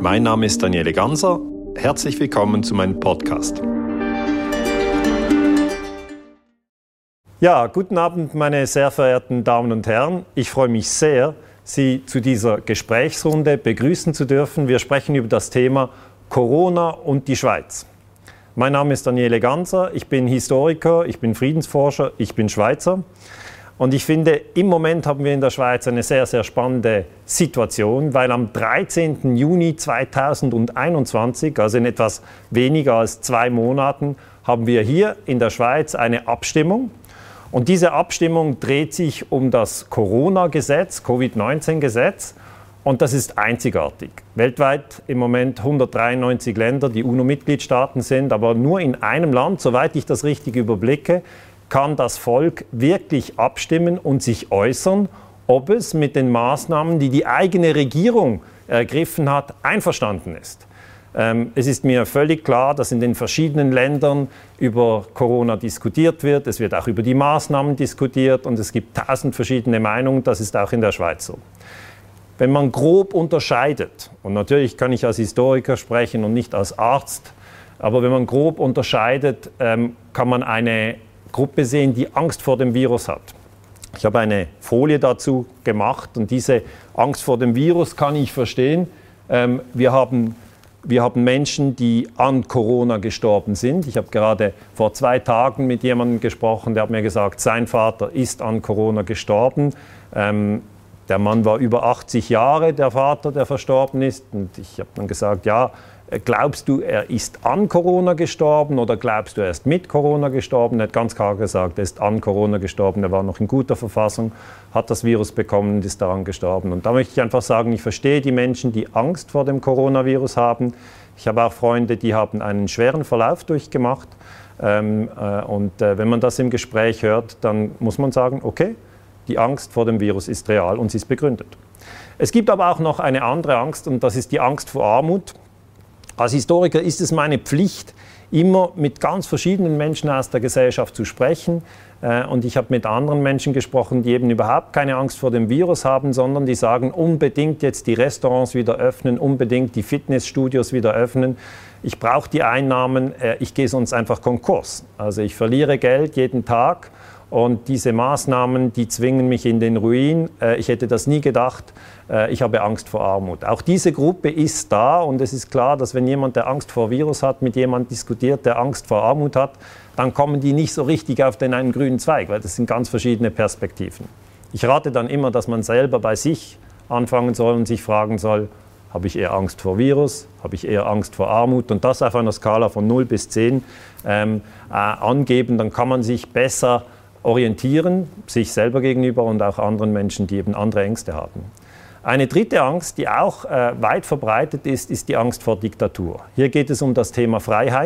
Mein Name ist Daniele Ganser. Herzlich willkommen zu meinem Podcast. Ja, guten Abend, meine sehr verehrten Damen und Herren. Ich freue mich sehr, Sie zu dieser Gesprächsrunde begrüßen zu dürfen. Wir sprechen über das Thema Corona und die Schweiz. Mein Name ist Daniele Ganser, ich bin Historiker, ich bin Friedensforscher, ich bin Schweizer. Und ich finde, im Moment haben wir in der Schweiz eine sehr, sehr spannende Situation, weil am 13. Juni 2021, also in etwas weniger als 2 Monaten, haben wir hier in der Schweiz eine Abstimmung. Und diese Abstimmung dreht sich um das Corona-Gesetz, Covid-19-Gesetz. Und das ist einzigartig. Weltweit im Moment 193 Länder, die UNO-Mitgliedstaaten sind, aber nur in einem Land, soweit ich das richtig überblicke, kann das Volk wirklich abstimmen und sich äußern, ob es mit den Maßnahmen, die die eigene Regierung ergriffen hat, einverstanden ist. Es ist mir völlig klar, dass in den verschiedenen Ländern über Corona diskutiert wird. Es wird auch über die Maßnahmen diskutiert und es gibt 1000 verschiedene Meinungen. Das ist auch in der Schweiz so. Wenn man grob unterscheidet, und natürlich kann ich als Historiker sprechen und nicht als Arzt, aber wenn man grob unterscheidet, kann man eine Gruppe sehen, die Angst vor dem Virus hat. Ich habe eine Folie dazu gemacht und diese Angst vor dem Virus kann ich verstehen. Wir haben Menschen, die an Corona gestorben sind. Ich habe gerade vor 2 Tagen mit jemandem gesprochen, der hat mir gesagt, sein Vater ist an Corona gestorben. Der Mann war über 80 Jahre, der Vater, der verstorben ist. Und ich habe dann gesagt, ja, glaubst du, er ist an Corona gestorben oder glaubst du, er ist mit Corona gestorben? Er hat ganz klar gesagt, er ist an Corona gestorben, er war noch in guter Verfassung, hat das Virus bekommen und ist daran gestorben. Und da möchte ich einfach sagen, ich verstehe die Menschen, die Angst vor dem Coronavirus haben. Ich habe auch Freunde, die haben einen schweren Verlauf durchgemacht. Wenn man das im Gespräch hört, dann muss man sagen, okay, die Angst vor dem Virus ist real und sie ist begründet. Es gibt aber auch noch eine andere Angst und das ist die Angst vor Armut. Als Historiker ist es meine Pflicht, immer mit ganz verschiedenen Menschen aus der Gesellschaft zu sprechen. Und ich habe mit anderen Menschen gesprochen, die eben überhaupt keine Angst vor dem Virus haben, sondern die sagen, unbedingt jetzt die Restaurants wieder öffnen, unbedingt die Fitnessstudios wieder öffnen. Ich brauche die Einnahmen, ich gehe sonst einfach Konkurs. Also ich verliere Geld jeden Tag. Und diese Maßnahmen, die zwingen mich in den Ruin. Ich hätte das nie gedacht. Ich habe Angst vor Armut. Auch diese Gruppe ist da und es ist klar, dass wenn jemand, der Angst vor Virus hat, mit jemandem diskutiert, der Angst vor Armut hat, dann kommen die nicht so richtig auf den einen grünen Zweig, weil das sind ganz verschiedene Perspektiven. Ich rate dann immer, dass man selber bei sich anfangen soll und sich fragen soll, habe ich eher Angst vor Virus, habe ich eher Angst vor Armut und das auf einer Skala von 0 bis 10 angeben, dann kann man sich besser orientieren, sich selber gegenüber und auch anderen Menschen, die eben andere Ängste haben. Eine dritte Angst, die auch weit verbreitet ist, ist die Angst vor Diktatur. Hier geht es um das Thema Freiheit.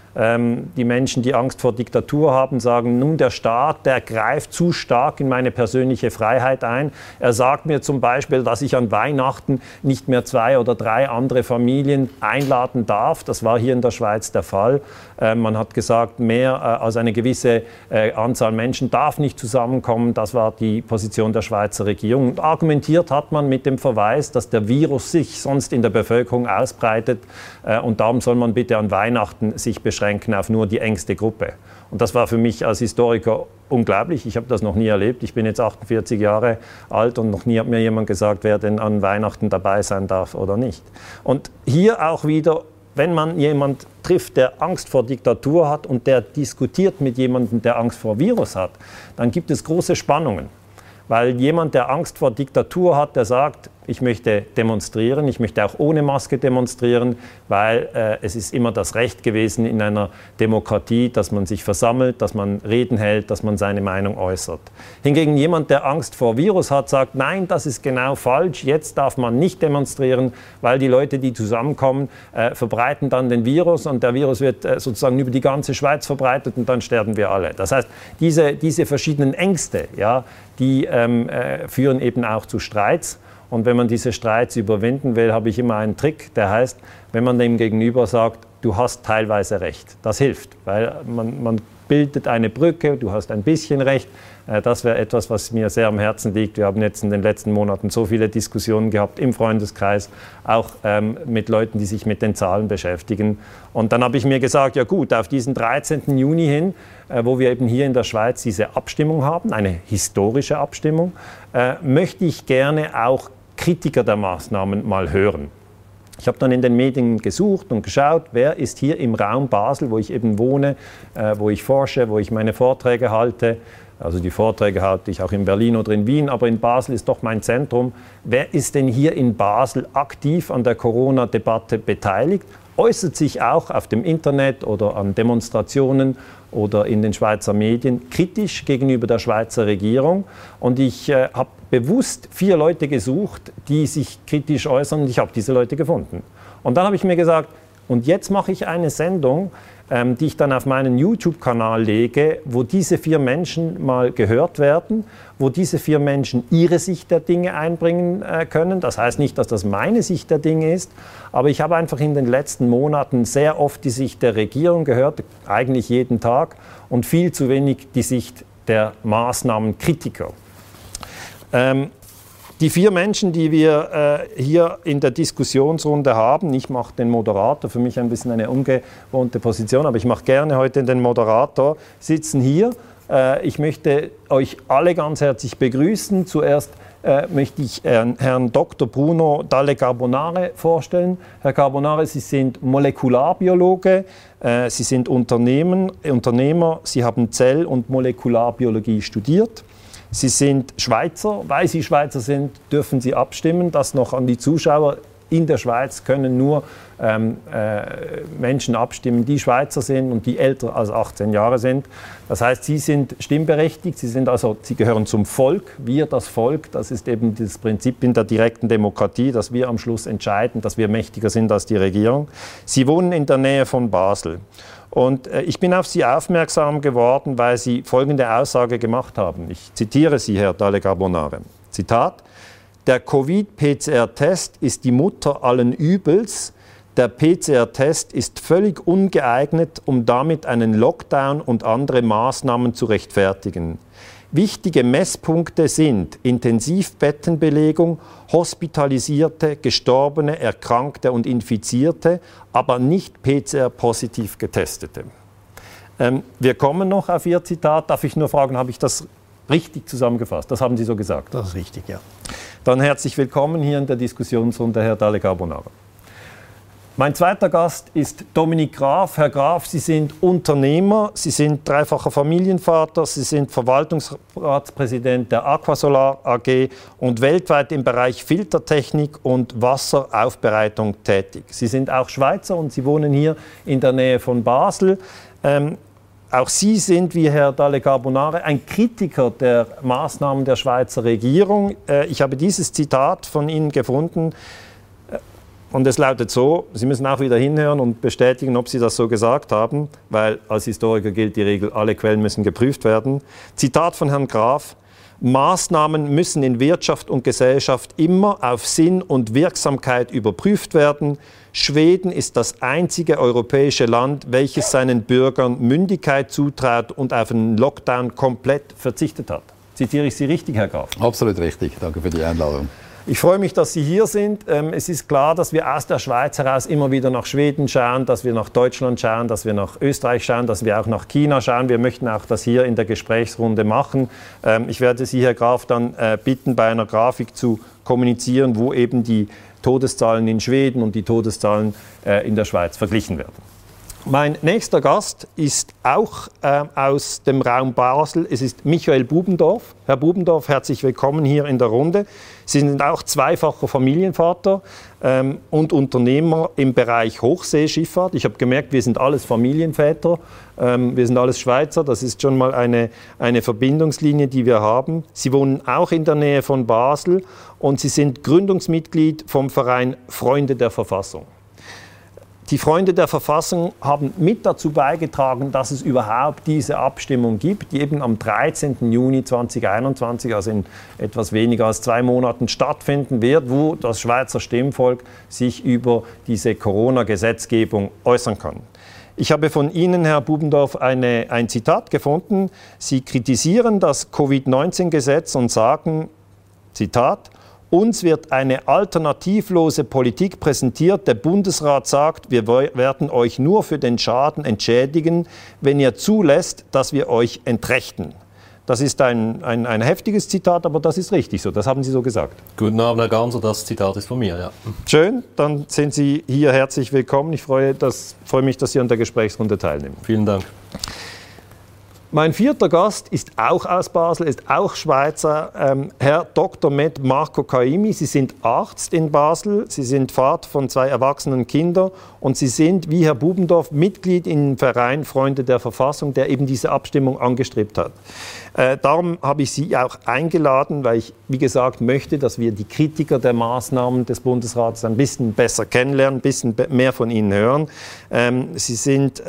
Die Menschen, die Angst vor Diktatur haben, sagen, nun der Staat, der greift zu stark in meine persönliche Freiheit ein. Er sagt mir zum Beispiel, dass ich an Weihnachten nicht mehr 2 oder 3 andere Familien einladen darf. Das war hier in der Schweiz der Fall. Man hat gesagt, mehr als eine gewisse Anzahl Menschen darf nicht zusammenkommen. Das war die Position der Schweizer Regierung. Und argumentiert hat man mit dem Verweis, dass der Virus sich sonst in der Bevölkerung ausbreitet. Und darum soll man bitte an Weihnachten sich beschränken auf nur die engste Gruppe. Und das war für mich als Historiker unglaublich. Ich habe das noch nie erlebt. Ich bin jetzt 48 Jahre alt und noch nie hat mir jemand gesagt, wer denn an Weihnachten dabei sein darf oder nicht. Und hier auch wieder, wenn man jemanden trifft, der Angst vor Diktatur hat und der diskutiert mit jemandem, der Angst vor Virus hat, dann gibt es große Spannungen. Weil jemand, der Angst vor Diktatur hat, der sagt, ich möchte demonstrieren, ich möchte auch ohne Maske demonstrieren, weil es ist immer das Recht gewesen in einer Demokratie, dass man sich versammelt, dass man Reden hält, dass man seine Meinung äußert. Hingegen jemand, der Angst vor Virus hat, sagt, nein, das ist genau falsch, jetzt darf man nicht demonstrieren, weil die Leute, die zusammenkommen, verbreiten dann den Virus und der Virus wird sozusagen über die ganze Schweiz verbreitet und dann sterben wir alle. Das heißt, diese verschiedenen Ängste, ja, die führen eben auch zu Streits. Und wenn man diese Streits überwinden will, habe ich immer einen Trick, der heißt, wenn man dem Gegenüber sagt, du hast teilweise recht, das hilft, weil man bildet eine Brücke, du hast ein bisschen recht. Das wäre etwas, was mir sehr am Herzen liegt. Wir haben jetzt in den letzten Monaten so viele Diskussionen gehabt im Freundeskreis, auch mit Leuten, die sich mit den Zahlen beschäftigen. Und dann habe ich mir gesagt, ja gut, auf diesen 13. Juni hin, wo wir eben hier in der Schweiz diese Abstimmung haben, eine historische Abstimmung, möchte ich gerne auch Kritiker der Maßnahmen mal hören. Ich habe dann in den Medien gesucht und geschaut, wer ist hier im Raum Basel, wo ich eben wohne, wo ich forsche, wo ich meine Vorträge halte. Also die Vorträge halte ich auch in Berlin oder in Wien, aber in Basel ist doch mein Zentrum. Wer ist denn hier in Basel aktiv an der Corona-Debatte beteiligt? Äußert sich auch auf dem Internet oder an Demonstrationen oder in den Schweizer Medien kritisch gegenüber der Schweizer Regierung. Und ich habe bewusst 4 Leute gesucht, die sich kritisch äußern, und ich habe diese Leute gefunden. Und dann habe ich mir gesagt, und jetzt mache ich eine Sendung, die ich dann auf meinen YouTube-Kanal lege, wo diese 4 Menschen mal gehört werden, wo diese 4 Menschen ihre Sicht der Dinge einbringen können. Das heißt nicht, dass das meine Sicht der Dinge ist, aber ich habe einfach in den letzten Monaten sehr oft die Sicht der Regierung gehört, eigentlich jeden Tag, und viel zu wenig die Sicht der Maßnahmenkritiker. Die 4 Menschen, die wir hier in der Diskussionsrunde haben, ich mache den Moderator, für mich ein bisschen eine ungewohnte Position, aber ich mache gerne heute den Moderator, sitzen hier. Ich möchte euch alle ganz herzlich begrüßen. Zuerst möchte ich Herrn Dr. Bruno Dalle Carbonare vorstellen. Herr Carbonare, Sie sind Molekularbiologe, Sie sind Unternehmer, Sie haben Zell- und Molekularbiologie studiert. Sie sind Schweizer. Weil Sie Schweizer sind, dürfen Sie abstimmen. Das noch an die Zuschauer. In der Schweiz können nur Menschen abstimmen, die Schweizer sind und die älter als 18 Jahre sind. Das heißt, Sie sind stimmberechtigt, Sie gehören zum Volk, wir das Volk. Das ist eben das Prinzip in der direkten Demokratie, dass wir am Schluss entscheiden, dass wir mächtiger sind als die Regierung. Sie wohnen in der Nähe von Basel. Und ich bin auf Sie aufmerksam geworden, weil Sie folgende Aussage gemacht haben. Ich zitiere Sie, Herr Dalle Carbonare. Zitat: Der Covid-PCR-Test ist die Mutter allen Übels. Der PCR-Test ist völlig ungeeignet, um damit einen Lockdown und andere Maßnahmen zu rechtfertigen. Wichtige Messpunkte sind Intensivbettenbelegung, Hospitalisierte, Gestorbene, Erkrankte und Infizierte, aber nicht PCR-positiv Getestete. Wir kommen noch auf Ihr Zitat. Darf ich nur fragen, habe ich das richtig zusammengefasst? Das haben Sie so gesagt? Das ist richtig, ja. Dann herzlich willkommen hier in der Diskussionsrunde, Herr Dalle Carbonare. Mein zweiter Gast ist Dominik Graf. Herr Graf, Sie sind Unternehmer, Sie sind dreifacher Familienvater, Sie sind Verwaltungsratspräsident der Aquasolar AG und weltweit im Bereich Filtertechnik und Wasseraufbereitung tätig. Sie sind auch Schweizer und Sie wohnen hier in der Nähe von Basel. Auch Sie sind, wie Herr Dalle Carbonare, ein Kritiker der Maßnahmen der Schweizer Regierung. Ich habe dieses Zitat von Ihnen gefunden. Und es lautet so, Sie müssen auch wieder hinhören und bestätigen, ob Sie das so gesagt haben, weil als Historiker gilt die Regel, alle Quellen müssen geprüft werden. Zitat von Herrn Graf: Maßnahmen müssen in Wirtschaft und Gesellschaft immer auf Sinn und Wirksamkeit überprüft werden. Schweden ist das einzige europäische Land, welches seinen Bürgern Mündigkeit zutraut und auf einen Lockdown komplett verzichtet hat. Zitiere ich Sie richtig, Herr Graf? Absolut richtig. Danke für die Einladung. Ich freue mich, dass Sie hier sind. Es ist klar, dass wir aus der Schweiz heraus immer wieder nach Schweden schauen, dass wir nach Deutschland schauen, dass wir nach Österreich schauen, dass wir auch nach China schauen. Wir möchten auch das hier in der Gesprächsrunde machen. Ich werde Sie, Herr Graf, dann bitten, bei einer Grafik zu kommunizieren, wo eben die Todeszahlen in Schweden und die Todeszahlen in der Schweiz verglichen werden. Mein nächster Gast ist auch aus dem Raum Basel. Es ist Michael Bubendorf. Herr Bubendorf, herzlich willkommen hier in der Runde. Sie sind auch zweifacher Familienvater und Unternehmer im Bereich Hochseeschifffahrt. Ich habe gemerkt, wir sind alles Familienväter, wir sind alles Schweizer. Das ist schon mal eine Verbindungslinie, die wir haben. Sie wohnen auch in der Nähe von Basel und Sie sind Gründungsmitglied vom Verein Freunde der Verfassung. Die Freunde der Verfassung haben mit dazu beigetragen, dass es überhaupt diese Abstimmung gibt, die eben am 13. Juni 2021, also in etwas weniger als 2 Monaten stattfinden wird, wo das Schweizer Stimmvolk sich über diese Corona-Gesetzgebung äußern kann. Ich habe von Ihnen, Herr Bubendorf, ein Zitat gefunden. Sie kritisieren das Covid-19-Gesetz und sagen, Zitat, uns wird eine alternativlose Politik präsentiert. Der Bundesrat sagt, wir werden euch nur für den Schaden entschädigen, wenn ihr zulässt, dass wir euch entrechten. Das ist ein heftiges Zitat, aber das ist richtig so. Das haben Sie so gesagt. Guten Abend, Herr Ganser. Das Zitat ist von mir, ja. Schön, dann sind Sie hier herzlich willkommen. Ich freue mich, dass Sie an der Gesprächsrunde teilnehmen. Vielen Dank. Mein vierter Gast ist auch aus Basel, ist auch Schweizer, Herr Dr. med. Marco Caimi. Sie sind Arzt in Basel, Sie sind Vater von 2 erwachsenen Kindern und Sie sind, wie Herr Bubendorf, Mitglied im Verein Freunde der Verfassung, der eben diese Abstimmung angestrebt hat. Darum habe ich Sie auch eingeladen, weil ich, wie gesagt, möchte, dass wir die Kritiker der Maßnahmen des Bundesrats ein bisschen besser kennenlernen, ein bisschen mehr von Ihnen hören. Sie sind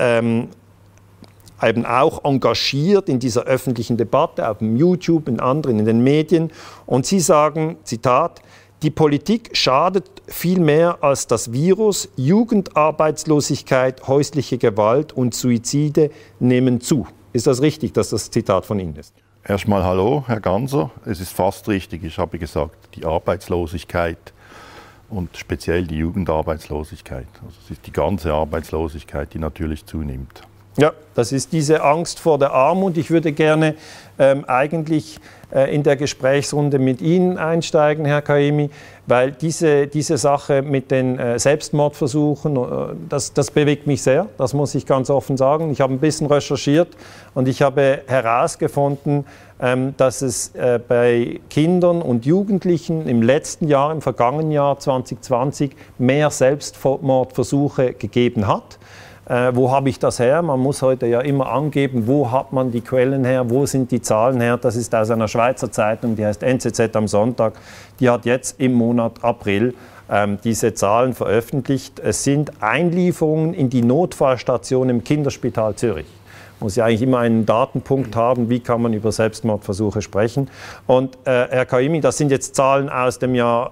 eben auch engagiert in dieser öffentlichen Debatte, auf YouTube, in anderen, in den Medien. Und Sie sagen, Zitat, die Politik schadet viel mehr als das Virus. Jugendarbeitslosigkeit, häusliche Gewalt und Suizide nehmen zu. Ist das richtig, dass das Zitat von Ihnen ist? Erstmal hallo, Herr Ganser. Es ist fast richtig. Ich habe gesagt, die Arbeitslosigkeit und speziell die Jugendarbeitslosigkeit. Also es ist die ganze Arbeitslosigkeit, die natürlich zunimmt. Ja, das ist diese Angst vor der Armut. Ich würde gerne eigentlich in der Gesprächsrunde mit Ihnen einsteigen, Herr Caimi, weil diese Sache mit den Selbstmordversuchen, das bewegt mich sehr, das muss ich ganz offen sagen. Ich habe ein bisschen recherchiert und ich habe herausgefunden, dass es bei Kindern und Jugendlichen im letzten Jahr, im vergangenen Jahr 2020, mehr Selbstmordversuche gegeben hat. Wo habe ich das her? Man muss heute ja immer angeben, wo hat man die Quellen her, wo sind die Zahlen her. Das ist aus einer Schweizer Zeitung, die heißt NZZ am Sonntag. Die hat jetzt im Monat April diese Zahlen veröffentlicht. Es sind Einlieferungen in die Notfallstation im Kinderspital Zürich. Muss ja eigentlich immer einen Datenpunkt haben, wie kann man über Selbstmordversuche sprechen. Und Herr Caimi, das sind jetzt Zahlen aus dem Jahr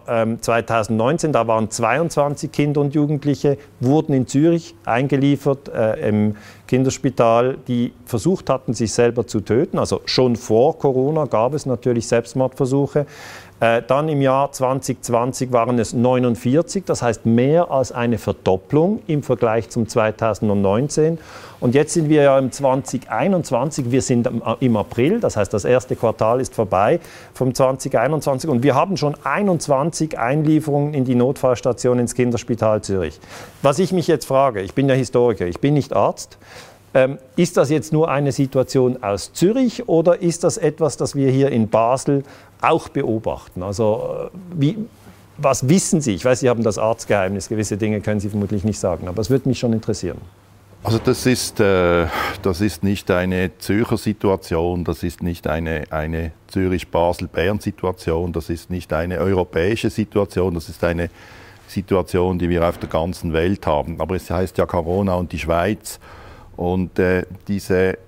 2019, da waren 22 Kinder und Jugendliche, wurden in Zürich eingeliefert im Kinderspital, die versucht hatten, sich selber zu töten. Also schon vor Corona gab es natürlich Selbstmordversuche. Dann im Jahr 2020 waren es 49, das heißt mehr als eine Verdopplung im Vergleich zum 2019. Und jetzt sind wir ja im 2021, wir sind im April, das heißt das erste Quartal ist vorbei vom 2021 und wir haben schon 21 Einlieferungen in die Notfallstation ins Kinderspital Zürich. Was ich mich jetzt frage, ich bin ja Historiker, ich bin nicht Arzt, ist das jetzt nur eine Situation aus Zürich oder ist das etwas, das wir hier in Basel auch beobachten? Also was wissen Sie? Ich weiß, Sie haben das Arztgeheimnis, gewisse Dinge können Sie vermutlich nicht sagen, aber es würde mich schon interessieren. Also das ist nicht eine Zürcher Situation, das ist nicht eine Zürich-Basel-Bern-Situation, das ist nicht eine europäische Situation, das ist eine Situation, die wir auf der ganzen Welt haben. Aber es heißt ja Corona und die Schweiz. Und diese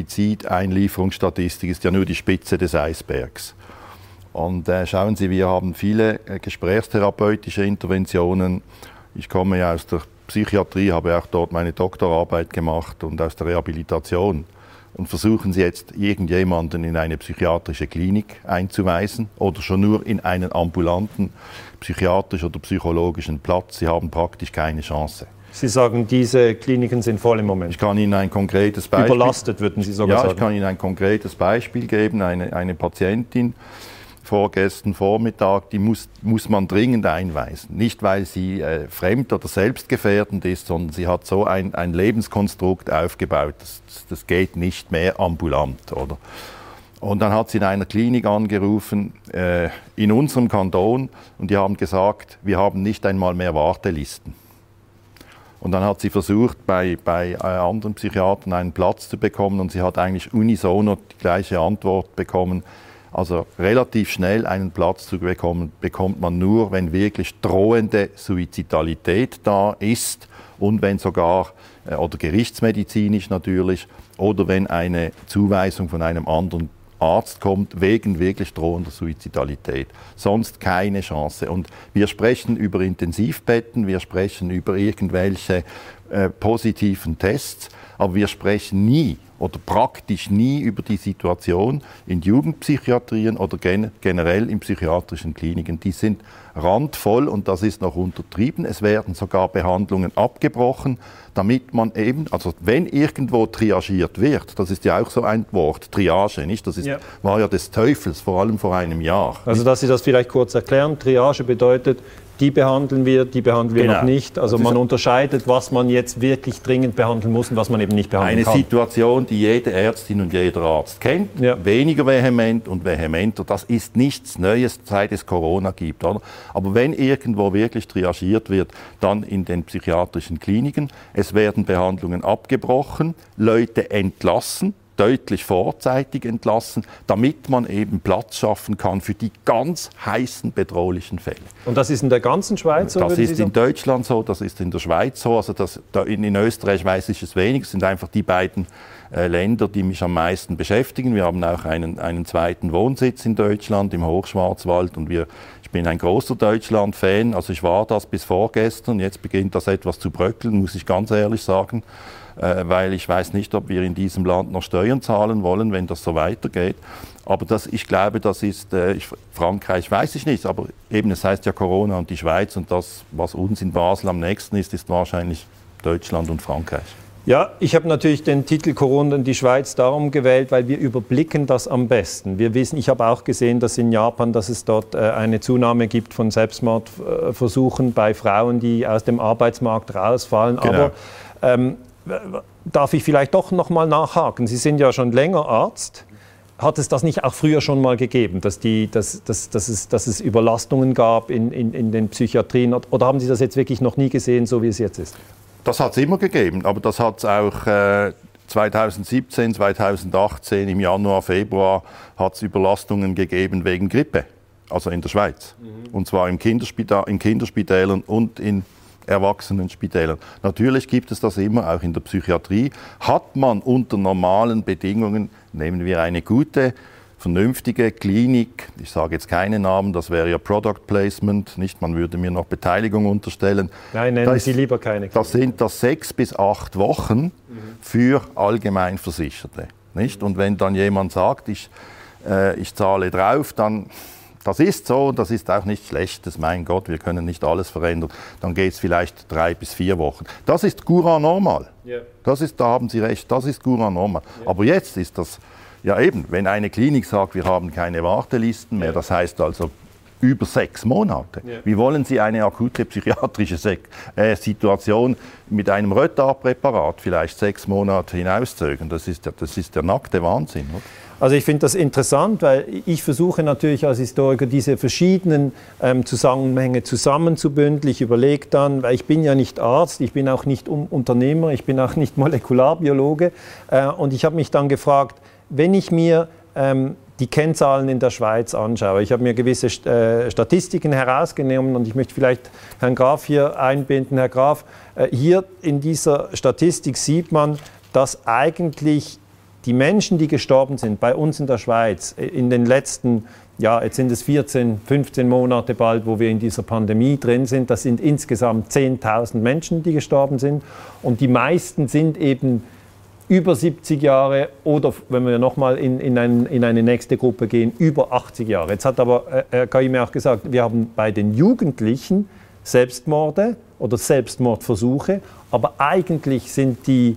Suizideinlieferungsstatistik ist ja nur die Spitze des Eisbergs. Und schauen Sie, wir haben viele gesprächstherapeutische Interventionen. Ich komme ja aus der Psychiatrie, habe auch dort meine Doktorarbeit gemacht und aus der Rehabilitation. Und versuchen Sie jetzt irgendjemanden in eine psychiatrische Klinik einzuweisen oder schon nur in einen ambulanten psychiatrischen oder psychologischen Platz. Sie haben praktisch keine Chance. Sie sagen, diese Kliniken sind voll im Moment. Ich kann Ihnen ein konkretes Beispiel... Überlastet, würden Sie sogar sagen. Ja, ich kann Ihnen ein konkretes Beispiel geben. Eine Patientin vorgestern Vormittag, die muss man dringend einweisen. Nicht, weil sie fremd- oder selbstgefährdend ist, sondern sie hat so ein Lebenskonstrukt aufgebaut, das geht nicht mehr ambulant. Oder? Und dann hat sie in einer Klinik angerufen, in unserem Kanton, und die haben gesagt, wir haben nicht einmal mehr Wartelisten. Und dann hat sie versucht, bei anderen Psychiatern einen Platz zu bekommen und sie hat eigentlich unisono die gleiche Antwort bekommen. Also relativ schnell einen Platz zu bekommen, bekommt man nur, wenn wirklich drohende Suizidalität da ist und wenn sogar, oder gerichtsmedizinisch natürlich, oder wenn eine Zuweisung von einem anderen Arzt kommt wegen wirklich drohender Suizidalität. Sonst keine Chance. Und wir sprechen über Intensivbetten, wir sprechen über irgendwelche positiven Tests, aber wir sprechen nie oder praktisch nie über die Situation in Jugendpsychiatrien oder generell in psychiatrischen Kliniken. Die sind randvoll und das ist noch untertrieben. Es werden sogar Behandlungen abgebrochen, damit man eben, also wenn irgendwo triagiert wird, das ist ja auch so ein Wort, Triage, nicht? Das ist, war ja des Teufels, vor allem vor einem Jahr. Also dass Sie das vielleicht kurz erklären, Triage bedeutet, die behandeln wir noch nicht. Also man unterscheidet, was man jetzt wirklich dringend behandeln muss und was man eben nicht behandeln kann. Eine Situation, die jede Ärztin und jeder Arzt kennt, weniger vehement und vehementer. Das ist nichts Neues, seit es Corona gibt. Oder? Aber wenn irgendwo wirklich triagiert wird, dann in den psychiatrischen Kliniken. Es werden Behandlungen abgebrochen, Leute entlassen, deutlich vorzeitig entlassen, damit man eben Platz schaffen kann für die ganz heißen, bedrohlichen Fälle. Und das ist in der ganzen Schweiz so? Das ist in Deutschland so, das ist in der Schweiz so. Also in Österreich weiß ich es wenig. Es sind einfach die beiden Länder, die mich am meisten beschäftigen. Wir haben auch einen zweiten Wohnsitz in Deutschland, im Hochschwarzwald. Und ich bin ein großer Deutschland-Fan. Also ich war das bis vorgestern. Jetzt beginnt das etwas zu bröckeln, muss ich ganz ehrlich sagen. Weil ich weiß nicht, ob wir in diesem Land noch Steuern zahlen wollen, wenn das so weitergeht. Aber ich glaube, das ist Frankreich, weiß ich nicht, aber eben es heißt ja Corona und die Schweiz und das, was uns in Basel am nächsten ist wahrscheinlich Deutschland und Frankreich. Ja, ich habe natürlich den Titel Corona und die Schweiz darum gewählt, weil wir überblicken das am besten. Wir wissen, ich habe auch gesehen, dass in Japan, dass es dort eine Zunahme gibt von Selbstmordversuchen bei Frauen, die aus dem Arbeitsmarkt rausfallen. Genau. Aber darf ich vielleicht doch noch mal nachhaken? Sie sind ja schon länger Arzt. Hat es das nicht auch früher schon mal gegeben, dass es Überlastungen gab in den Psychiatrien? Oder haben Sie das jetzt wirklich noch nie gesehen, so wie es jetzt ist? Das hat es immer gegeben, aber das hat es auch 2017, 2018, im Januar, Februar hat es Überlastungen gegeben wegen Grippe, also in der Schweiz. Und zwar in Kinderspitälern und in Erwachsenenspitälern. Natürlich gibt es das immer, auch in der Psychiatrie. Hat man unter normalen Bedingungen, nehmen wir eine gute, vernünftige Klinik, ich sage jetzt keine Namen, das wäre ja Product Placement, nicht, man würde mir noch Beteiligung unterstellen. Nein, nennen Sie lieber keine. Das sind das 6 bis 8 Wochen für Allgemeinversicherte. Nicht? Und wenn dann jemand sagt, ich zahle drauf, dann das ist so, das ist auch nichts Schlechtes, mein Gott, wir können nicht alles verändern. Dann geht es vielleicht 3 bis 4 Wochen. Das ist courant normal. Yeah. Da haben Sie recht, das ist courant normal. Yeah. Aber jetzt ist das, ja eben, wenn eine Klinik sagt, wir haben keine Wartelisten mehr, das heißt also über 6 Monate. Yeah. Wie wollen Sie eine akute psychiatrische Situation mit einem Retardpräparat vielleicht 6 Monate hinauszögern? Das ist der nackte Wahnsinn, oder? Also ich finde das interessant, weil ich versuche natürlich als Historiker diese verschiedenen Zusammenhänge zusammenzubündeln. Ich überlege dann, weil ich bin ja nicht Arzt, ich bin auch nicht Unternehmer, ich bin auch nicht Molekularbiologe. Und ich habe mich dann gefragt, wenn ich mir die Kennzahlen in der Schweiz anschaue, ich habe mir gewisse Statistiken herausgenommen und ich möchte vielleicht Herrn Graf hier einbinden. Herr Graf, hier in dieser Statistik sieht man, dass eigentlich die Menschen, die gestorben sind bei uns in der Schweiz in den letzten, ja, jetzt sind es 14, 15 Monate bald, wo wir in dieser Pandemie drin sind, das sind insgesamt 10.000 Menschen, die gestorben sind. Und die meisten sind eben über 70 Jahre oder, wenn wir nochmal in eine nächste Gruppe gehen, über 80 Jahre. Jetzt hat aber Herr Kaimi auch gesagt, wir haben bei den Jugendlichen Selbstmorde oder Selbstmordversuche, aber eigentlich sind die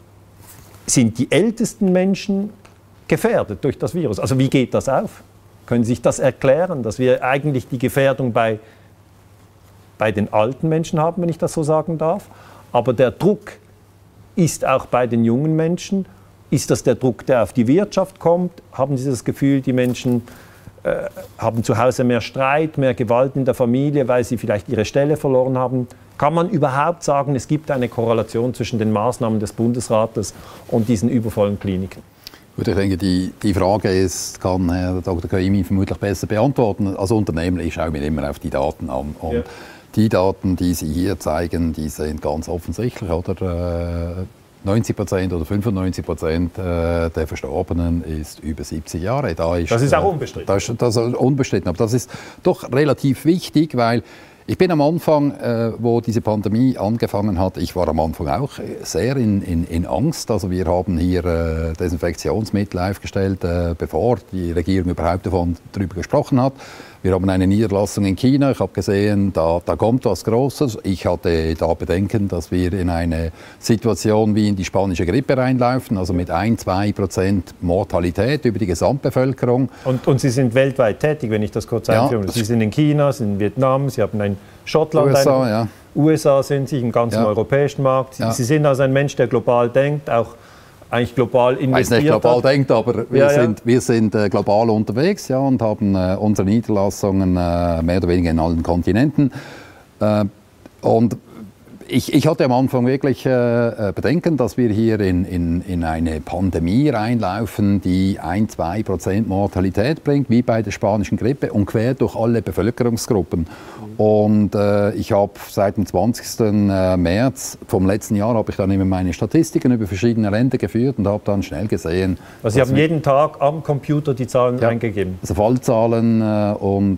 ältesten Menschen gefährdet durch das Virus. Also wie geht das auf? Können Sie sich das erklären, dass wir eigentlich die Gefährdung bei den alten Menschen haben, wenn ich das so sagen darf? Aber der Druck ist auch bei den jungen Menschen. Ist das der Druck, der auf die Wirtschaft kommt? Haben Sie das Gefühl, die Menschen haben zu Hause mehr Streit, mehr Gewalt in der Familie, weil sie vielleicht ihre Stelle verloren haben? Kann man überhaupt sagen, es gibt eine Korrelation zwischen den Maßnahmen des Bundesrates und diesen übervollen Kliniken? Ich denke, die Frage ist, kann Herr Dr. Kaimi vermutlich besser beantworten. Als Unternehmer, ich schaue mir immer auf die Daten an. Und die Daten, die Sie hier zeigen, die sind ganz offensichtlich. Oder? 90% oder 95% der Verstorbenen ist über 70 Jahre. Das ist auch unbestritten. Das ist unbestritten. Aber das ist doch relativ wichtig, weil ich bin am Anfang, wo diese Pandemie angefangen hat, ich war am Anfang auch sehr in Angst. Also wir haben hier Desinfektionsmittel aufgestellt, bevor die Regierung überhaupt darüber gesprochen hat. Wir haben eine Niederlassung in China. Ich habe gesehen, da kommt was Großes. Ich hatte da Bedenken, dass wir in eine Situation wie in die spanische Grippe reinlaufen, also mit 1-2% Mortalität über die Gesamtbevölkerung. Und Sie sind weltweit tätig, wenn ich das kurz einführe. Sie sind in China, Sie sind in Vietnam, Sie haben ein Schottland, USA sind Sie im ganzen europäischen Markt. Sie sind also ein Mensch, der global denkt, auch eigentlich global investiert. Ich weiß nicht global denkt, aber wir sind global unterwegs und haben unsere Niederlassungen mehr oder weniger in allen Kontinenten. Und ich hatte am Anfang wirklich Bedenken, dass wir hier in eine Pandemie reinlaufen, die 1-2% Mortalität bringt, wie bei der spanischen Grippe und quer durch alle Bevölkerungsgruppen. Und ich habe seit dem 20. März vom letzten Jahr habe ich dann immer meine Statistiken über verschiedene Länder geführt und habe dann schnell gesehen. Also Sie haben jeden Tag am Computer die Zahlen eingegeben? Also Fallzahlen und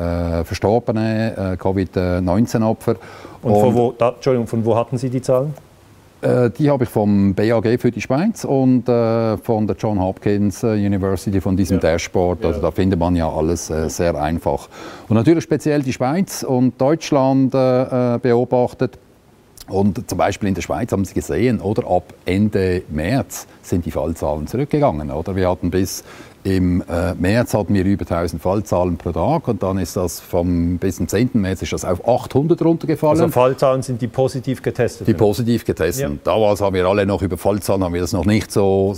verstorbene Covid-19-Opfer. Und von wo hatten Sie die Zahlen? Die habe ich vom BAG für die Schweiz und von der Johns Hopkins University, von diesem Dashboard. Also da findet man ja alles sehr einfach. Und natürlich speziell die Schweiz und Deutschland beobachtet. Und zum Beispiel in der Schweiz haben Sie gesehen, oder ab Ende März sind die Fallzahlen zurückgegangen. Oder? Wir hatten im März hatten wir über 1000 Fallzahlen pro Tag und dann ist das bis zum 10. März ist das auf 800 runtergefallen. Also Fallzahlen sind die positiv getestet? Die positiv getestet. Ja. Damals haben wir alle noch über Fallzahlen, haben wir das noch nicht so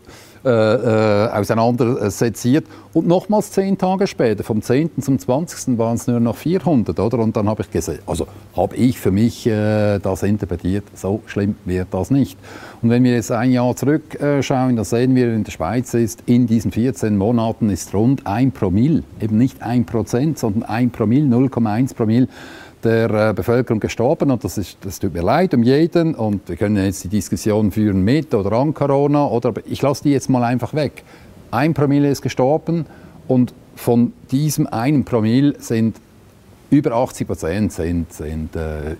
auseinander seziert. Und nochmals 10 Tage später, vom 10. zum 20. waren es nur noch 400. Oder? Und dann habe ich gesehen, also habe ich für mich das interpretiert, so schlimm wird das nicht. Und wenn wir jetzt ein Jahr zurückschauen, dann sehen wir, in der Schweiz ist in diesen 14 Monaten ist rund 1 Promille, eben nicht 1%, sondern 1 Promille, 0,1 Promille der Bevölkerung gestorben. Und das tut mir leid um jeden. Und wir können jetzt die Diskussion führen mit oder an Corona. Aber ich lasse die jetzt mal einfach weg. 1 Promille ist gestorben und von diesem 1 Promille sind über 80% sind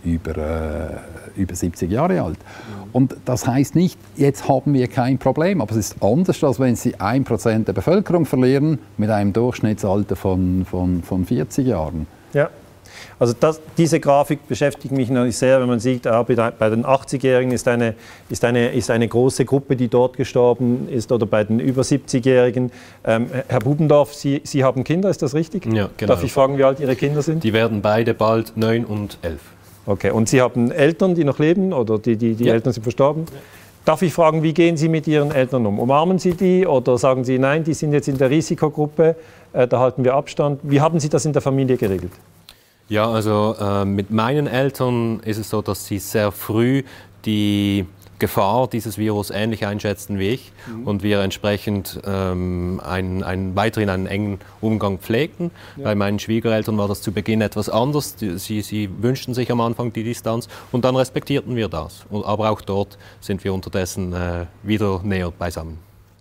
über 70 Jahre alt. Und das heißt nicht, jetzt haben wir kein Problem. Aber es ist anders, als wenn Sie 1% der Bevölkerung verlieren mit einem Durchschnittsalter von 40 Jahren. Ja. Also diese Grafik beschäftigt mich natürlich sehr, wenn man sieht, bei den 80-Jährigen ist eine große Gruppe, die dort gestorben ist, oder bei den über 70-Jährigen. Herr Bubendorf, Sie haben Kinder, ist das richtig? Ja, genau. Darf ich fragen, wie alt Ihre Kinder sind? Die werden beide bald 9 und 11. Okay, und Sie haben Eltern, die noch leben, oder die Eltern sind verstorben? Ja. Darf ich fragen, wie gehen Sie mit Ihren Eltern um? Umarmen Sie die oder sagen Sie, nein, die sind jetzt in der Risikogruppe, da halten wir Abstand? Wie haben Sie das in der Familie geregelt? Ja, also mit meinen Eltern ist es so, dass sie sehr früh die Gefahr dieses Virus ähnlich einschätzen wie ich und wir entsprechend weiterhin einen engen Umgang pflegten. Ja. Bei meinen Schwiegereltern war das zu Beginn etwas anders. Sie wünschten sich am Anfang die Distanz und dann respektierten wir das. Aber auch dort sind wir unterdessen wieder näher beisammen.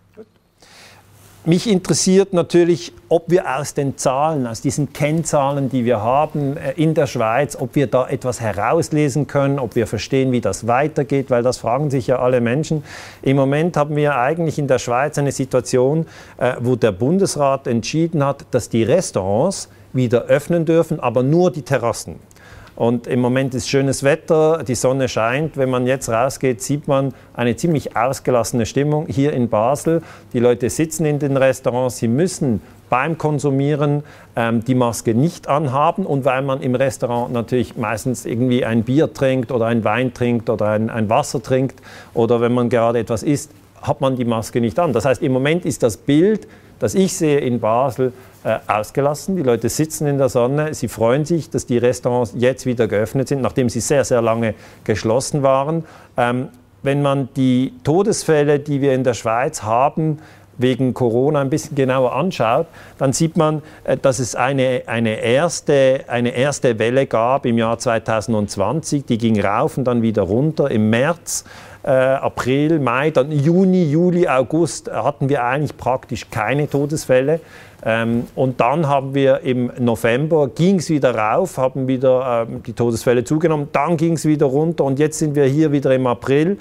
Mich interessiert natürlich, ob wir aus den Zahlen, aus diesen Kennzahlen, die wir haben in der Schweiz, ob wir da etwas herauslesen können, ob wir verstehen, wie das weitergeht, weil das fragen sich ja alle Menschen. Im Moment haben wir eigentlich in der Schweiz eine Situation, wo der Bundesrat entschieden hat, dass die Restaurants wieder öffnen dürfen, aber nur die Terrassen. Und im Moment ist schönes Wetter, die Sonne scheint. Wenn man jetzt rausgeht, sieht man eine ziemlich ausgelassene Stimmung hier in Basel. Die Leute sitzen in den Restaurants, sie müssen beim Konsumieren die Maske nicht anhaben. Und weil man im Restaurant natürlich meistens irgendwie ein Bier trinkt oder ein Wein trinkt oder ein Wasser trinkt oder wenn man gerade etwas isst, hat man die Maske nicht an. Das heißt, im Moment ist das Bild, das ich sehe in Basel, ausgelassen. Die Leute sitzen in der Sonne, sie freuen sich, dass die Restaurants jetzt wieder geöffnet sind, nachdem sie sehr, sehr lange geschlossen waren. Wenn man die Todesfälle, die wir in der Schweiz haben, wegen Corona ein bisschen genauer anschaut, dann sieht man, dass es eine erste Welle gab im Jahr 2020, die ging rauf und dann wieder runter. Im März, April, Mai, dann Juni, Juli, August hatten wir eigentlich praktisch keine Todesfälle. Und dann haben wir im November, ging es wieder rauf, haben wieder die Todesfälle zugenommen, dann ging es wieder runter und jetzt sind wir hier wieder im April.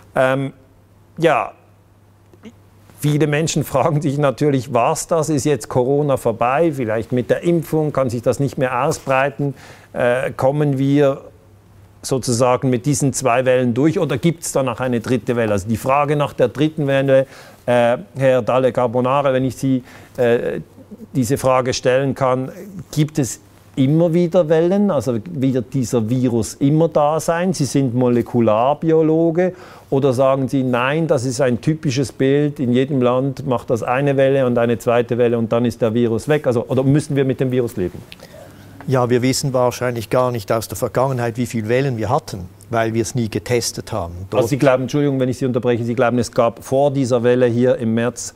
Viele Menschen fragen sich natürlich, was das ist jetzt Corona vorbei, vielleicht mit der Impfung kann sich das nicht mehr ausbreiten, kommen wir sozusagen mit diesen 2 Wellen durch oder gibt es da noch eine dritte Welle? Also die Frage nach der dritten Welle, Herr Dalle Carbonara, wenn ich Sie diese Frage stellen kann, gibt es immer wieder Wellen, also wird dieser Virus immer da sein? Sie sind Molekularbiologe oder sagen Sie, nein, das ist ein typisches Bild, in jedem Land macht das eine Welle und eine zweite Welle und dann ist der Virus weg? Also, oder müssen wir mit dem Virus leben? Ja, wir wissen wahrscheinlich gar nicht aus der Vergangenheit, wie viele Wellen wir hatten, weil wir es nie getestet haben. Also Sie glauben, Entschuldigung, wenn ich Sie unterbreche, Sie glauben, es gab vor dieser Welle hier im März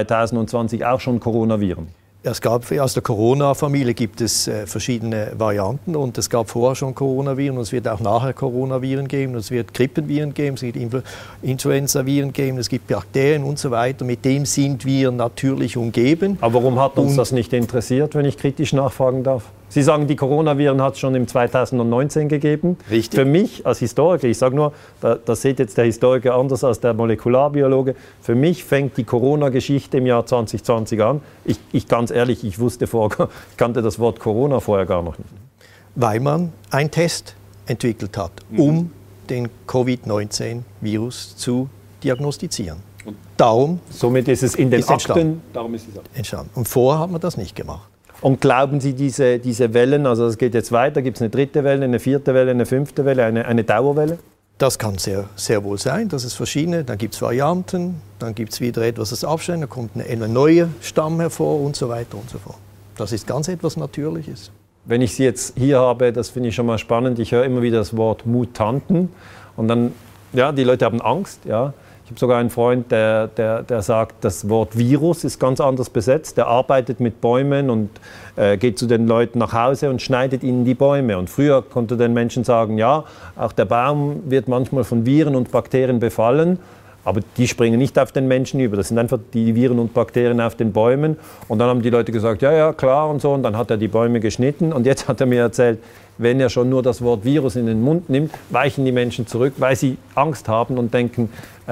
2020 auch schon Coronaviren? Es gab, aus der Corona-Familie gibt es verschiedene Varianten und es gab vorher schon Coronaviren und es wird auch nachher Coronaviren geben, es wird Grippenviren geben, es wird Influenzaviren geben, es gibt Bakterien und so weiter. Mit dem sind wir natürlich umgeben. Aber warum hat uns das nicht interessiert, wenn ich kritisch nachfragen darf? Sie sagen, die Coronaviren hat es schon im 2019 gegeben. Richtig. Für mich als Historiker, ich sage nur, das sieht jetzt der Historiker anders als der Molekularbiologe, für mich fängt die Corona-Geschichte im Jahr 2020 an. Ich ganz ehrlich, ich kannte das Wort Corona vorher gar noch nicht. Weil man einen Test entwickelt hat, um den Covid-19-Virus zu diagnostizieren. Darum somit ist es in den Akten, darum ist es entstanden. Und vorher hat man das nicht gemacht. Und glauben Sie, diese Wellen, also es geht jetzt weiter, gibt es eine dritte Welle, eine vierte Welle, eine fünfte Welle, eine Dauerwelle? Das kann sehr, sehr wohl sein, das ist verschiedene. Dann gibt es Varianten, dann gibt es wieder etwas, das abstellen, dann kommt ein neuer Stamm hervor und so weiter und so fort. Das ist ganz etwas Natürliches. Wenn ich Sie jetzt hier habe, das finde ich schon mal spannend, ich höre immer wieder das Wort Mutanten und dann, ja, die Leute haben Angst, ja. Ich habe sogar einen Freund, der sagt, das Wort Virus ist ganz anders besetzt. Der arbeitet mit Bäumen und geht zu den Leuten nach Hause und schneidet ihnen die Bäume. Und früher konnte den Menschen sagen, ja, auch der Baum wird manchmal von Viren und Bakterien befallen, aber die springen nicht auf den Menschen über. Das sind einfach die Viren und Bakterien auf den Bäumen. Und dann haben die Leute gesagt, ja, ja, klar und so. Und dann hat er die Bäume geschnitten. Und jetzt hat er mir erzählt, wenn er schon nur das Wort Virus in den Mund nimmt, weichen die Menschen zurück, weil sie Angst haben und denken,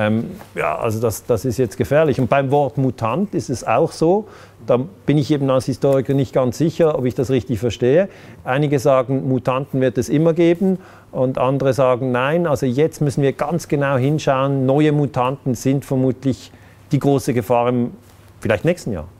ja, also das ist jetzt gefährlich. Und beim Wort Mutant ist es auch so, da bin ich eben als Historiker nicht ganz sicher, ob ich das richtig verstehe. Einige sagen, Mutanten wird es immer geben und andere sagen, nein, also jetzt müssen wir ganz genau hinschauen, neue Mutanten sind vermutlich die große Gefahr im vielleicht nächsten Jahr.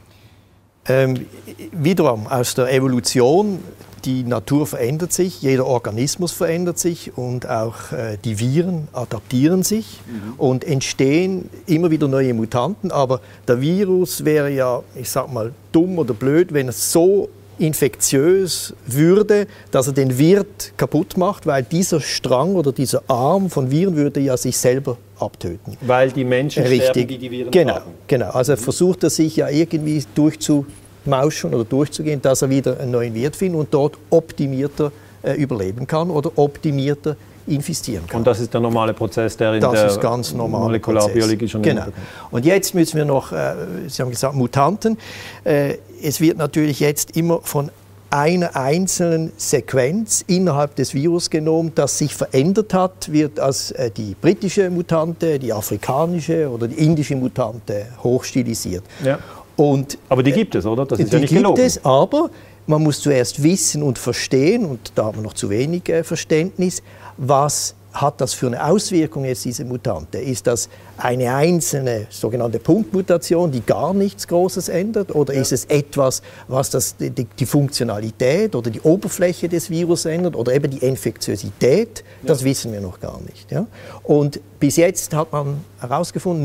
Wiederum aus der Evolution, die Natur verändert sich, jeder Organismus verändert sich und auch die Viren adaptieren sich und entstehen immer wieder neue Mutanten. Aber der Virus wäre ja, ich sag mal, dumm oder blöd, wenn es so infektiös würde, dass er den Wirt kaputt macht, weil dieser Strang oder dieser Arm von Viren würde ja sich selber abtöten. Weil die Menschen sterben, die Viren haben. Genau. Also versucht er sich ja irgendwie durchzumauschen oder durchzugehen, dass er wieder einen neuen Wirt findet und dort optimierter überleben kann oder optimierter infizieren kann. Und das ist der normale Prozess, der in der Molekularbiologie schon genau. Und jetzt müssen wir noch, Sie haben gesagt, Mutanten. Es wird natürlich jetzt immer von einer einzelnen Sequenz innerhalb des Virusgenoms, das sich verändert hat, wird als die britische Mutante, die afrikanische oder die indische Mutante hochstilisiert. Ja. Aber die gibt es, oder? Das ist ja nicht gelogen. Die gibt es, aber man muss zuerst wissen und verstehen, und da haben wir noch zu wenig Verständnis, was hat das für eine Auswirkung jetzt, diese Mutante? Ist das eine einzelne sogenannte Punktmutation, die gar nichts Großes ändert? Oder ist es etwas, was die Funktionalität oder die Oberfläche des Virus ändert? Oder eben die Infektiosität? Das wissen wir noch gar nicht. Ja? Und bis jetzt hat man herausgefunden,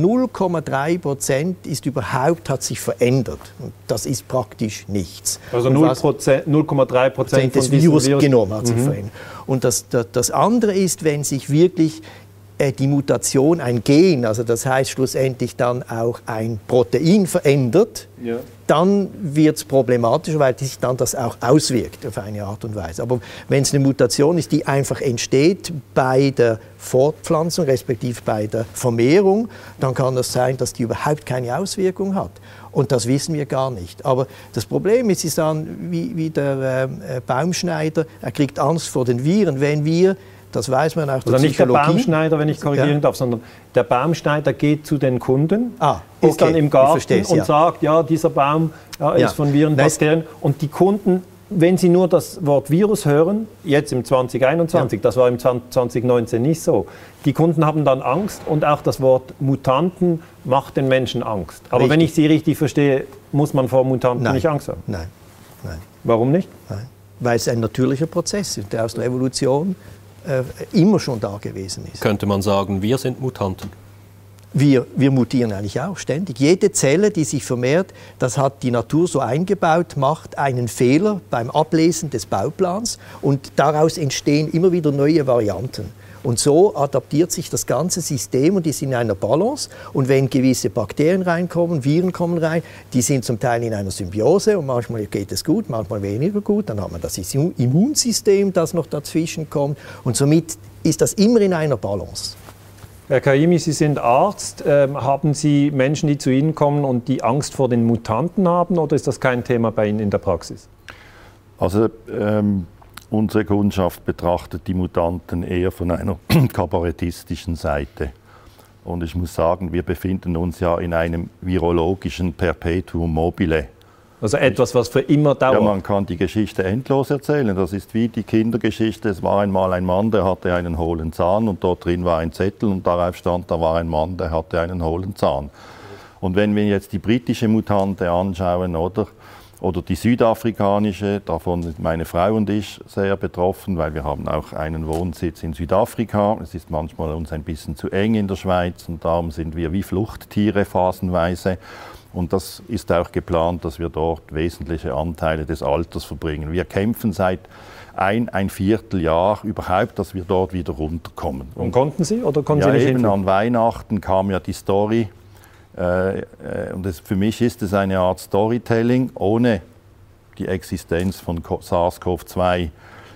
0,3% hat sich verändert. Und das ist praktisch nichts. Also 0,3% des Virusgenoms hat sich verändert. Und das andere ist, wenn sich wirklich die Mutation ein Gen, also das heißt schlussendlich dann auch ein Protein verändert, dann wird es problematischer, weil sich dann das auch auswirkt auf eine Art und Weise. Aber wenn es eine Mutation ist, die einfach entsteht bei der Fortpflanzung, respektive bei der Vermehrung, dann kann das sein, dass die überhaupt keine Auswirkung hat. Und das wissen wir gar nicht. Aber das Problem ist, Sie sagen, wie der Baumschneider, er kriegt Angst vor den Viren. Wenn wir, das weiß man auch der Psychologie. Nicht der Baumschneider, wenn ich korrigieren darf, sondern der Baumschneider geht zu den Kunden, ist dann im Garten und sagt, ja, dieser Baum ist von Viren, Bakterien. Und die Kunden, wenn sie nur das Wort Virus hören, jetzt im 2021, das war im 2019 nicht so, die Kunden haben dann Angst und auch das Wort Mutanten macht den Menschen Angst. Aber wenn ich Sie richtig verstehe, muss man vor Mutanten nicht Angst haben? Nein. Warum nicht? Nein. Weil es ein natürlicher Prozess ist, der aus der Evolution immer schon da gewesen ist. Könnte man sagen, wir sind Mutanten? Wir mutieren eigentlich auch ständig. Jede Zelle, die sich vermehrt, das hat die Natur so eingebaut, macht einen Fehler beim Ablesen des Bauplans und daraus entstehen immer wieder neue Varianten. Und so adaptiert sich das ganze System und ist in einer Balance. Und wenn gewisse Bakterien reinkommen, Viren kommen rein, die sind zum Teil in einer Symbiose und manchmal geht es gut, manchmal weniger gut. Dann hat man das Immunsystem, das noch dazwischen kommt. Und somit ist das immer in einer Balance. Herr Kaimi, Sie sind Arzt. Haben Sie Menschen, die zu Ihnen kommen und die Angst vor den Mutanten haben, oder ist das kein Thema bei Ihnen in der Praxis? Also unsere Kundschaft betrachtet die Mutanten eher von einer kabarettistischen Seite. Und ich muss sagen, wir befinden uns ja in einem virologischen Perpetuum mobile. Also etwas, was für immer dauert. Ja, man kann die Geschichte endlos erzählen. Das ist wie die Kindergeschichte. Es war einmal ein Mann, der hatte einen hohlen Zahn und dort drin war ein Zettel und darauf stand, da war ein Mann, der hatte einen hohlen Zahn. Und wenn wir jetzt die britische Mutante anschauen oder die südafrikanische, davon sind meine Frau und ich sehr betroffen, weil wir haben auch einen Wohnsitz in Südafrika. Es ist manchmal uns ein bisschen zu eng in der Schweiz und darum sind wir wie Fluchttiere phasenweise. Und das ist auch geplant, dass wir dort wesentliche Anteile des Alters verbringen. Wir kämpfen seit ein Vierteljahr überhaupt, dass wir dort wieder runterkommen. Und konnten Sie oder konnten Sie nicht eben an Weihnachten kam ja die Story. Und für mich ist es eine Art Storytelling, ohne die Existenz von SARS-CoV-2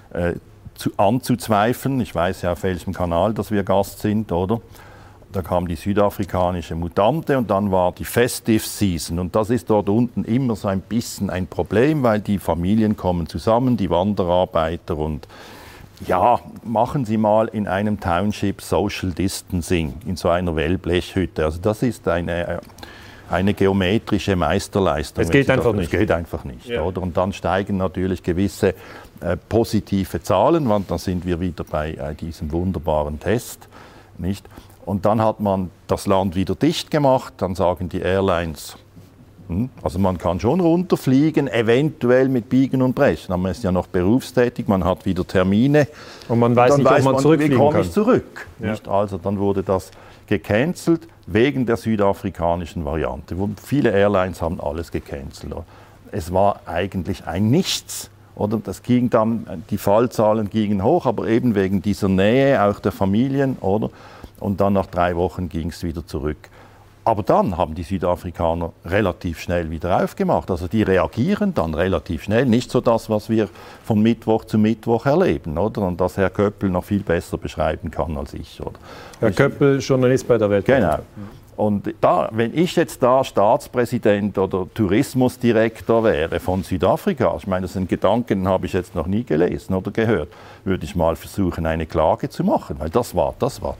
anzuzweifeln. Ich weiß ja, auf welchem Kanal dass wir Gast sind, oder? Da kam die südafrikanische Mutante und dann war die Festive Season. Und das ist dort unten immer so ein bisschen ein Problem, weil die Familien kommen zusammen, die Wanderarbeiter und ja, machen Sie mal in einem Township Social Distancing, in so einer Wellblechhütte. Also das ist eine geometrische Meisterleistung. Es geht einfach nicht. Es geht einfach nicht, ja. Oder? Und dann steigen natürlich gewisse positive Zahlen, weil dann sind wir wieder bei diesem wunderbaren Test, nicht? Und dann hat man das Land wieder dicht gemacht, dann sagen die Airlines, also man kann schon runterfliegen, eventuell mit Biegen und Brechen, aber man ist ja noch berufstätig, man hat wieder Termine. Und man weiß nicht, ob man zurückfliegen kann. Wie komme ich zurück? Ja. Nicht? Also dann wurde das gecancelt wegen der südafrikanischen Variante. Viele Airlines haben alles gecancelt. Es war eigentlich ein Nichts. Oder? Das ging dann, die Fallzahlen gingen hoch, aber eben wegen dieser Nähe auch der Familien. Oder? Und dann nach 3 Wochen ging es wieder zurück. Aber dann haben die Südafrikaner relativ schnell wieder aufgemacht. Also die reagieren dann relativ schnell. Nicht so das, was wir von Mittwoch zu Mittwoch erleben. Oder? Und das Herr Köppel noch viel besser beschreiben kann als ich. Oder? Herr Köppel, Journalist bei der Welt. Genau. Und da, wenn ich jetzt da Staatspräsident oder Tourismusdirektor wäre von Südafrika, ich meine, das sind Gedanken, den habe ich jetzt noch nie gelesen oder gehört, würde ich mal versuchen, eine Klage zu machen. Weil das war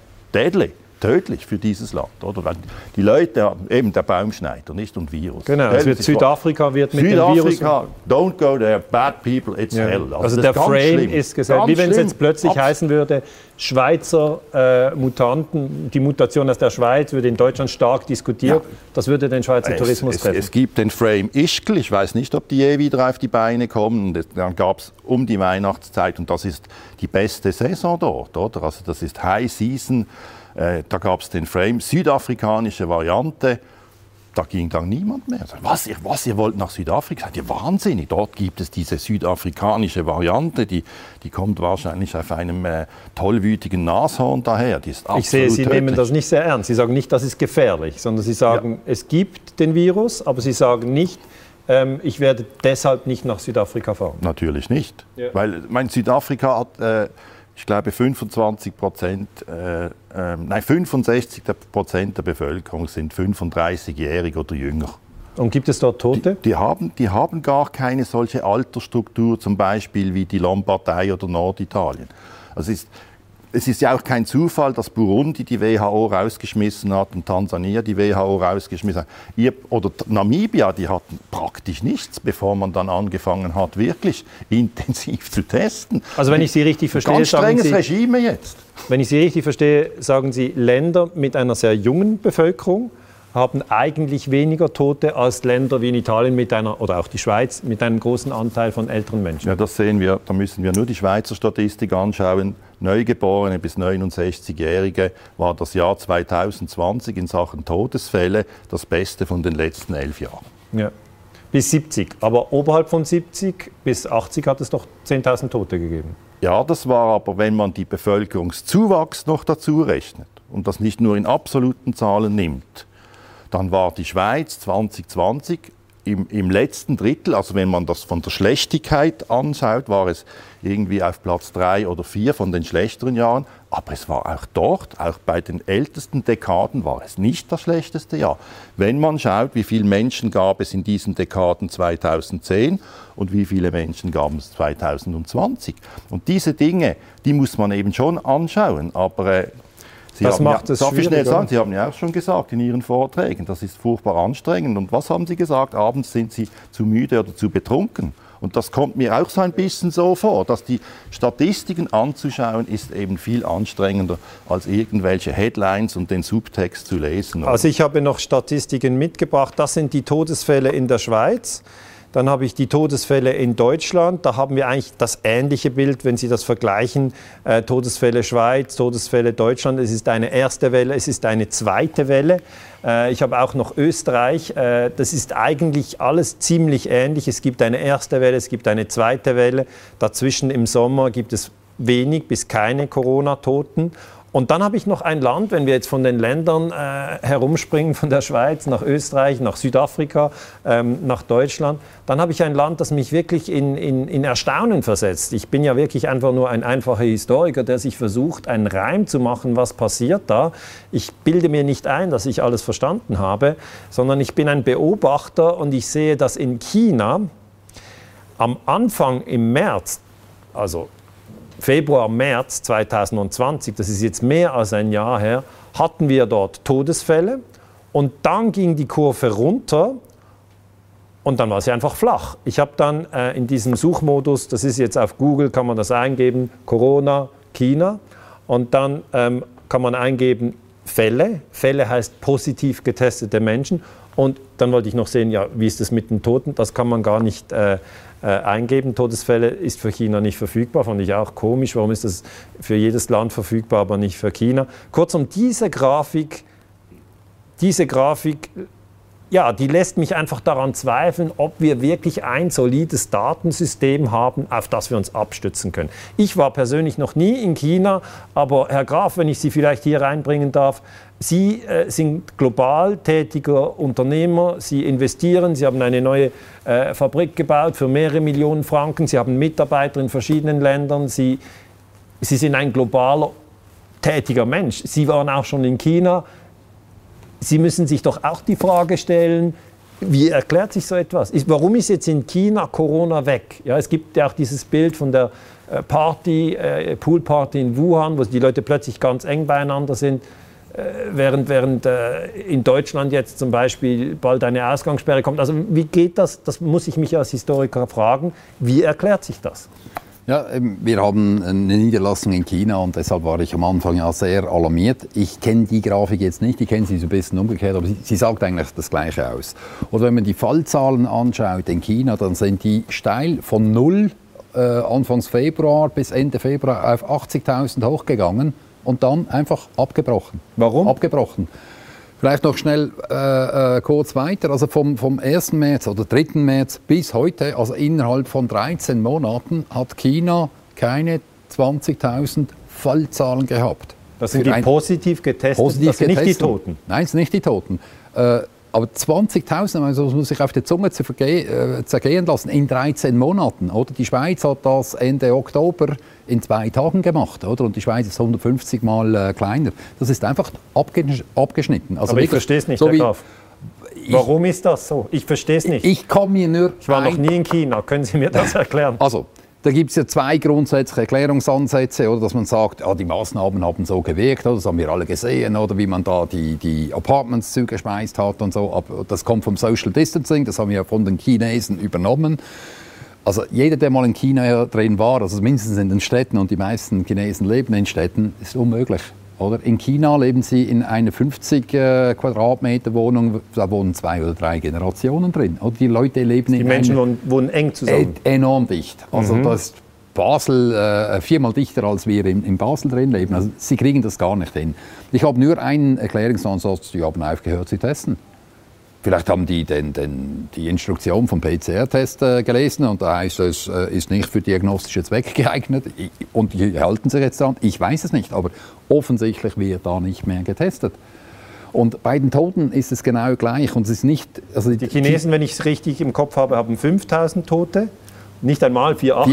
tödlich für dieses Land. Oder? Weil die Leute, eben der Baumschneider, nicht und Virus. Genau, es wird Südafrika wird mit dem Virus... Südafrika, don't go there, bad people, it's hell. Also der Frame ist gesagt, wie wenn es jetzt plötzlich heißen würde, Schweizer Mutanten, die Mutation aus der Schweiz würde in Deutschland stark diskutiert. Ja. Das würde den Schweizer Tourismus treffen. Es gibt den Frame Ischgl, ich weiß nicht, ob die je wieder auf die Beine kommen. Und dann gab es um die Weihnachtszeit, und das ist die beste Saison dort, oder? Also das ist High Season. Da gab es den Frame, südafrikanische Variante. da ging dann niemand mehr. Was, ihr wollt nach Südafrika? Seid ihr wahnsinnig? Dort gibt es diese südafrikanische Variante, die kommt wahrscheinlich auf einem tollwütigen Nashorn daher. Die ist absolut ich sehe, Sie tödlich. nehmen das nicht sehr ernst. Sie sagen nicht, das ist gefährlich, sondern Sie sagen, es gibt den Virus, aber Sie sagen nicht, ich werde deshalb nicht nach Südafrika fahren. Natürlich nicht. Ja. Weil Südafrika hat, ich glaube, 65% der Bevölkerung sind 35-jährig oder jünger. Und gibt es dort Tote? Die haben gar keine solche Altersstruktur, zum Beispiel wie die Lombardei oder Norditalien. Also es ist ja auch kein Zufall, dass Burundi die WHO rausgeschmissen hat und Tansania die WHO rausgeschmissen hat. Oder Namibia, die hatten praktisch nichts, bevor man dann angefangen hat, wirklich intensiv zu testen. Also wenn ich Sie richtig verstehe, ganz strenges Regime jetzt. Wenn ich Sie richtig verstehe, sagen Sie, Länder mit einer sehr jungen Bevölkerung haben eigentlich weniger Tote als Länder wie in Italien oder auch die Schweiz mit einem großen Anteil von älteren Menschen. Ja, das sehen wir. Da müssen wir nur die Schweizer Statistik anschauen. Neugeborene bis 69-Jährige war das Jahr 2020 in Sachen Todesfälle das Beste von den letzten 11 Jahren. Ja. Bis 70. Aber oberhalb von 70 bis 80 hat es doch 10.000 Tote gegeben. Ja, das war aber, wenn man die Bevölkerungszuwachs noch dazu rechnet und das nicht nur in absoluten Zahlen nimmt, dann war die Schweiz 2020 im letzten Drittel, also wenn man das von der Schlechtigkeit anschaut, war es irgendwie auf Platz 3 oder 4 von den schlechteren Jahren. Aber es war auch dort, auch bei den ältesten Dekaden, war es nicht das schlechteste Jahr. Wenn man schaut, wie viele Menschen gab es in diesen Dekaden 2010 und wie viele Menschen gab es 2020. Und diese Dinge, die muss man eben schon anschauen. Aber das macht es schwierig. Darf ich schnell sagen, Sie haben ja auch schon gesagt in Ihren Vorträgen, das ist furchtbar anstrengend. Und was haben Sie gesagt? Abends sind Sie zu müde oder zu betrunken. Und das kommt mir auch so ein bisschen so vor, dass die Statistiken anzuschauen, ist eben viel anstrengender, als irgendwelche Headlines und den Subtext zu lesen. Also ich habe noch Statistiken mitgebracht. Das sind die Todesfälle in der Schweiz. Dann habe ich die Todesfälle in Deutschland. Da haben wir eigentlich das ähnliche Bild, wenn Sie das vergleichen. Todesfälle Schweiz, Todesfälle Deutschland. Es ist eine erste Welle, es ist eine zweite Welle. Ich habe auch noch Österreich. Das ist eigentlich alles ziemlich ähnlich. Es gibt eine erste Welle, es gibt eine zweite Welle. Dazwischen im Sommer gibt es wenig bis keine Corona-Toten. Und dann habe ich noch ein Land, wenn wir jetzt von den Ländern herumspringen, von der Schweiz nach Österreich, nach Südafrika, nach Deutschland, dann habe ich ein Land, das mich wirklich in Erstaunen versetzt. Ich bin ja wirklich einfach nur ein einfacher Historiker, der sich versucht, einen Reim zu machen, was passiert da. Ich bilde mir nicht ein, dass ich alles verstanden habe, sondern ich bin ein Beobachter und ich sehe, dass in China am Anfang im März, also Februar, März 2020, das ist jetzt mehr als ein Jahr her, hatten wir dort Todesfälle und dann ging die Kurve runter und dann war sie einfach flach. Ich habe dann in diesem Suchmodus, das ist jetzt auf Google, kann man das eingeben, Corona, China und dann kann man eingeben Fälle. Fälle heißt positiv getestete Menschen und dann wollte ich noch sehen, ja, wie ist das mit den Toten? Das kann man gar nicht eingeben. Todesfälle ist für China nicht verfügbar, fand ich auch komisch. Warum ist das für jedes Land verfügbar, aber nicht für China? Kurzum, diese Grafik, ja, die lässt mich einfach daran zweifeln, ob wir wirklich ein solides Datensystem haben, auf das wir uns abstützen können. Ich war persönlich noch nie in China, aber Herr Graf, wenn ich Sie vielleicht hier reinbringen darf, Sie sind global tätiger Unternehmer, Sie investieren, Sie haben eine neue Fabrik gebaut für mehrere Millionen Franken, Sie haben Mitarbeiter in verschiedenen Ländern, Sie sind ein globaler tätiger Mensch. Sie waren auch schon in China. Sie müssen sich doch auch die Frage stellen, wie erklärt sich so etwas? Warum ist jetzt in China Corona weg? Ja, es gibt ja auch dieses Bild von der Poolparty in Wuhan, wo die Leute plötzlich ganz eng beieinander sind. Während in Deutschland jetzt zum Beispiel bald eine Ausgangssperre kommt. Also wie geht das? Das muss ich mich als Historiker fragen. Wie erklärt sich das? Ja, wir haben eine Niederlassung in China und deshalb war ich am Anfang ja sehr alarmiert. Ich kenne die Grafik jetzt nicht, ich kenne sie so ein bisschen umgekehrt, aber sie sagt eigentlich das Gleiche aus. Oder wenn man die Fallzahlen anschaut in China, dann sind die steil von 0 Anfangs Februar bis Ende Februar auf 80.000 hochgegangen. Und dann einfach abgebrochen. Warum? Abgebrochen. Vielleicht noch schnell kurz weiter. Also vom 1. März oder 3. März bis heute, also innerhalb von 13 Monaten, hat China keine 20.000 Fallzahlen gehabt. Das sind die positiv getestet, das sind nicht die Toten? Nein, es sind nicht die Toten. Aber 20.000, also das muss ich auf der Zunge zergehen lassen, in 13 Monaten. Oder? Die Schweiz hat das Ende Oktober in 2 Tagen gemacht. Oder? Und die Schweiz ist 150 Mal kleiner. Das ist einfach abgeschnitten. Also aber ich verstehe es nicht, Herr Graf. Warum ist das so? Ich verstehe es nicht. Ich war noch nie in China. Können Sie mir das erklären? Also, da gibt es ja 2 grundsätzliche Erklärungsansätze, oder, dass man sagt, die Maßnahmen haben so gewirkt, oder, das haben wir alle gesehen, oder wie man da die Apartments zugeschmeißt hat und so. Aber das kommt vom Social Distancing, das haben wir von den Chinesen übernommen. Also jeder, der mal in China drin war, also mindestens in den Städten, und die meisten Chinesen leben in Städten, ist unmöglich. Oder? In China leben sie in einer 50 Quadratmeter Wohnung, da wohnen 2 oder 3 Generationen drin. Oder die Leute leben die Menschen wohnen eng zusammen. Enorm dicht. Also das ist Basel 4-mal dichter, als wir in Basel drin leben. Also sie kriegen das gar nicht hin. Ich habe nur einen Erklärungsansatz, die haben aufgehört zu testen. Vielleicht haben die die Instruktion vom PCR-Test gelesen und da heißt es, ist nicht für diagnostische Zwecke geeignet und die halten sich jetzt dran. Ich weiß es nicht, aber offensichtlich wird da nicht mehr getestet. Und bei den Toten ist es genau gleich. Und es ist nicht, also die Chinesen, wenn ich es richtig im Kopf habe, haben 5.000 Tote. Nicht einmal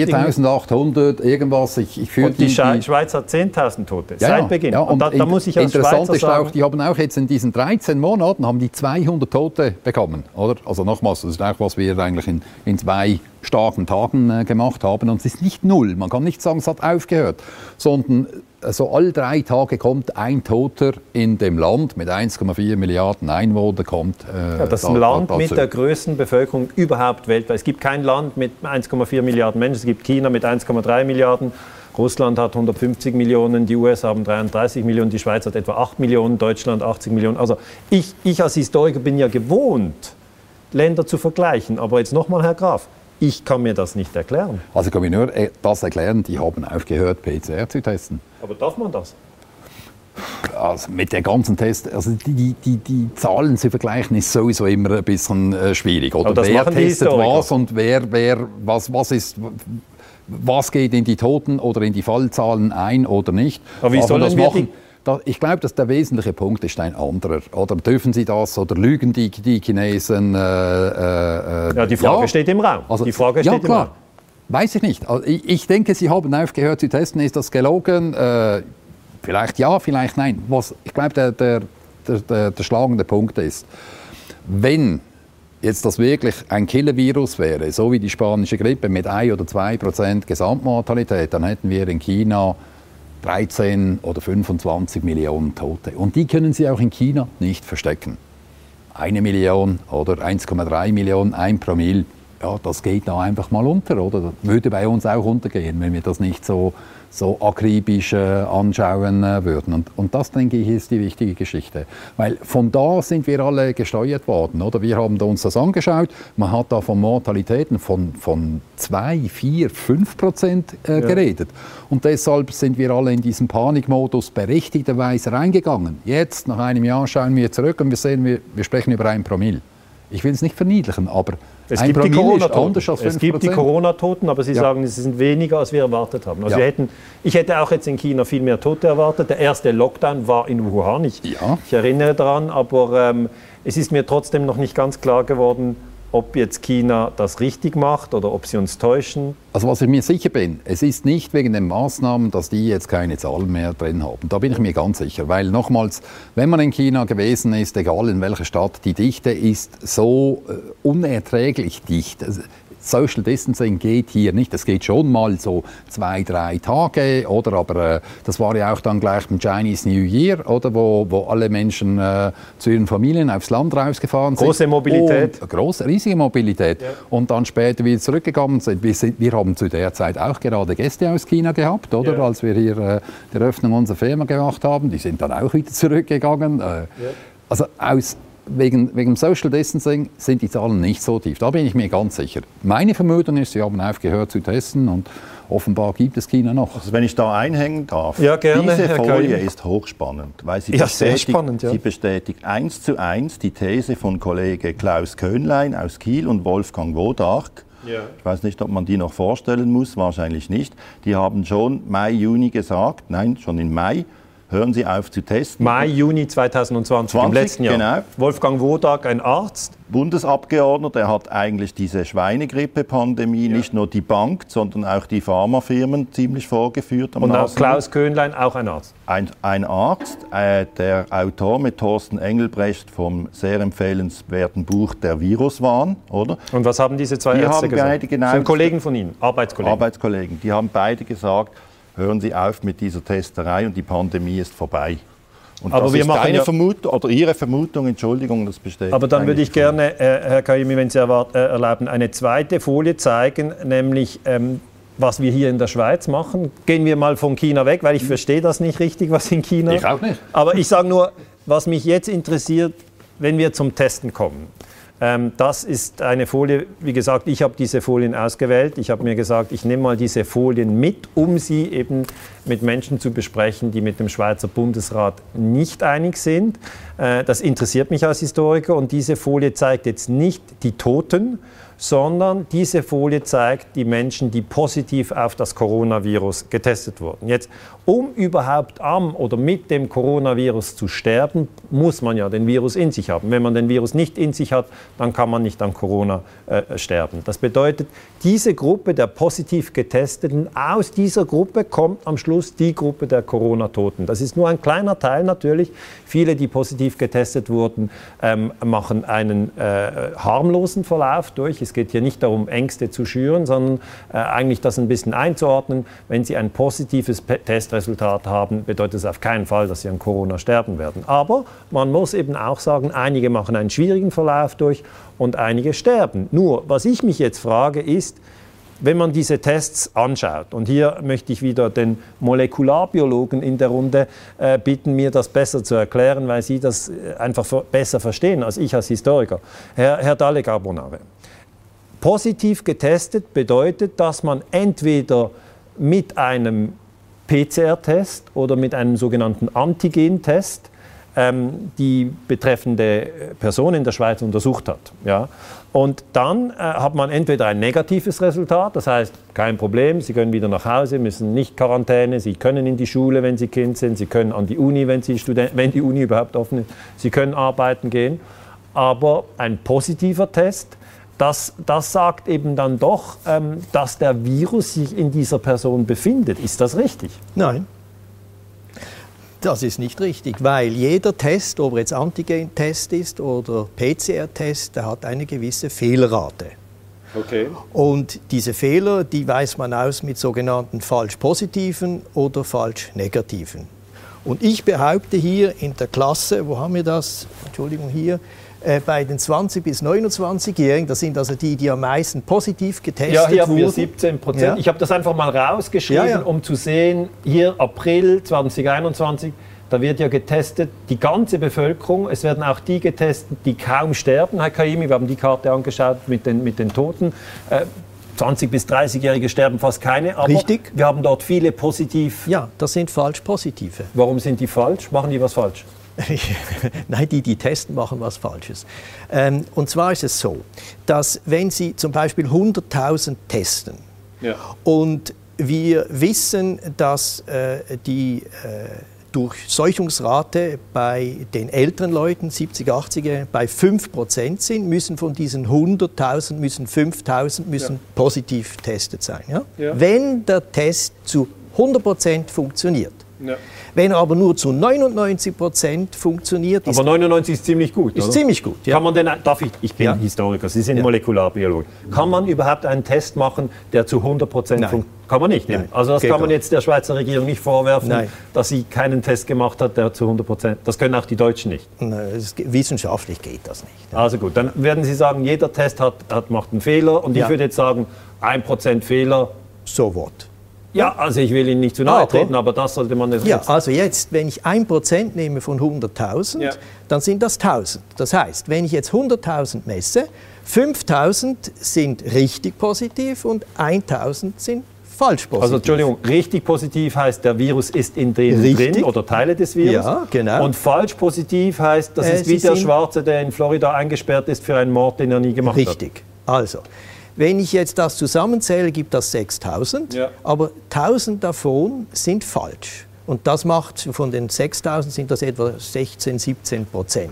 4.800, irgendwas. Und die Schweiz hat 10.000 Tote seit Beginn. Ja, und da muss ich als Schweizer sagen, die haben auch jetzt in diesen 13 Monaten haben die 200 Tote bekommen. Oder? Also nochmals, das ist auch, was wir eigentlich in 2 starken Tagen gemacht haben. Und es ist nicht null. Man kann nicht sagen, es hat aufgehört, sondern also alle 3 Tage kommt ein Toter in dem Land mit 1,4 Milliarden Einwohnern. Das ist ein Land mit der größten Bevölkerung überhaupt weltweit. Es gibt kein Land mit 1,4 Milliarden Menschen. Es gibt China mit 1,3 Milliarden. Russland hat 150 Millionen, die USA haben 33 Millionen, die Schweiz hat etwa 8 Millionen, Deutschland 80 Millionen. Also ich als Historiker bin ja gewohnt, Länder zu vergleichen. Aber jetzt nochmal, Herr Graf, ich kann mir das nicht erklären. Also ich kann mir nur das erklären, die haben aufgehört, PCR zu testen. Aber darf man das? Also mit der ganzen Test, also die Zahlen zu vergleichen, ist sowieso immer ein bisschen schwierig. Oder wer testet was und was geht in die Toten oder in die Fallzahlen ein oder nicht. Aber wie sollen das machen? Ich glaube, dass der wesentliche Punkt ist ein anderer. Oder dürfen sie das oder lügen die Chinesen? Die Frage steht im Raum. Also, die Frage steht im Raum. Weiß ich nicht. Also ich denke, sie haben aufgehört zu testen. Ist das gelogen? Vielleicht ja, vielleicht nein. Ich glaube, der schlagende Punkt ist, wenn jetzt das wirklich ein Killer-Virus wäre, so wie die spanische Grippe mit 1 oder 2% Gesamtmortalität, dann hätten wir in China 13 oder 25 Millionen Tote. Und die können Sie auch in China nicht verstecken. 1 Million oder 1,3 Millionen, 1 Promille, ja, das geht da einfach mal unter. Oder? Das würde bei uns auch untergehen, wenn wir das nicht so akribisch anschauen würden. Und das, denke ich, ist die wichtige Geschichte. Weil von da sind wir alle gesteuert worden. Oder? Wir haben uns das angeschaut. Man hat da von Mortalitäten von 2, 4, 5% geredet. Und deshalb sind wir alle in diesen Panikmodus berechtigterweise reingegangen. Jetzt, nach einem Jahr, schauen wir zurück und wir sehen, wir sprechen über 1 Promille. Ich will es nicht verniedlichen, aber es gibt die Corona-Toten. Es gibt die Corona-Toten, aber Sie sagen, sie sind weniger, als wir erwartet haben. Also ich hätte auch jetzt in China viel mehr Tote erwartet. Der erste Lockdown war in Wuhan. Ich erinnere daran, aber es ist mir trotzdem noch nicht ganz klar geworden, ob jetzt China das richtig macht oder ob sie uns täuschen. Also was ich mir sicher bin, es ist nicht wegen den Maßnahmen, dass die jetzt keine Zahlen mehr drin haben. Da bin ich mir ganz sicher, weil nochmals, wenn man in China gewesen ist, egal in welcher Stadt, die Dichte ist so unerträglich dicht. Social Distancing geht hier nicht. Es geht schon mal so 2, 3 Tage, oder? Aber das war ja auch dann gleich beim Chinese New Year, oder? Wo alle Menschen zu ihren Familien aufs Land rausgefahren sind. Große Mobilität. Riesige Mobilität. Ja. Und dann später wieder zurückgekommen sind. Wir haben zu der Zeit auch gerade Gäste aus China gehabt, oder? Ja. Als wir hier die Eröffnung unserer Firma gemacht haben. Die sind dann auch wieder zurückgegangen. Also wegen Social Distancing sind die Zahlen nicht so tief. Da bin ich mir ganz sicher. Meine Vermutung ist, sie haben aufgehört zu testen und offenbar gibt es China noch. Also wenn ich da einhängen darf, ja, gerne, diese Folie ist hochspannend, weil sie sie bestätigt 1:1 die These von Kollege Klaus Köhnlein aus Kiel und Wolfgang Wodark. Ja. Ich weiß nicht, ob man die noch vorstellen muss, wahrscheinlich nicht. Die haben schon Mai, Juni gesagt, nein, schon im Mai, hören Sie auf zu testen. Mai, Juni 2020, im letzten Jahr. Genau. Wolfgang Wodark, ein Arzt. Bundesabgeordneter, der hat eigentlich diese Schweinegrippe-Pandemie nicht nur die Bank, sondern auch die Pharmafirmen ziemlich vorgeführt. Und auch Klaus Köhnlein, auch ein Arzt. Ein Arzt, der Autor mit Thorsten Engelbrecht vom sehr empfehlenswerten Buch Der Viruswahn, oder? Und was haben diese zwei Ärzte gesagt? Das sind Kollegen von Ihnen, Arbeitskollegen. Arbeitskollegen. Die haben beide gesagt, hören Sie auf mit dieser Testerei und die Pandemie ist vorbei. Und aber das wir ist machen Vermutung, oder Ihre Vermutung, Entschuldigung, das besteht. Aber dann würde ich gerne, Herr Kaimi, wenn Sie erlauben, eine zweite Folie zeigen, nämlich was wir hier in der Schweiz machen. Gehen wir mal von China weg, weil ich verstehe das nicht richtig, was in China... Ich auch nicht. Aber ich sage nur, was mich jetzt interessiert, wenn wir zum Testen kommen. Das ist eine Folie, wie gesagt, ich habe diese Folien ausgewählt. Ich habe mir gesagt, ich nehme mal diese Folien mit, um sie eben mit Menschen zu besprechen, die mit dem Schweizer Bundesrat nicht einig sind. Das interessiert mich als Historiker und diese Folie zeigt jetzt nicht die Toten, sondern diese Folie zeigt die Menschen, die positiv auf das Coronavirus getestet wurden. Jetzt, um überhaupt am oder mit dem Coronavirus zu sterben, muss man ja den Virus in sich haben. Wenn man den Virus nicht in sich hat, dann kann man nicht an Corona sterben. Das bedeutet, diese Gruppe der positiv Getesteten, aus dieser Gruppe kommt am Schluss die Gruppe der Corona-Toten. Das ist nur ein kleiner Teil natürlich. Viele, die positiv getestet wurden, machen einen harmlosen Verlauf durch. Es geht hier nicht darum, Ängste zu schüren, sondern eigentlich das ein bisschen einzuordnen. Wenn Sie ein positives Testresultat haben, bedeutet es auf keinen Fall, dass Sie an Corona sterben werden. Aber man muss eben auch sagen, einige machen einen schwierigen Verlauf durch und einige sterben. Nur, was ich mich jetzt frage, ist, wenn man diese Tests anschaut, und hier möchte ich wieder den Molekularbiologen in der Runde bitten, mir das besser zu erklären, weil Sie das einfach besser verstehen als ich als Historiker. Herr Dalle Carbonare, positiv getestet bedeutet, dass man entweder mit einem PCR-Test oder mit einem sogenannten Antigen-Test die betreffende Person in der Schweiz untersucht hat. Ja? Und dann hat man entweder ein negatives Resultat, das heißt, kein Problem, Sie können wieder nach Hause, müssen nicht Quarantäne, Sie können in die Schule, wenn Sie Kind sind, Sie können an die Uni, wenn die Uni überhaupt offen ist, Sie können arbeiten gehen. Aber ein positiver Test, das sagt eben dann doch, dass der Virus sich in dieser Person befindet. Ist das richtig? Nein. Das ist nicht richtig, weil jeder Test, ob er jetzt Antigen-Test ist oder PCR-Test, der hat eine gewisse Fehlerrate. Okay. Und diese Fehler, die weist man aus mit sogenannten falsch-positiven oder falsch-negativen. Und ich behaupte hier in der Klasse, wo haben wir das? Entschuldigung, hier. Bei den 20- bis 29-Jährigen, das sind also die am meisten positiv getestet wurden. Ja, hier haben wir 17%. Ja. Ich habe das einfach mal rausgeschrieben, um zu sehen, hier April 2021, da wird ja getestet, die ganze Bevölkerung, es werden auch die getestet, die kaum sterben. Herr Kaimi, wir haben die Karte angeschaut mit den Toten. 20- bis 30-Jährige sterben fast keine, aber richtig. Wir haben dort viele positiv. Ja, das sind falsch-positive. Warum sind die falsch? Machen die was falsch? Nein, die testen, machen was Falsches. Und zwar ist es so, dass wenn Sie zum Beispiel 100.000 testen und wir wissen, dass die Durchseuchungsrate bei den älteren Leuten, 70, 80er, bei 5% sind, müssen von diesen 100.000, 5.000 positiv getestet sein. Ja? Ja. Wenn der Test zu 100% funktioniert. Ja. Wenn er aber nur zu 99% funktioniert... Aber 99 ist ziemlich gut, ist oder? Ziemlich gut, ja. Kann man denn, ich bin Historiker, Sie sind Molekularbiologe. Kann man überhaupt einen Test machen, der zu 100% funktioniert? Kann man nicht. Nein. Also das kann man jetzt der Schweizer Regierung nicht vorwerfen, dass sie keinen Test gemacht hat, der zu 100%... Das können auch die Deutschen nicht. Wissenschaftlich geht das nicht. Also gut, dann werden Sie sagen, jeder Test macht einen Fehler und ich würde jetzt sagen, 1% Fehler... So what? Ja, also ich will Ihnen nicht zu nahe treten, aber das sollte man nicht. Ja, also jetzt, wenn ich 1% nehme von 100.000, dann sind das 1.000. Das heißt, wenn ich jetzt 100.000 messe, 5.000 sind richtig positiv und 1.000 sind falsch positiv. Also Entschuldigung, richtig positiv heißt, der Virus ist in denen drin oder Teile des Virus. Ja, genau. Und falsch positiv heißt, das ist wie der Schwarze, der in Florida eingesperrt ist für einen Mord, den er nie gemacht hat. Richtig. Also, wenn ich jetzt das zusammenzähle, gibt das 6.000, aber 1.000 davon sind falsch. Und das macht, von den 6.000 sind das etwa 16-17%.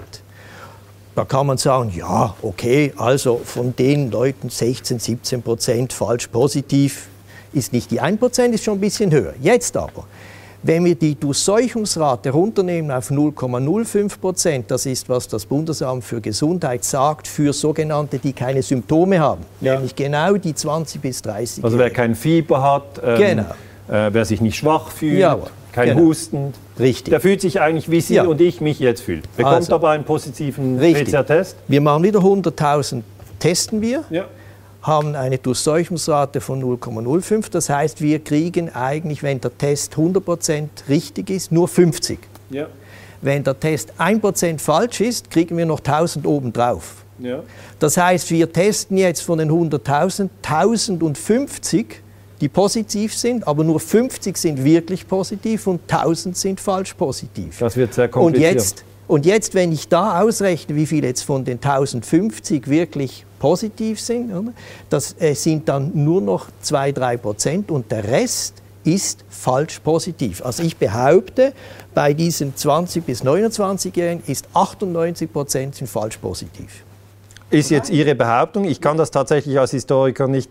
Da kann man sagen, ja, okay, also von den Leuten 16-17% falsch positiv ist nicht die 1%, ist schon ein bisschen höher. Jetzt aber, wenn wir die Durchseuchungsrate runternehmen auf 0,05%, das ist, was das Bundesamt für Gesundheit sagt, für sogenannte, die keine Symptome haben, nämlich genau die 20 bis 30. Also wer kein Fieber hat, wer sich nicht schwach fühlt, kein Husten, der fühlt sich eigentlich, wie Sie und ich mich jetzt fühlen. Bekommt aber einen positiven PCR-Test. Wir machen wieder 100.000, testen wir. Haben eine Durchseuchungsrate von 0,05. Das heißt, wir kriegen eigentlich, wenn der Test 100% richtig ist, nur 50. Ja. Wenn der Test 1% falsch ist, kriegen wir noch 1000 obendrauf. Ja. Das heißt, wir testen jetzt von den 100.000 1050, die positiv sind, aber nur 50 sind wirklich positiv und 1000 sind falsch positiv. Das wird sehr kompliziert. Und jetzt, wenn ich da ausrechne, wie viele jetzt von den 1050 wirklich positiv sind, das sind dann nur noch 2-3% und der Rest ist falsch positiv. Also ich behaupte, bei diesen 20- bis 29-Jährigen ist 98% sind falsch positiv. Ist jetzt Ihre Behauptung? Ich kann das tatsächlich als Historiker nicht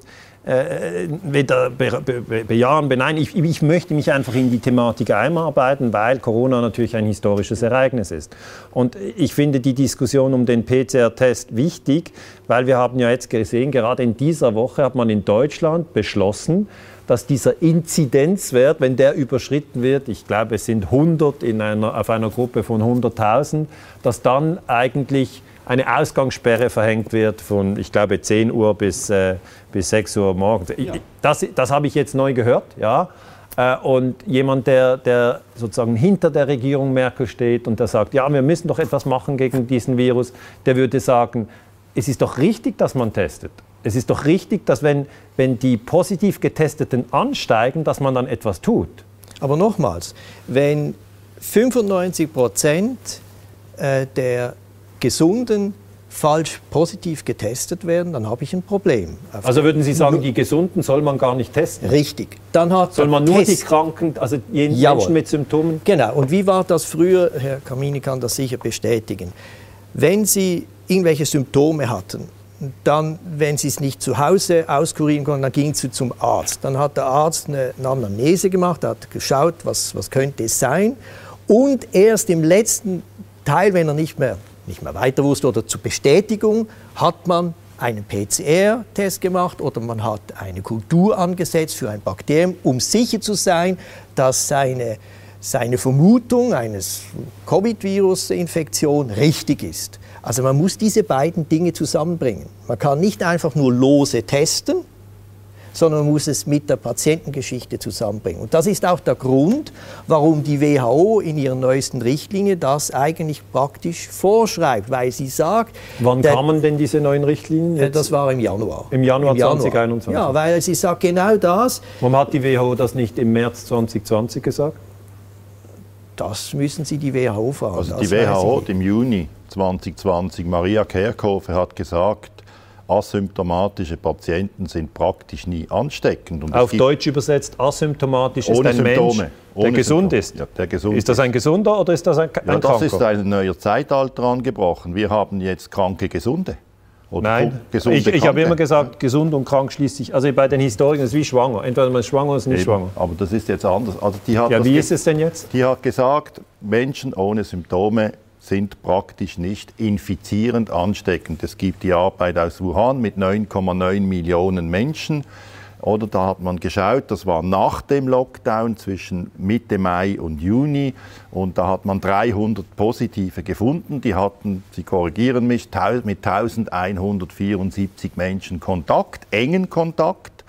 weder bejahen, beneiden. Ich möchte mich einfach in die Thematik einarbeiten, weil Corona natürlich ein historisches Ereignis ist. Und ich finde die Diskussion um den PCR-Test wichtig, weil wir haben ja jetzt gesehen, gerade in dieser Woche hat man in Deutschland beschlossen, dass dieser Inzidenzwert, wenn der überschritten wird, ich glaube es sind 100 auf einer Gruppe von 100.000, dass dann eigentlich eine Ausgangssperre verhängt wird von, ich glaube, 10 Uhr bis 6 Uhr morgens. Ja. Das habe ich jetzt neu gehört. Ja. Und jemand, der sozusagen hinter der Regierung Merkel steht und der sagt, ja, wir müssen doch etwas machen gegen diesen Virus, der würde sagen, es ist doch richtig, dass man testet. Es ist doch richtig, dass wenn die positiv Getesteten ansteigen, dass man dann etwas tut. Aber nochmals, wenn 95% der Gesunden falsch positiv getestet werden, dann habe ich ein Problem. Also würden Sie sagen, die Gesunden soll man gar nicht testen? Richtig. Soll man nur die Kranken, also jeden Menschen mit Symptomen? Genau. Und wie war das früher? Herr Camini kann das sicher bestätigen. Wenn Sie irgendwelche Symptome hatten, dann, wenn Sie es nicht zu Hause auskurieren konnten, dann gingen Sie zum Arzt. Dann hat der Arzt eine Anamnese gemacht, hat geschaut, was könnte es sein. Und erst im letzten Teil, wenn er nicht mehr weiter wusste oder zur Bestätigung, hat man einen PCR-Test gemacht oder man hat eine Kultur angesetzt für ein Bakterium, um sicher zu sein, dass seine Vermutung eines Covid-Virus-Infektion richtig ist. Also man muss diese beiden Dinge zusammenbringen. Man kann nicht einfach nur lose testen, sondern man muss es mit der Patientengeschichte zusammenbringen. Und das ist auch der Grund, warum die WHO in ihrer neuesten Richtlinie das eigentlich praktisch vorschreibt, weil sie sagt... Wann kamen denn diese neuen Richtlinien? Jetzt? Das war im Januar. Im Januar 2021? Ja, weil sie sagt genau das. Warum hat die WHO das nicht im März 2020 gesagt? Das müssen Sie die WHO fragen. Also die WHO hat im Juni 2020, Maria Kerkhove hat gesagt, asymptomatische Patienten sind praktisch nie ansteckend. Und auf Deutsch übersetzt, asymptomatisch ist ein Mensch, der gesund ist. Ja, der gesund ist das ein Gesunder oder ist das ein Kranker? Das ist ein neuer Zeitalter angebrochen. Wir haben jetzt kranke Gesunde. Oder nein, ich habe immer gesagt, gesund und krank schließt sich. Also bei den Historikern ist es wie schwanger. Entweder man ist schwanger oder ist nicht schwanger. Aber das ist jetzt anders. Also wie ist es denn jetzt? Die hat gesagt, Menschen ohne Symptome sind praktisch nicht infizierend ansteckend. Es gibt die Arbeit aus Wuhan mit 9,9 Millionen Menschen. Oder da hat man geschaut, das war nach dem Lockdown zwischen Mitte Mai und Juni. Und da hat man 300 Positive gefunden. Die hatten, Sie korrigieren mich, mit 1174 Menschen Kontakt, engen Kontakt.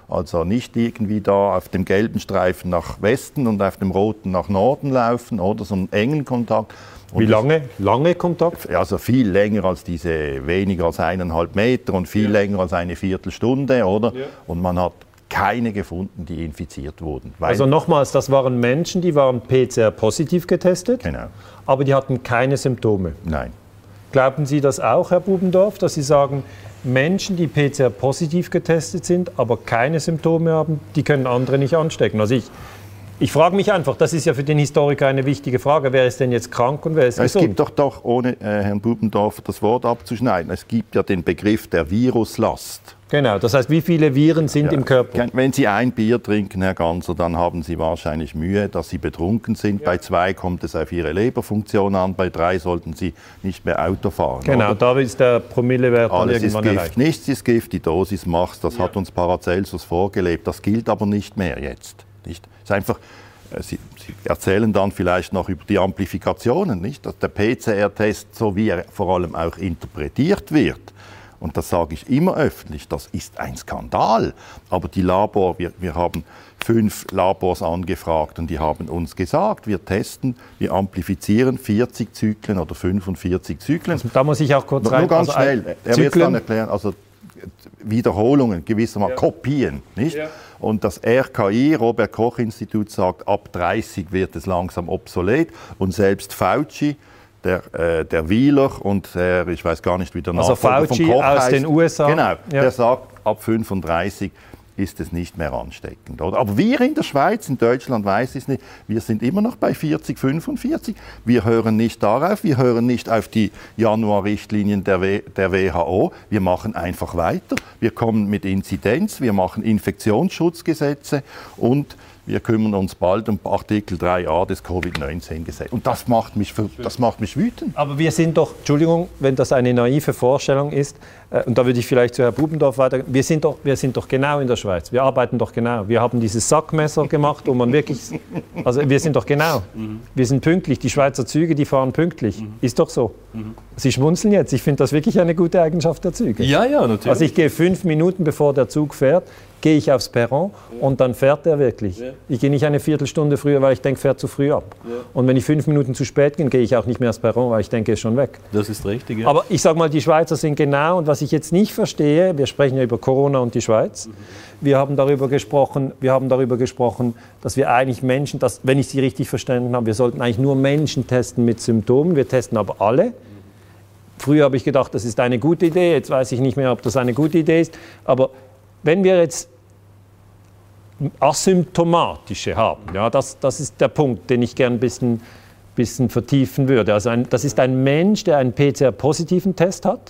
Also nicht irgendwie da auf dem gelben Streifen nach Westen und auf dem roten nach Norden laufen, oder so einen engen Kontakt. Und wie lange? Lange Kontakt? Also viel länger als diese, weniger als 1,5 Meter und viel länger als eine Viertelstunde, oder? Ja. Und man hat keine gefunden, die infiziert wurden. Also nochmals, das waren Menschen, die waren PCR-positiv getestet, genau. Aber die hatten keine Symptome. Nein. Glauben Sie das auch, Herr Bubendorf, dass Sie sagen, Menschen, die PCR-positiv getestet sind, aber keine Symptome haben, die können andere nicht anstecken? Also ich frage mich einfach, das ist ja für den Historiker eine wichtige Frage, wer ist denn jetzt krank und wer ist gesund? Es gibt doch ohne Herrn Bubendorfer das Wort abzuschneiden, es gibt ja den Begriff der Viruslast. Genau, das heißt, wie viele Viren sind im Körper? Wenn Sie ein Bier trinken, Herr Ganser, dann haben Sie wahrscheinlich Mühe, dass Sie betrunken sind. Ja. Bei 2 kommt es auf Ihre Leberfunktion an, bei 3 sollten Sie nicht mehr Auto fahren. Genau, oder? Da ist der Promillewert dann irgendwann erreicht. Gift. Nichts ist Gift, die Dosis macht's. Das hat uns Paracelsus vorgelebt. Das gilt aber nicht mehr jetzt. Nicht? Es ist einfach, Sie erzählen dann vielleicht noch über die Amplifikationen, nicht? Dass der PCR-Test, so wie er vor allem auch interpretiert wird, und das sage ich immer öffentlich, das ist ein Skandal. Aber die Labor, wir haben 5 Labors angefragt und die haben uns gesagt, wir testen, wir amplifizieren 40 Zyklen oder 45 Zyklen. Also, da muss ich auch kurz rein. Nur ganz schnell, er wird es dann erklären, also Wiederholungen, gewissermaßen Kopien, nicht? Ja. Und das RKI, Robert-Koch-Institut, sagt, ab 30 wird es langsam obsolet. Und selbst Fauci, der Wieler und der, ich weiß gar nicht, wie der Nachfolger von Koch aus heißt, den USA. Genau, der sagt, ab 35 ist es nicht mehr ansteckend. Oder? Aber wir in der Schweiz, in Deutschland weiß ich es nicht, wir sind immer noch bei 40, 45. Wir hören nicht darauf, wir hören nicht auf die Januar-Richtlinien der WHO. Wir machen einfach weiter. Wir kommen mit Inzidenz, wir machen Infektionsschutzgesetze und wir kümmern uns bald um Artikel 3a des Covid-19-Gesetzes. Und das macht mich wütend. Aber wir sind doch, Entschuldigung, wenn das eine naive Vorstellung ist, und da würde ich vielleicht zu Herrn Bubendorf weitergehen, wir sind doch genau in der Schweiz. Wir arbeiten doch genau. Wir haben dieses Sackmesser gemacht, wo man wirklich, also wir sind doch genau. Wir sind pünktlich. Die Schweizer Züge, die fahren pünktlich. Ist doch so. Sie schmunzeln jetzt. Ich finde das wirklich eine gute Eigenschaft der Züge. Ja, natürlich. Also ich gehe 5 Minuten, bevor der Zug fährt, gehe ich aufs Perron und dann fährt er wirklich. Ja. Ich gehe nicht eine Viertelstunde früher, weil ich denke, fährt zu früh ab. Ja. Und wenn ich 5 Minuten zu spät gehe, gehe ich auch nicht mehr aufs Perron, weil ich denke, er ist schon weg. Das ist richtig, ja. Aber ich sage mal, die Schweizer sind genau, und was ich jetzt nicht verstehe, wir sprechen ja über Corona und die Schweiz, wir haben darüber gesprochen, dass wir eigentlich Menschen, wenn ich Sie richtig verstanden habe, wir sollten eigentlich nur Menschen testen mit Symptomen, wir testen aber alle. Früher habe ich gedacht, das ist eine gute Idee, jetzt weiß ich nicht mehr, ob das eine gute Idee ist, aber wenn wir jetzt asymptomatische haben, ja, das ist der Punkt, den ich gerne ein bisschen vertiefen würde. Also das ist ein Mensch, der einen PCR-positiven Test hat,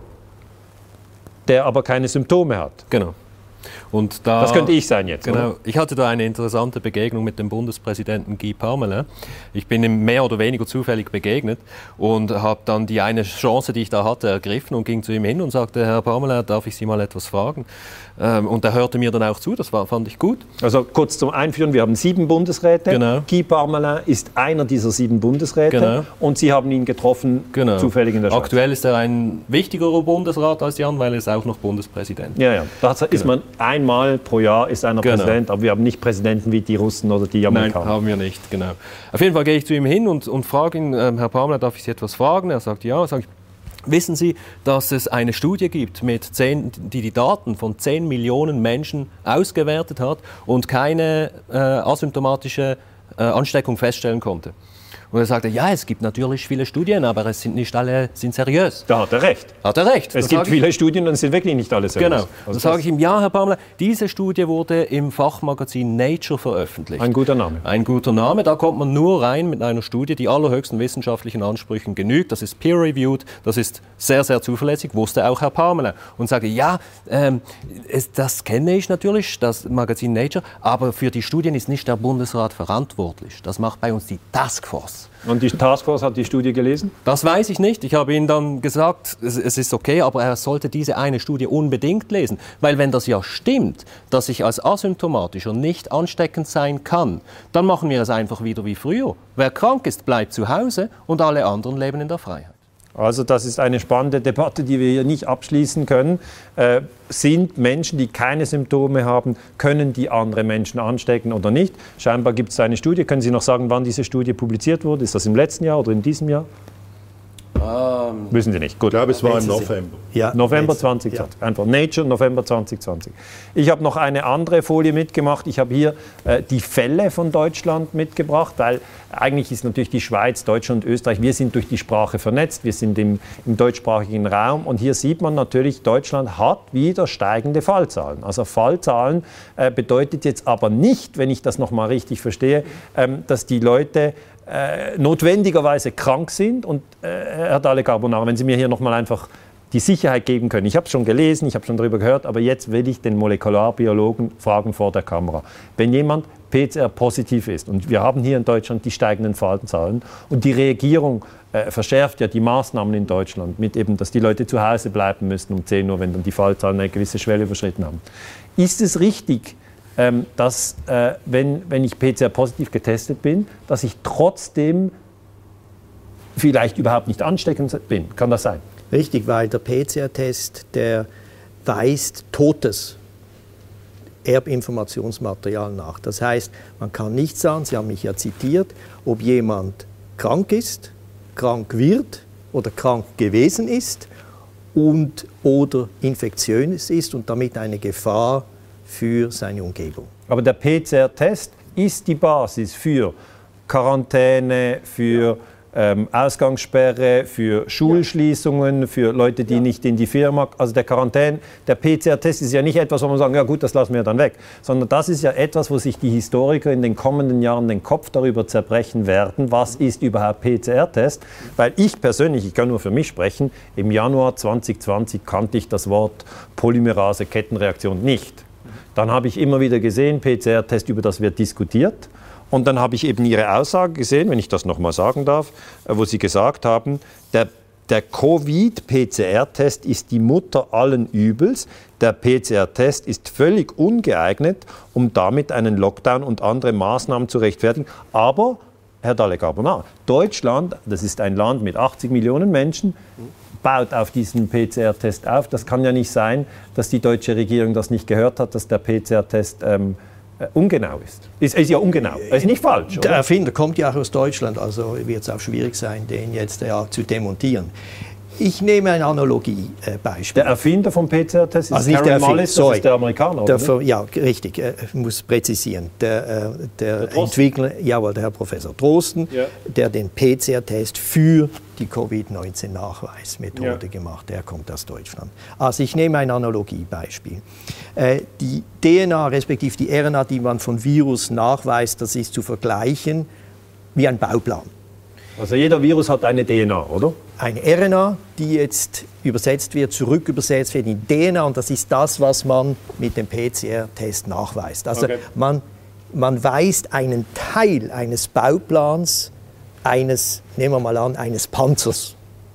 der aber keine Symptome hat. Genau. Und das könnte ich sein jetzt. Genau. Oder? Ich hatte da eine interessante Begegnung mit dem Bundespräsidenten Guy Parmelin. Ich bin ihm mehr oder weniger zufällig begegnet und habe dann die eine Chance, die ich da hatte, ergriffen und ging zu ihm hin und sagte, Herr Parmelin, darf ich Sie mal etwas fragen? Und er hörte mir dann auch zu, das fand ich gut. Also kurz zum Einführen, wir haben 7 Bundesräte. Genau. Guy Parmelin ist einer dieser 7 Bundesräte. Genau. Und Sie haben ihn getroffen, genau, zufällig in der Schweiz. Aktuell ist er ein wichtigerer Bundesrat als Jan, weil er ist auch noch Bundespräsident. Ja. Das ist man einmal pro Jahr ist einer Präsident, aber wir haben nicht Präsidenten wie die Russen oder die Amerikaner. Nein, haben wir nicht, genau. Auf jeden Fall gehe ich zu ihm hin und frage ihn, Herr Parmelin, darf ich Sie etwas fragen? Er sagt ja. Sage ich, wissen Sie, dass es eine Studie gibt, die die Daten von 10 Millionen Menschen ausgewertet hat und keine asymptomatische Ansteckung feststellen konnte? Und er sagte, ja, es gibt natürlich viele Studien, aber es sind nicht alle seriös. Da hat er recht. Es gibt viele Studien und es sind wirklich nicht alle seriös. Genau. Also da sage ich ihm, ja, Herr Parmelin, diese Studie wurde im Fachmagazin Nature veröffentlicht. Ein guter Name. Ein guter Name. Da kommt man nur rein mit einer Studie, die allerhöchsten wissenschaftlichen Ansprüchen genügt. Das ist peer-reviewed, das ist sehr, sehr zuverlässig, wusste auch Herr Parmelin. Und sage, ja, das kenne ich natürlich, das Magazin Nature, aber für die Studien ist nicht der Bundesrat verantwortlich. Das macht bei uns die Taskforce. Und die Taskforce hat die Studie gelesen? Das weiß ich nicht. Ich habe ihm dann gesagt, es ist okay, aber er sollte diese eine Studie unbedingt lesen. Weil wenn das ja stimmt, dass ich als asymptomatischer nicht ansteckend sein kann, dann machen wir es einfach wieder wie früher. Wer krank ist, bleibt zu Hause und alle anderen leben in der Freiheit. Also das ist eine spannende Debatte, die wir hier nicht abschließen können. Sind Menschen, die keine Symptome haben, können die andere Menschen anstecken oder nicht? Scheinbar gibt es eine Studie. Können Sie noch sagen, wann diese Studie publiziert wurde? Ist das im letzten Jahr oder in diesem Jahr? Wissen Sie nicht. Gut. Ich glaube, es war im November. Ja, November 2020. Ja. Einfach Nature, November 2020. Ich habe noch eine andere Folie mitgemacht. Ich habe hier die Fälle von Deutschland mitgebracht, weil eigentlich ist natürlich die Schweiz, Deutschland und Österreich, wir sind durch die Sprache vernetzt, wir sind im deutschsprachigen Raum und hier sieht man natürlich, Deutschland hat wieder steigende Fallzahlen. Also Fallzahlen bedeutet jetzt aber nicht, wenn ich das nochmal richtig verstehe, dass die Leute notwendigerweise krank sind. Und Herr Dalle Carbonara, wenn Sie mir hier nochmal einfach die Sicherheit geben können. Ich habe es schon gelesen, ich habe schon darüber gehört, aber jetzt will ich den Molekularbiologen fragen vor der Kamera. Wenn jemand PCR-positiv ist, und wir haben hier in Deutschland die steigenden Fallzahlen und die Regierung verschärft ja die Maßnahmen in Deutschland mit eben, dass die Leute zu Hause bleiben müssen um 10 Uhr, wenn dann die Fallzahlen eine gewisse Schwelle überschritten haben. Ist es richtig, dass wenn ich PCR-positiv getestet bin, dass ich trotzdem vielleicht überhaupt nicht ansteckend bin? Kann das sein? Richtig, weil der PCR-Test, der weist totes Erbinformationsmaterial nach. Das heißt, man kann nicht sagen, Sie haben mich ja zitiert, ob jemand krank ist, krank wird oder krank gewesen ist und oder infektiös ist und damit eine Gefahr für seine Umgebung. Aber der PCR-Test ist die Basis für Quarantäne, für Ausgangssperre, für Schulschließungen, für Leute, die nicht in die Firma, also der PCR-Test ist ja nicht etwas, wo man sagen, ja gut, das lassen wir dann weg, sondern das ist ja etwas, wo sich die Historiker in den kommenden Jahren den Kopf darüber zerbrechen werden, was ist überhaupt PCR-Test, weil ich persönlich, ich kann nur für mich sprechen, im Januar 2020 kannte ich das Wort Polymerase-Kettenreaktion nicht. Dann habe ich immer wieder gesehen, PCR-Test, über das wird diskutiert. Und dann habe ich eben Ihre Aussage gesehen, wenn ich das nochmal sagen darf, wo Sie gesagt haben, der Covid-PCR-Test ist die Mutter allen Übels. Der PCR-Test ist völlig ungeeignet, um damit einen Lockdown und andere Maßnahmen zu rechtfertigen. Aber, Herr Dalle Carbonara, Deutschland, das ist ein Land mit 80 Millionen Menschen, baut auf diesen PCR-Test auf. Das kann ja nicht sein, dass die deutsche Regierung das nicht gehört hat, dass der PCR-Test ungenau ist. Ist ja ungenau. Ist nicht falsch, oder? Der Erfinder kommt ja auch aus Deutschland, also wird es auch schwierig sein, den jetzt zu demontieren. Ich nehme ein Analogiebeispiel. Der Erfinder vom PCR-Test ist also Terry Mullis, das ist der Amerikaner, oder? Ja, richtig, ich muss präzisieren. Der Entwickler, jawohl, der Herr Professor Drosten, ja, der den PCR-Test für die Covid-19-Nachweismethode gemacht hat. Der kommt aus Deutschland. Also ich nehme ein Analogiebeispiel. Die DNA, respektive die RNA, die man von Virus nachweist, das ist zu vergleichen wie ein Bauplan. Also jeder Virus hat eine DNA, oder? Eine RNA, die jetzt übersetzt wird, zurückübersetzt wird in DNA, und das ist das, was man mit dem PCR-Test nachweist. Also man weist einen Teil eines Bauplans eines, nehmen wir mal an, eines Panzers.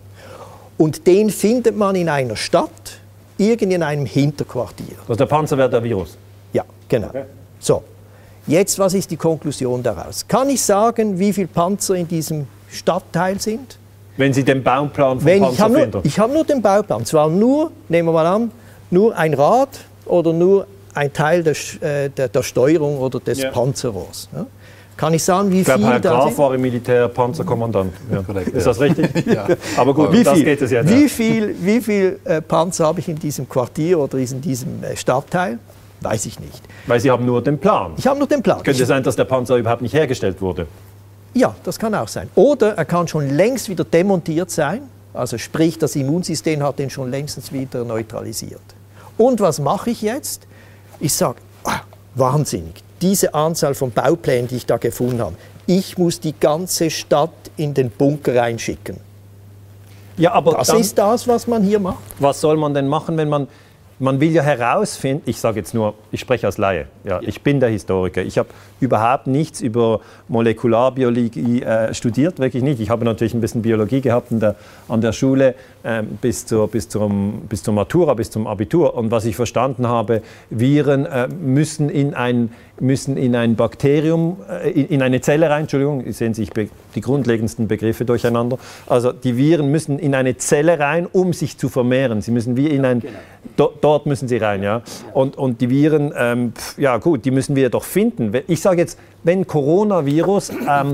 Und den findet man in einer Stadt, irgend in einem Hinterquartier. Also der Panzer wäre der Virus? Ja, genau. Okay. So, jetzt, was ist die Konklusion daraus? Kann ich sagen, wie viele Panzer in diesem Stadtteil sind? Wenn Sie den Bauplan vom Panzer finden? Ich habe nur den Bauplan. Zwar nur, nehmen wir mal an, nur ein Rad oder nur ein Teil der Steuerung oder des Panzerrohrs. Ja? Kann ich sagen, wie viel da sind? Herr Graf war im Militär Panzerkommandant. Ja. Ist das richtig? Ja. Aber gut, das geht es jetzt. Wie viel Panzer habe ich in diesem Quartier oder in diesem Stadtteil? Weiß ich nicht. Weil Sie haben nur den Plan. Ich habe nur den Plan. Könnte sein, dass der Panzer überhaupt nicht hergestellt wurde? Ja, das kann auch sein. Oder er kann schon längst wieder demontiert sein. Also sprich, das Immunsystem hat den schon längstens wieder neutralisiert. Und was mache ich jetzt? Ich sage, wahnsinnig, diese Anzahl von Bauplänen, die ich da gefunden habe, ich muss die ganze Stadt in den Bunker reinschicken. Ja, aber das ist das, was man hier macht. Was soll man denn machen, wenn man man will ja herausfinden, ich sage jetzt nur, ich spreche als Laie, ja, ich bin der Historiker, ich habe überhaupt nichts über Molekularbiologie studiert, wirklich nicht. Ich habe natürlich ein bisschen Biologie gehabt an der Schule bis zur Matura, bis zum Abitur. Und was ich verstanden habe, Viren müssen in ein Bakterium, in eine Zelle rein, Entschuldigung, sehen sich die grundlegendsten Begriffe durcheinander. Also die Viren müssen in eine Zelle rein, um sich zu vermehren. Sie müssen wie in ein, dort müssen sie rein, ja. Und die Viren, ja gut, die müssen wir doch finden. Ich sage jetzt, wenn Coronavirus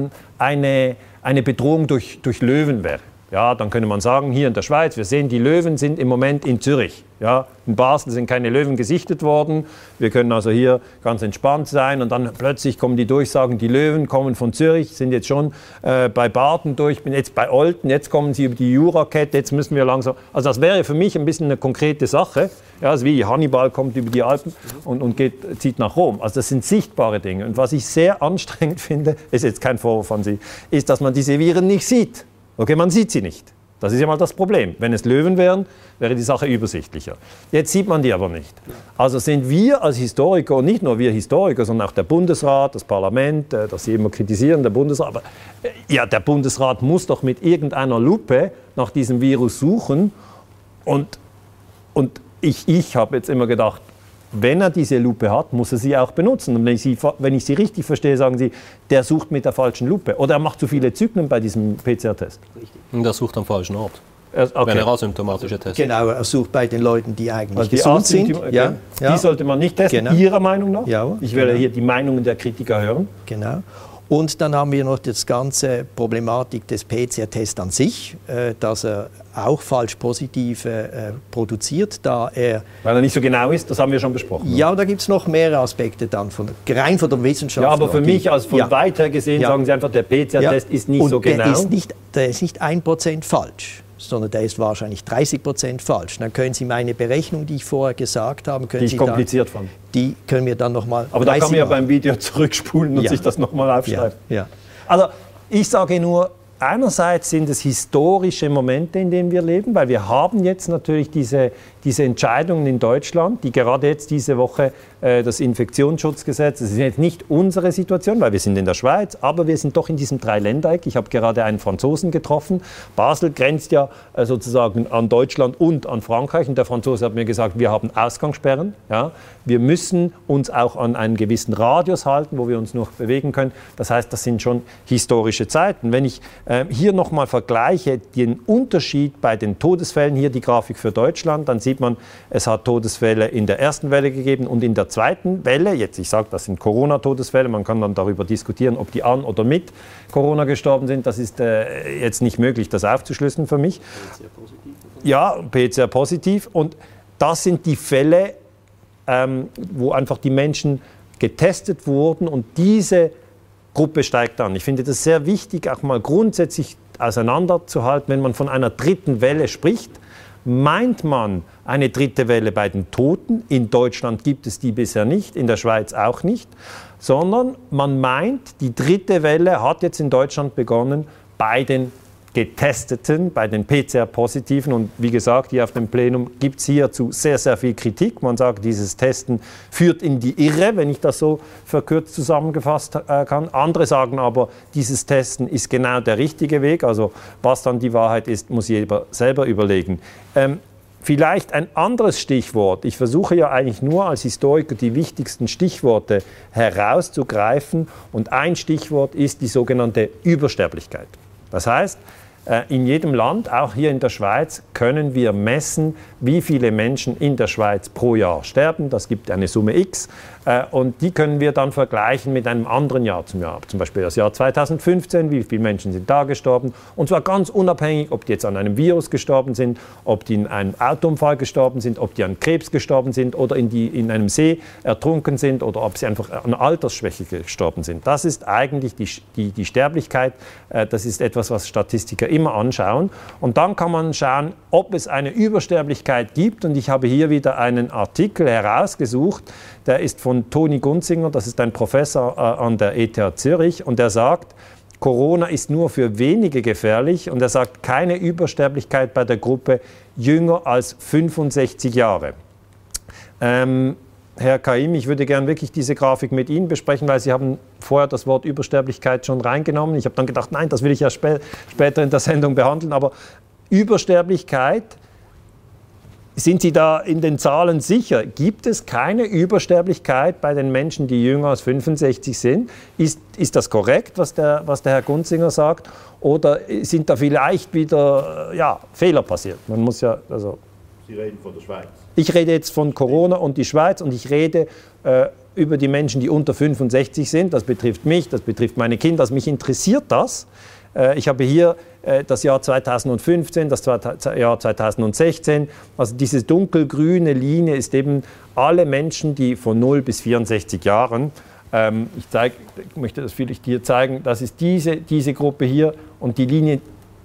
eine Bedrohung durch Löwen wäre, ja, dann könnte man sagen, hier in der Schweiz, wir sehen, die Löwen sind im Moment in Zürich. Ja, in Basel sind keine Löwen gesichtet worden. Wir können also hier ganz entspannt sein. Und dann plötzlich kommen die Durchsagen, die Löwen kommen von Zürich, sind jetzt schon bei Baden durch, ich bin jetzt bei Olten, jetzt kommen sie über die Jurakette, jetzt müssen wir langsam... Also das wäre für mich ein bisschen eine konkrete Sache. Ja, also wie Hannibal kommt über die Alpen und zieht nach Rom. Also das sind sichtbare Dinge. Und was ich sehr anstrengend finde, ist jetzt kein Vorwurf an Sie, ist, dass man diese Viren nicht sieht. Okay, man sieht sie nicht. Das ist ja mal das Problem. Wenn es Löwen wären, wäre die Sache übersichtlicher. Jetzt sieht man die aber nicht. Also sind wir als Historiker, und nicht nur wir Historiker, sondern auch der Bundesrat, das Parlament, das Sie immer kritisieren, der Bundesrat, aber ja, der Bundesrat muss doch mit irgendeiner Lupe nach diesem Virus suchen. Und ich habe jetzt immer gedacht, wenn er diese Lupe hat, muss er sie auch benutzen. Und wenn ich Sie richtig verstehe, sagen Sie, der sucht mit der falschen Lupe. Oder er macht zu viele Zyklen bei diesem PCR-Test. Und der sucht am falschen Ort. Okay. Wenn er asymptomatische Tests. Genau, er sucht bei den Leuten, die eigentlich also gesund sind. Okay. Ja. Die sollte man nicht testen, genau. Ihrer Meinung nach? Ja, ich werde hier die Meinungen der Kritiker hören. Genau. Und dann haben wir noch das ganze Problematik des PCR-Tests an sich, dass er auch falsch positive produziert, da er... Weil er nicht so genau ist, das haben wir schon besprochen. Ja, da gibt es noch mehrere Aspekte dann, rein von der Wissenschaft. Ja, aber für mich als von weit her gesehen, sagen Sie einfach, der PCR-Test ist nicht so genau. Der ist nicht 1% falsch, sondern der ist wahrscheinlich 30% falsch. Dann können Sie meine Berechnung, die ich vorher gesagt habe, die ich kompliziert fand. Die können wir dann nochmal... Aber da kann man ja beim Video zurückspulen und sich das nochmal aufschreiben. Ja. Also ich sage nur, einerseits sind es historische Momente, in denen wir leben, weil wir haben jetzt natürlich diese Entscheidungen in Deutschland, die gerade jetzt diese Woche das Infektionsschutzgesetz, das ist jetzt nicht unsere Situation, weil wir sind in der Schweiz, aber wir sind doch in diesem Dreiländereck. Ich habe gerade einen Franzosen getroffen. Basel grenzt ja sozusagen an Deutschland und an Frankreich und der Franzose hat mir gesagt, wir haben Ausgangssperren. Ja? Wir müssen uns auch an einen gewissen Radius halten, wo wir uns noch bewegen können. Das heißt, das sind schon historische Zeiten. Wenn ich hier nochmal vergleiche den Unterschied bei den Todesfällen, hier die Grafik für Deutschland, dann sieht man, es hat Todesfälle in der ersten Welle gegeben und in der zweiten Welle. Jetzt, ich sage, das sind Corona-Todesfälle. Man kann dann darüber diskutieren, ob die an oder mit Corona gestorben sind. Das ist jetzt nicht möglich, das aufzuschlüsseln für mich. PCR-positiv? Ja, PCR-positiv. Und das sind die Fälle, wo einfach die Menschen getestet wurden und diese Gruppe steigt an. Ich finde das sehr wichtig, auch mal grundsätzlich auseinanderzuhalten, wenn man von einer dritten Welle spricht. Meint man eine dritte Welle bei den Toten? In Deutschland gibt es die bisher nicht, in der Schweiz auch nicht. Sondern man meint, die dritte Welle hat jetzt in Deutschland begonnen bei den Getesteten, bei den PCR-Positiven. Und wie gesagt, hier auf dem Plenum gibt es hierzu sehr, sehr viel Kritik. Man sagt, dieses Testen führt in die Irre, wenn ich das so verkürzt zusammengefasst kann. Andere sagen aber, dieses Testen ist genau der richtige Weg. Also was dann die Wahrheit ist, muss jeder selber überlegen. Vielleicht ein anderes Stichwort. Ich versuche ja eigentlich nur als Historiker die wichtigsten Stichworte herauszugreifen. Und ein Stichwort ist die sogenannte Übersterblichkeit. Das heißt, in jedem Land, auch hier in der Schweiz, können wir messen, wie viele Menschen in der Schweiz pro Jahr sterben. Das gibt eine Summe X. Und die können wir dann vergleichen mit einem anderen Jahr zum Jahr. Zum Beispiel das Jahr 2015, wie viele Menschen sind da gestorben. Und zwar ganz unabhängig, ob die jetzt an einem Virus gestorben sind, ob die in einem Autounfall gestorben sind, ob die an Krebs gestorben sind oder in einem See ertrunken sind oder ob sie einfach an Altersschwäche gestorben sind. Das ist eigentlich die Sterblichkeit. Das ist etwas, was Statistiker immer anschauen. Und dann kann man schauen, ob es eine Übersterblichkeit gibt. Und ich habe hier wieder einen Artikel herausgesucht, der ist von Toni Gunzinger, das ist ein Professor an der ETH Zürich. Und der sagt, Corona ist nur für wenige gefährlich. Und er sagt, keine Übersterblichkeit bei der Gruppe jünger als 65 Jahre. Herr Kaim, ich würde gerne wirklich diese Grafik mit Ihnen besprechen, weil Sie haben vorher das Wort Übersterblichkeit schon reingenommen. Ich habe dann gedacht, nein, das will ich ja später in der Sendung behandeln. Aber Übersterblichkeit, sind Sie da in den Zahlen sicher? Gibt es keine Übersterblichkeit bei den Menschen, die jünger als 65 sind? Ist das korrekt, was der Herr Gunzinger sagt? Oder sind da vielleicht wieder Fehler passiert? Man muss ja, also Sie reden von der Schweiz. Ich rede jetzt von Corona und die Schweiz und ich rede über die Menschen, die unter 65 sind. Das betrifft mich, das betrifft meine Kinder. Also mich interessiert das. Ich habe hier das Jahr 2015, das Jahr 2016. Also diese dunkelgrüne Linie ist eben alle Menschen, die von 0 bis 64 Jahren. Ich möchte das vielleicht dir zeigen. Das ist diese Gruppe hier und die Linie,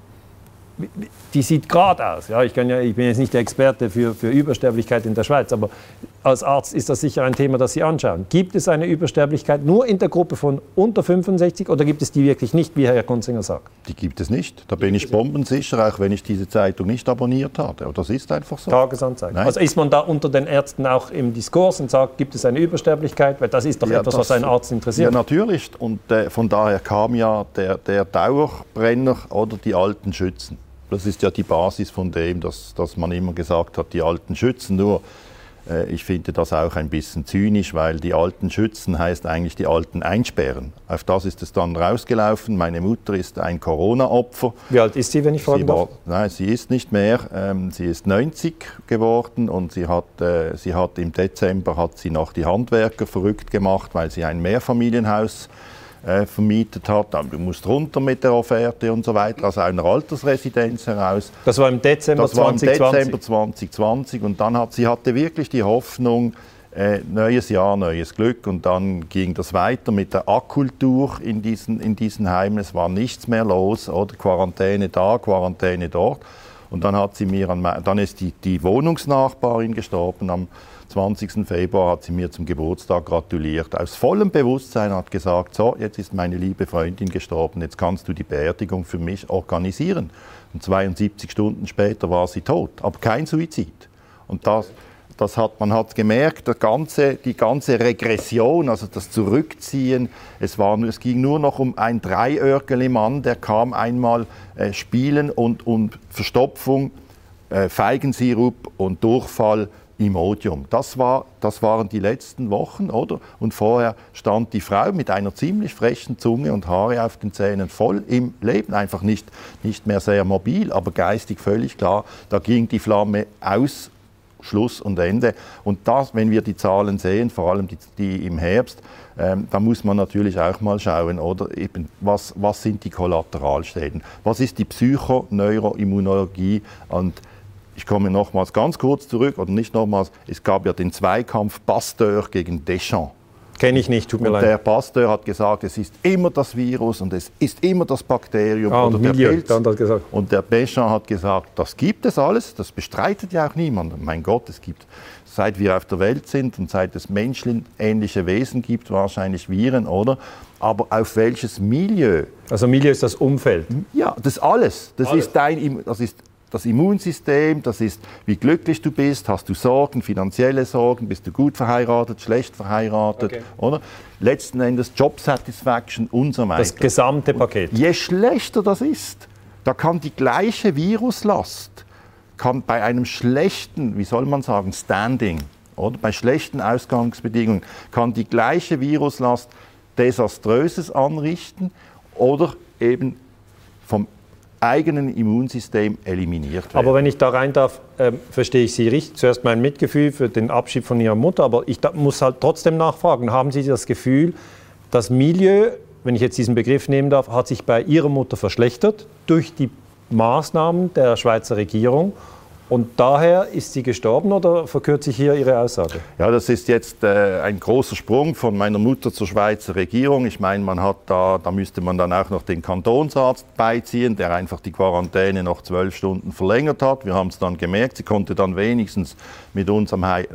die sieht gerade aus. Ja, ich bin jetzt nicht der Experte für Übersterblichkeit in der Schweiz, aber als Arzt ist das sicher ein Thema, das Sie anschauen. Gibt es eine Übersterblichkeit nur in der Gruppe von unter 65 oder gibt es die wirklich nicht, wie Herr Gunzinger sagt? Die gibt es nicht. Da bin ich bombensicher, auch wenn ich diese Zeitung nicht abonniert habe. Aber das ist einfach so. Tagesanzeiger. Nein. Also ist man da unter den Ärzten auch im Diskurs und sagt, gibt es eine Übersterblichkeit? Weil das ist doch etwas, was einen Arzt interessiert. Ja, natürlich. Und von daher kam ja der Dauerbrenner oder die alten Schützen. Das ist ja die Basis von dem, dass man immer gesagt hat, die Alten schützen. Nur, ich finde das auch ein bisschen zynisch, weil die Alten schützen heißt eigentlich die Alten einsperren. Auf das ist es dann rausgelaufen. Meine Mutter ist ein Corona-Opfer. Wie alt ist sie, wenn ich fragen darf? Nein, sie ist nicht mehr. Sie ist 90 geworden und sie hat im Dezember noch die Handwerker verrückt gemacht, weil sie ein Mehrfamilienhaus vermietet hat. Du musst runter mit der Offerte und so weiter, aus einer Altersresidenz heraus. Das war im Dezember 2020? Das war im Dezember 2020 und dann hatte wirklich die Hoffnung, neues Jahr, neues Glück und dann ging das weiter mit der Akkultur in diesen Heimen. Es war nichts mehr los, oder Quarantäne da, Quarantäne dort. Und dann dann ist die Wohnungsnachbarin gestorben. Am 20. Februar hat sie mir zum Geburtstag gratuliert. Aus vollem Bewusstsein hat gesagt, so, jetzt ist meine liebe Freundin gestorben, jetzt kannst du die Beerdigung für mich organisieren. Und 72 Stunden später war sie tot, aber kein Suizid. Und man hat gemerkt, die ganze Regression, also das Zurückziehen, es ging nur noch um ein Dreiörgeli-Mann, der kam einmal spielen und Verstopfung, Feigensirup und Durchfall, Imodium. Das waren die letzten Wochen, oder? Und vorher stand die Frau mit einer ziemlich frechen Zunge und Haare auf den Zähnen voll im Leben. Einfach nicht mehr sehr mobil, aber geistig völlig klar. Da ging die Flamme aus, Schluss und Ende. Und das, wenn wir die Zahlen sehen, vor allem die im Herbst, da muss man natürlich auch mal schauen, oder eben, was sind die Kollateralschäden? Was ist die Psychoneuroimmunologie? Und ich komme nochmals ganz kurz zurück, oder nicht nochmals, es gab ja den Zweikampf Pasteur gegen Deschamps. Kenne ich nicht, tut mir leid. Der Pasteur hat gesagt, es ist immer das Virus und es ist immer das Bakterium oder der Pilz. Und der Deschamps hat gesagt, das gibt es alles, das bestreitet ja auch niemand. Mein Gott, es gibt, seit wir auf der Welt sind und seit es menschenähnliche Wesen gibt, wahrscheinlich Viren, oder? Aber auf welches Milieu? Also Milieu ist das Umfeld? Ja, das alles. Das ist das Immunsystem, das ist, wie glücklich du bist, hast du Sorgen, finanzielle Sorgen, bist du gut verheiratet, schlecht verheiratet, okay, oder? Letzten Endes Job Satisfaction und so weiter. Das gesamte Paket. Und je schlechter das ist, da kann die gleiche Viruslast, kann bei einem schlechten, wie soll man sagen, Standing, oder bei schlechten Ausgangsbedingungen, kann die gleiche Viruslast Desaströses anrichten oder eben vom eigenen Immunsystem eliminiert werden. Aber wenn ich da rein darf, verstehe ich Sie richtig. Zuerst mein Mitgefühl für den Abschied von Ihrer Mutter, aber ich muss halt trotzdem nachfragen. Haben Sie das Gefühl, das Milieu, wenn ich jetzt diesen Begriff nehmen darf, hat sich bei Ihrer Mutter verschlechtert durch die Maßnahmen der Schweizer Regierung? Und daher ist sie gestorben oder verkürze ich hier Ihre Aussage? Ja, das ist jetzt ein großer Sprung von meiner Mutter zur Schweizer Regierung. Ich meine, da müsste man dann auch noch den Kantonsarzt beiziehen, der einfach die Quarantäne noch 12 Stunden verlängert hat. Wir haben es dann gemerkt, sie konnte dann wenigstens mit uns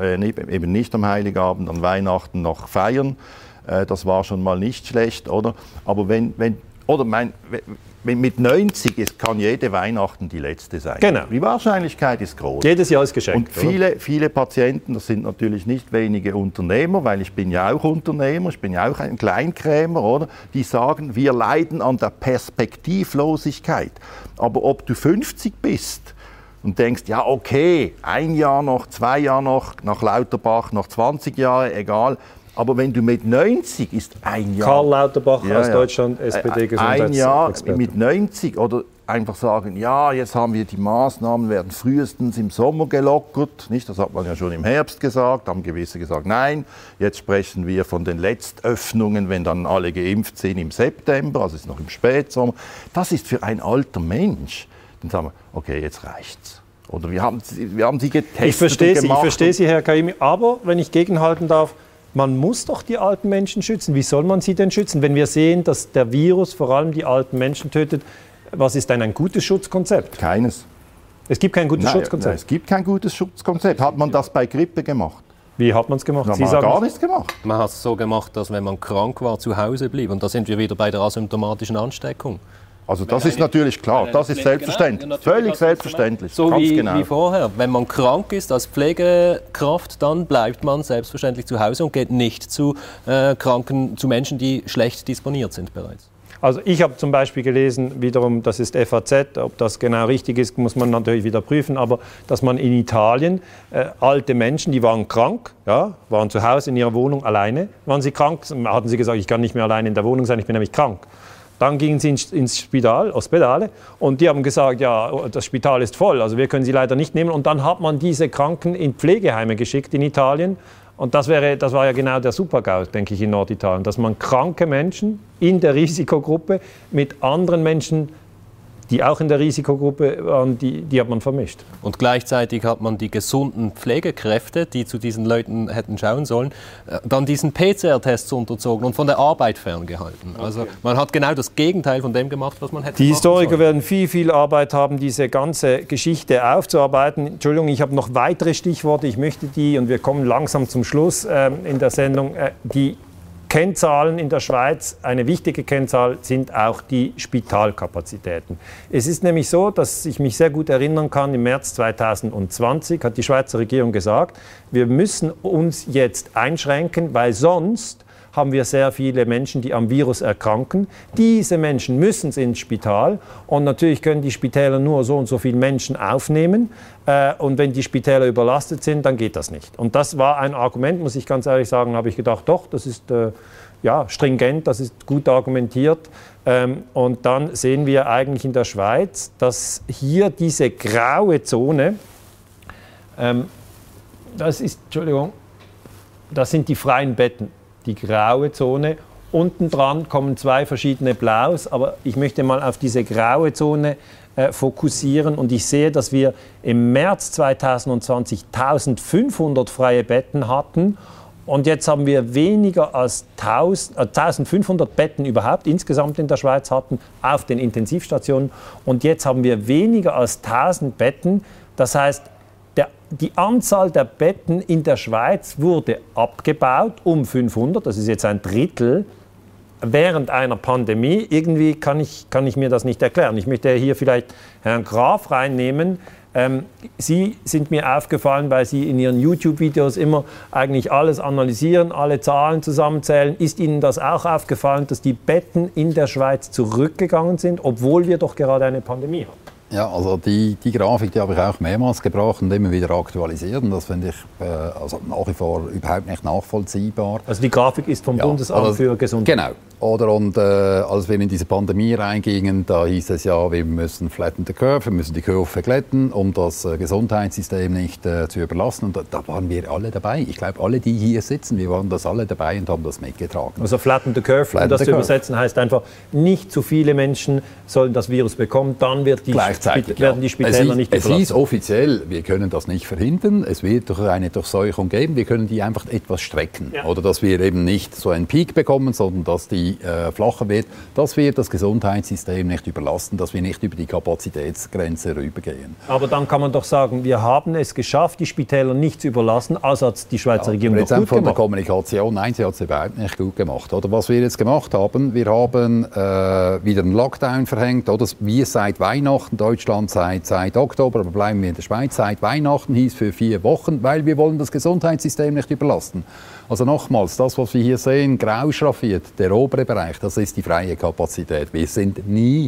eben nicht am Heiligabend, an Weihnachten noch feiern. Das war schon mal nicht schlecht, oder? Aber mit 90 kann jede Weihnachten die letzte sein. Genau. Die Wahrscheinlichkeit ist groß. Jedes Jahr ist geschenkt. Und viele Patienten, das sind natürlich nicht wenige Unternehmer, weil ich bin ja auch Unternehmer, ich bin ja auch ein Kleinkrämer, oder? Die sagen, wir leiden an der Perspektivlosigkeit. Aber ob du 50 bist und denkst, ja okay, 1 Jahr noch, 2 Jahre noch, nach Lauterbach, noch 20 Jahre, egal. Aber wenn du mit 90 ist 1 Jahr... Karl Lauterbach aus Deutschland, SPD-Gesundheitsexperte. 1 Jahr mit 90 oder einfach sagen, ja, jetzt haben wir die Maßnahmen, werden frühestens im Sommer gelockert. Nicht? Das hat man ja schon im Herbst gesagt, haben gewisse gesagt, nein. Jetzt sprechen wir von den Letztöffnungen, wenn dann alle geimpft sind im September, also ist noch im Spätsommer. Das ist für ein alter Mensch. Dann sagen wir, okay, jetzt reicht's. Oder wir haben sie getestet. Ich verstehe Sie, Herr Kaimi, aber wenn ich gegenhalten darf, man muss doch die alten Menschen schützen. Wie soll man sie denn schützen? Wenn wir sehen, dass der Virus vor allem die alten Menschen tötet, was ist denn ein gutes Schutzkonzept? Keines. Es gibt kein gutes Schutzkonzept? Nein, es gibt kein gutes Schutzkonzept. Hat man das bei Grippe gemacht? Wie hat man es gemacht? Man hat gar nichts gemacht. Man hat es so gemacht, dass wenn man krank war, zu Hause blieb. Und da sind wir wieder bei der asymptomatischen Ansteckung. Also das ist natürlich klar, das ist selbstverständlich, genau, völlig selbstverständlich. So ganz wie, genau. wie vorher. Wenn man krank ist als Pflegekraft, dann bleibt man selbstverständlich zu Hause und geht nicht zu Menschen, die schlecht disponiert sind bereits. Also ich habe zum Beispiel gelesen, wiederum, das ist FAZ, ob das genau richtig ist, muss man natürlich wieder prüfen, aber dass man in Italien alte Menschen, die waren krank, ja, waren zu Hause in ihrer Wohnung alleine, waren sie krank, hatten sie gesagt, ich kann nicht mehr alleine in der Wohnung sein, ich bin nämlich krank. Dann gingen sie ins Spital, Ospedale, und die haben gesagt, ja, das Spital ist voll, also wir können sie leider nicht nehmen. Und dann hat man diese Kranken in Pflegeheime geschickt in Italien. Und das war ja genau der Super-GAU, denke ich, in Norditalien, dass man kranke Menschen in der Risikogruppe mit anderen Menschen, die auch in der Risikogruppe waren, die hat man vermischt. Und gleichzeitig hat man die gesunden Pflegekräfte, die zu diesen Leuten hätten schauen sollen, dann diesen PCR-Tests unterzogen und von der Arbeit ferngehalten. Okay. Also man hat genau das Gegenteil von dem gemacht, was man hätte Die Historiker sollen. werden viel Arbeit haben, diese ganze Geschichte aufzuarbeiten. Entschuldigung, ich habe noch weitere Stichworte, ich möchte die, und wir kommen langsam zum Schluss in der Sendung, die Kennzahlen in der Schweiz, eine wichtige Kennzahl, sind auch die Spitalkapazitäten. Es ist nämlich so, dass ich mich sehr gut erinnern kann, im März 2020 hat die Schweizer Regierung gesagt, wir müssen uns jetzt einschränken, weil sonst haben wir sehr viele Menschen, die am Virus erkranken. Diese Menschen müssen ins Spital und natürlich können die Spitäler nur so und so viele Menschen aufnehmen und wenn die Spitäler überlastet sind, dann geht das nicht. Und das war ein Argument, muss ich ganz ehrlich sagen, habe ich gedacht, doch, das ist stringent, das ist gut argumentiert. Und dann sehen wir eigentlich in der Schweiz, dass hier diese graue Zone, das sind die freien Betten. Die graue Zone. Unten dran kommen 2 verschiedene Blaus, aber ich möchte mal auf diese graue Zone fokussieren und ich sehe, dass wir im März 2020 1500 freie Betten hatten und jetzt haben wir weniger als 1500 Betten überhaupt insgesamt in der Schweiz hatten auf den Intensivstationen und jetzt haben wir weniger als 1000 Betten, das heißt, die Anzahl der Betten in der Schweiz wurde abgebaut um 500, das ist jetzt ein Drittel, während einer Pandemie. Irgendwie kann ich mir das nicht erklären. Ich möchte hier vielleicht Herrn Graf reinnehmen. Sie sind mir aufgefallen, weil Sie in Ihren YouTube-Videos immer eigentlich alles analysieren, alle Zahlen zusammenzählen. Ist Ihnen das auch aufgefallen, dass die Betten in der Schweiz zurückgegangen sind, obwohl wir doch gerade eine Pandemie haben? Ja, also die Grafik, die habe ich auch mehrmals gebracht und immer wieder aktualisiert. Und das finde ich nach wie vor überhaupt nicht nachvollziehbar. Also die Grafik ist vom Bundesamt für Gesundheit? Genau. Als wir in diese Pandemie reingingen, da hieß es ja, wir müssen flatten the curve, wir müssen die Kurve glätten, um das Gesundheitssystem nicht zu überlassen. Und da waren wir alle dabei. Ich glaube, alle, die hier sitzen, wir waren das alle dabei und haben das mitgetragen. Also flatten the curve, um das zu übersetzen, heißt einfach, nicht zu viele Menschen sollen das Virus bekommen, dann werden die Spitäler nicht überlassen. Es hieß offiziell, wir können das nicht verhindern, es wird doch eine Durchseuchung geben, wir können die einfach etwas strecken. Ja. Oder dass wir eben nicht so einen Peak bekommen, sondern dass die Pandemie flacher wird, dass wir das Gesundheitssystem nicht überlasten, dass wir nicht über die Kapazitätsgrenze rübergehen. Aber dann kann man doch sagen, wir haben es geschafft, die Spitäler nicht zu überlassen, also hat die Schweizer Regierung doch gut von der Kommunikation, nein, sie hat es überhaupt nicht gut gemacht. Oder was wir jetzt gemacht haben, wir haben wieder einen Lockdown verhängt, oder wir seit Weihnachten, Deutschland seit Oktober, aber bleiben wir in der Schweiz, seit Weihnachten hieß für 4 Wochen, weil wir wollen das Gesundheitssystem nicht überlasten. Also nochmals, das, was wir hier sehen, grau schraffiert, der obere Bereich, das ist die freie Kapazität. Wir sind nie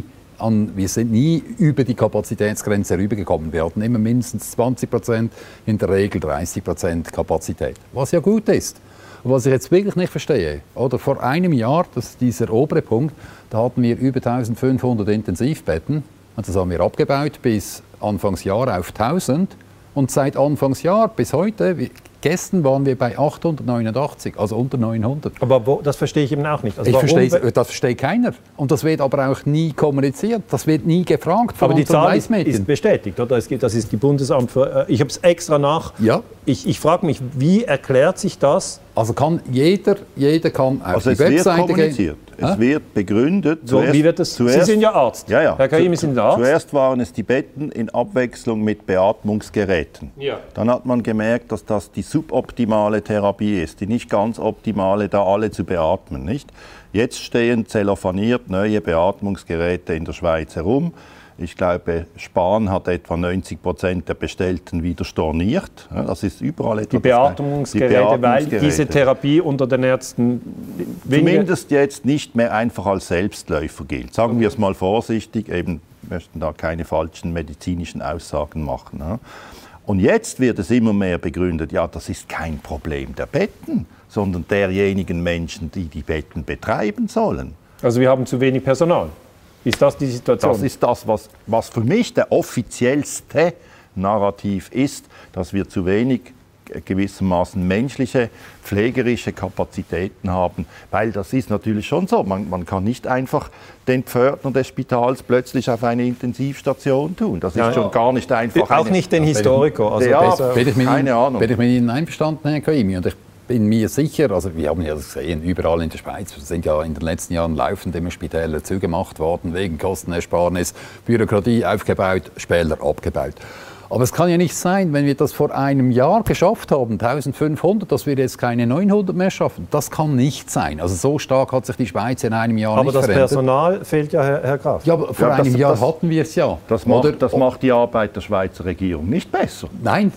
über die Kapazitätsgrenze rübergekommen. Wir hatten immer mindestens 20%, in der Regel 30% Kapazität, was ja gut ist. Und was ich jetzt wirklich nicht verstehe, oder vor einem Jahr, das ist dieser obere Punkt, da hatten wir über 1500 Intensivbetten und das haben wir abgebaut bis Anfangsjahr auf 1000 und seit Anfangsjahr bis heute, gestern waren wir bei 889, also unter 900. Aber das verstehe ich eben auch nicht. Also das versteht keiner. Und das wird aber auch nie kommuniziert. Das wird nie gefragt von aber die Zahl ist bestätigt, oder? Das ist die Bundesamt für... Ich habe es extra nach... Ja. Ich frage mich, wie erklärt sich das? Also kann jeder kann auf also die Webseite gehen. Es wird begründet. So, wie wird das? Sie sind ja Arzt. Ja. Herr Karimi, sind Arzt. Zuerst waren es die Betten in Abwechslung mit Beatmungsgeräten. Ja. Dann hat man gemerkt, dass das die suboptimale Therapie ist, die nicht ganz optimale, da alle zu beatmen. Nicht? Jetzt stehen zellophaniert neue Beatmungsgeräte in der Schweiz herum. Ich glaube, Spahn hat etwa 90% der Bestellten wieder storniert. Das ist überall etwa die Beatmungsgeräte, weil diese Therapie unter den Ärzten zumindest jetzt nicht mehr einfach als Selbstläufer gilt. Sagen wir es mal vorsichtig, eben möchten da keine falschen medizinischen Aussagen machen. Und jetzt wird es immer mehr begründet, ja, das ist kein Problem der Betten, sondern derjenigen Menschen, die die Betten betreiben sollen. Also wir haben zu wenig Personal. Ist das die Situation? Das ist das, was für mich der offiziellste Narrativ ist, dass wir zu wenig gewissermaßen menschliche, pflegerische Kapazitäten haben. Weil das ist natürlich schon so. Man kann nicht einfach den Pförtner des Spitals plötzlich auf eine Intensivstation tun. Das ist schon gar nicht einfach. Auch nicht den Historiker. Also keine Ahnung. Bin ich mit Ihnen einverstanden, Herr Karimi? Und ich bin mir sicher, also wir haben ja das gesehen, überall in der Schweiz sind ja in den letzten Jahren laufend immer Spitäler zugemacht worden, wegen Kostenersparnis, Bürokratie aufgebaut, Spitäler abgebaut. Aber es kann ja nicht sein, wenn wir das vor einem Jahr geschafft haben, 1500, dass wir jetzt keine 900 mehr schaffen. Das kann nicht sein. Also so stark hat sich die Schweiz in einem Jahr nicht verändert. Aber das Personal fehlt ja, Herr Graf. Ja, aber vor einem Jahr hatten wir es ja. Das macht die Arbeit der Schweizer Regierung nicht besser. Nein,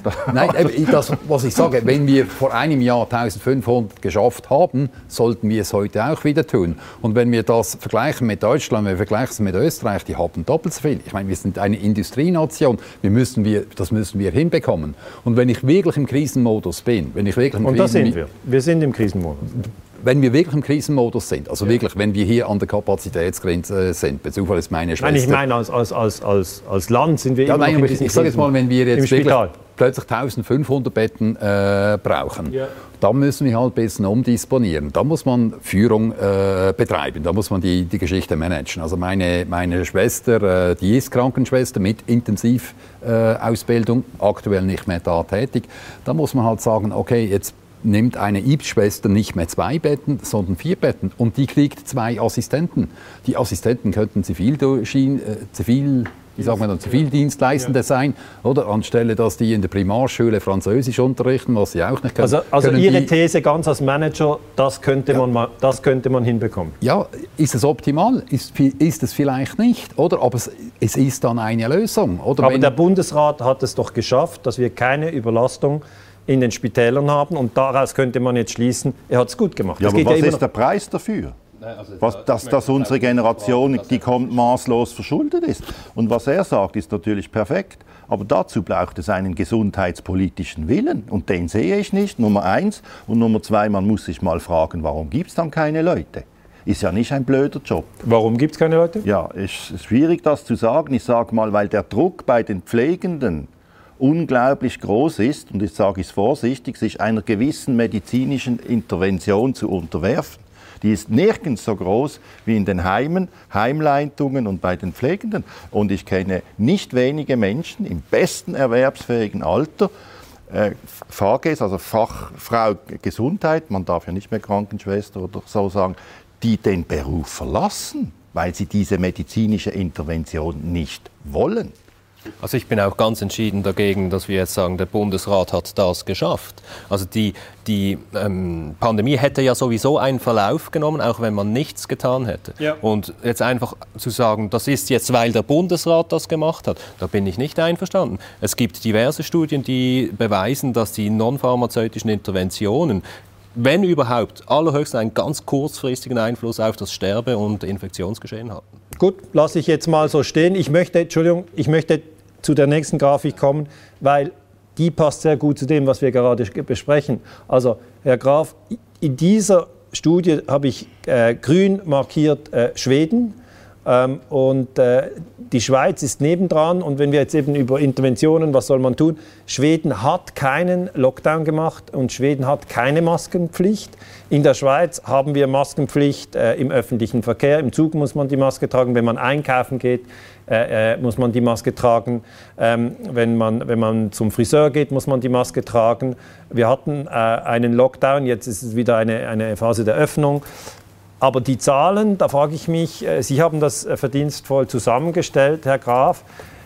das, was ich sage, wenn wir vor einem Jahr 1500 geschafft haben, sollten wir es heute auch wieder tun. Und wenn wir das vergleichen mit Deutschland, wenn wir vergleichen es mit Österreich, die haben doppelt so viel. Ich meine, wir sind eine Industrienation. Das müssen wir hinbekommen. Und wenn ich wirklich im Krisenmodus bin, und das sind wir. Wir sind im Krisenmodus. Wenn wir wirklich im Krisenmodus sind, also wirklich, wenn wir hier an der Kapazitätsgrenze sind, bei Zufall ist meine Schwester... Nein, ich meine, als Land sind wir immer noch in diesem Ich sage jetzt mal, wenn wir jetzt plötzlich 1500 Betten brauchen, dann müssen wir halt ein bisschen umdisponieren. Da muss man Führung betreiben, da muss man die Geschichte managen. Also meine Schwester, die ist Krankenschwester mit Intensivausbildung, aktuell nicht mehr da tätig. Da muss man halt sagen, okay, jetzt nimmt eine IBS-Schwester nicht mehr 2 Betten, sondern 4 Betten. Und die kriegt 2 Assistenten. Die Assistenten könnten Zivildienstleistende sein, oder? Anstelle, dass die in der Primarschule Französisch unterrichten, was sie auch nicht können. Also Ihre These ganz als Manager, das könnte man hinbekommen. Ja, ist es optimal? Ist es vielleicht nicht, oder? Aber es ist dann eine Lösung, oder? Aber der Bundesrat hat es doch geschafft, dass wir keine Überlastung in den Spitälern haben. Und daraus könnte man jetzt schließen, er hat es gut gemacht. Ja, aber was ist der Preis dafür? Dass unsere Generation, die kommt, maßlos verschuldet ist. Und was er sagt, ist natürlich perfekt. Aber dazu braucht es einen gesundheitspolitischen Willen. Und den sehe ich nicht, Nummer 1. Und Nummer 2, man muss sich mal fragen, warum gibt es dann keine Leute? Ist ja nicht ein blöder Job. Warum gibt es keine Leute? Ja, es ist schwierig, das zu sagen. Ich sage mal, weil der Druck bei den Pflegenden unglaublich groß ist, und jetzt sage ich es vorsichtig, sich einer gewissen medizinischen Intervention zu unterwerfen. Die ist nirgends so groß wie in den Heimen, Heimleitungen und bei den Pflegenden. Und ich kenne nicht wenige Menschen im besten erwerbsfähigen Alter, FAGES, also Fachfrau Gesundheit, man darf ja nicht mehr Krankenschwester oder so sagen, die den Beruf verlassen, weil sie diese medizinische Intervention nicht wollen. Also ich bin auch ganz entschieden dagegen, dass wir jetzt sagen, der Bundesrat hat das geschafft. Also die Pandemie hätte ja sowieso einen Verlauf genommen, auch wenn man nichts getan hätte. Ja. Und jetzt einfach zu sagen, das ist jetzt, weil der Bundesrat das gemacht hat, da bin ich nicht einverstanden. Es gibt diverse Studien, die beweisen, dass die non-pharmazeutischen Interventionen, wenn überhaupt, allerhöchstens einen ganz kurzfristigen Einfluss auf das Sterbe- und Infektionsgeschehen hatten. Gut, lasse ich jetzt mal so stehen. Ich möchte zu der nächsten Grafik kommen, weil die passt sehr gut zu dem, was wir gerade besprechen. Also, Herr Graf, in dieser Studie habe ich grün markiert Schweden und die Schweiz ist nebendran. Und wenn wir jetzt eben über Interventionen, was soll man tun? Schweden hat keinen Lockdown gemacht und Schweden hat keine Maskenpflicht. In der Schweiz haben wir Maskenpflicht im öffentlichen Verkehr. Im Zug muss man die Maske tragen. Wenn man einkaufen geht, muss man die Maske tragen. Wenn man zum Friseur geht, muss man die Maske tragen. Wir hatten einen Lockdown, jetzt ist es wieder eine Phase der Öffnung. Aber die Zahlen, da frage ich mich, Sie haben das verdienstvoll zusammengestellt, Herr Graf.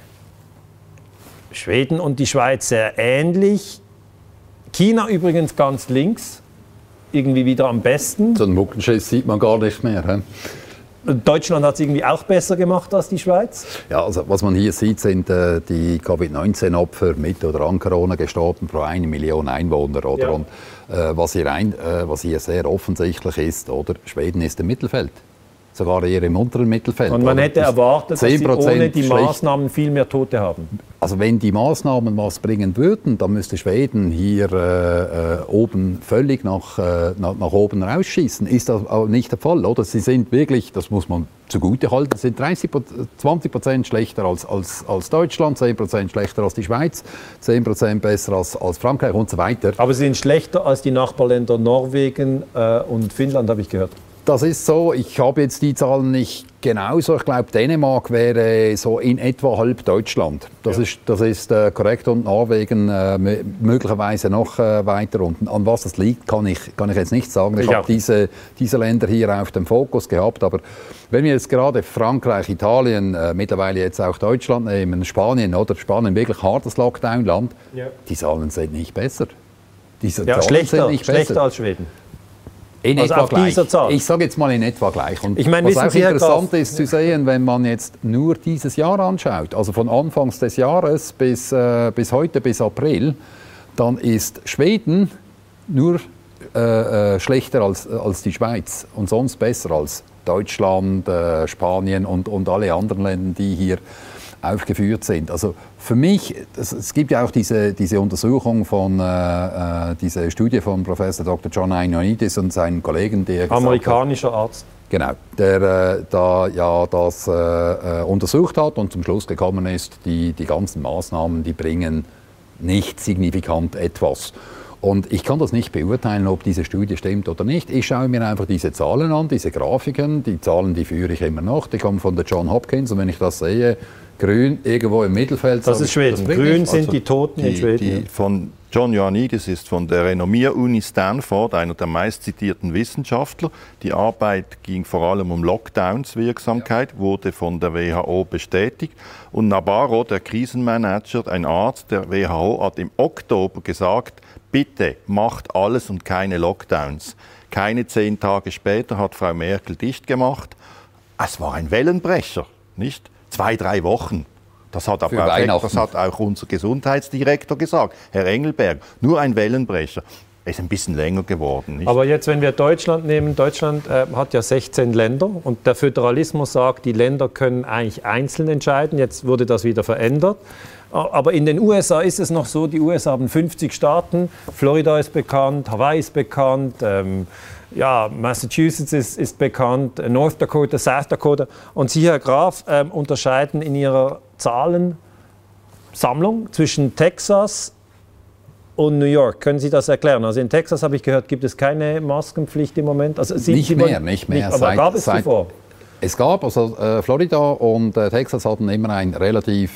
Schweden und die Schweiz sehr ähnlich. China übrigens ganz links, irgendwie wieder am besten. So einen Muckenschiss sieht man gar nicht mehr. He? Deutschland hat es irgendwie auch besser gemacht als die Schweiz? Ja, also was man hier sieht, sind die Covid-19-Opfer mit oder an Corona gestorben pro 1 Million Einwohner. Oder? Ja. Und was hier sehr offensichtlich ist, oder? Schweden ist im Mittelfeld. Sogar eher im unteren Mittelfeld. Und man hätte erwartet, dass sie ohne die Maßnahmen viel mehr Tote haben. Also wenn die Maßnahmen was bringen würden, dann müsste Schweden hier oben völlig nach oben rausschießen. Ist das auch nicht der Fall, oder? Sie sind wirklich, das muss man zugutehalten, sind 20% schlechter als Deutschland, 10% schlechter als die Schweiz, 10% besser als Frankreich und so weiter. Aber sie sind schlechter als die Nachbarländer Norwegen und Finnland, habe ich gehört. Das ist so. Ich habe jetzt die Zahlen nicht genauso. Ich glaube, Dänemark wäre so in etwa halb Deutschland. Das ist korrekt. Und Norwegen möglicherweise noch weiter unten. An was das liegt, kann ich jetzt nicht sagen. Ich habe diese Länder hier auf dem Fokus gehabt. Aber wenn wir jetzt gerade Frankreich, Italien, mittlerweile jetzt auch Deutschland nehmen, Spanien, oder Spanien wirklich hartes Lockdown-Land, die Zahlen sind nicht besser. Schlechter als Schweden. In etwa gleich. Ich sage jetzt mal in etwa gleich. Und was auch interessant ist zu sehen, wenn man jetzt nur dieses Jahr anschaut, also von Anfangs des Jahres bis heute, bis April, dann ist Schweden nur schlechter als die Schweiz und sonst besser als Deutschland, Spanien und alle anderen Länder, die hier aufgeführt sind. Also für mich, es gibt ja auch diese Untersuchung diese Studie von Professor Dr. John Ioannidis und seinen Kollegen, der amerikanischer Arzt. Genau, der das untersucht hat und zum Schluss gekommen ist, die ganzen Maßnahmen, die bringen nicht signifikant etwas. Und ich kann das nicht beurteilen, ob diese Studie stimmt oder nicht. Ich schaue mir einfach diese Zahlen an, diese Grafiken. Die Zahlen, die führe ich immer noch. Die kommen von der John Hopkins. Und wenn ich das sehe, grün irgendwo im Mittelfeld. Das ist Schweden. Grün sind die Toten in Schweden. Die von John Ioannidis ist von der Renommier-Uni Stanford, einer der meistzitierten Wissenschaftler. Die Arbeit ging vor allem um Lockdowns-Wirksamkeit, wurde von der WHO bestätigt. Und Nabarro, der Krisenmanager, ein Arzt der WHO, hat im Oktober gesagt, bitte macht alles und keine Lockdowns. Keine 10 Tage später hat Frau Merkel dicht gemacht. Es war ein Wellenbrecher, nicht? 2-3 Wochen. Das hat auch unser Gesundheitsdirektor gesagt, Herr Engelberg. Nur ein Wellenbrecher. Ist ein bisschen länger geworden. Nicht? Aber jetzt, wenn wir Deutschland nehmen, Deutschland hat ja 16 Länder und der Föderalismus sagt, die Länder können eigentlich einzeln entscheiden. Jetzt wurde das wieder verändert. Aber in den USA ist es noch so, die USA haben 50 Staaten, Florida ist bekannt, Hawaii ist bekannt, Massachusetts ist bekannt, North Dakota, South Dakota. Und Sie, Herr Graf, unterscheiden in Ihrer Zahlensammlung zwischen Texas und New York. Können Sie das erklären? Also in Texas, habe ich gehört, gibt es keine Maskenpflicht im Moment. Also nicht mehr. Aber gab es zuvor? Es gab, also Florida und Texas hatten immer ein relativ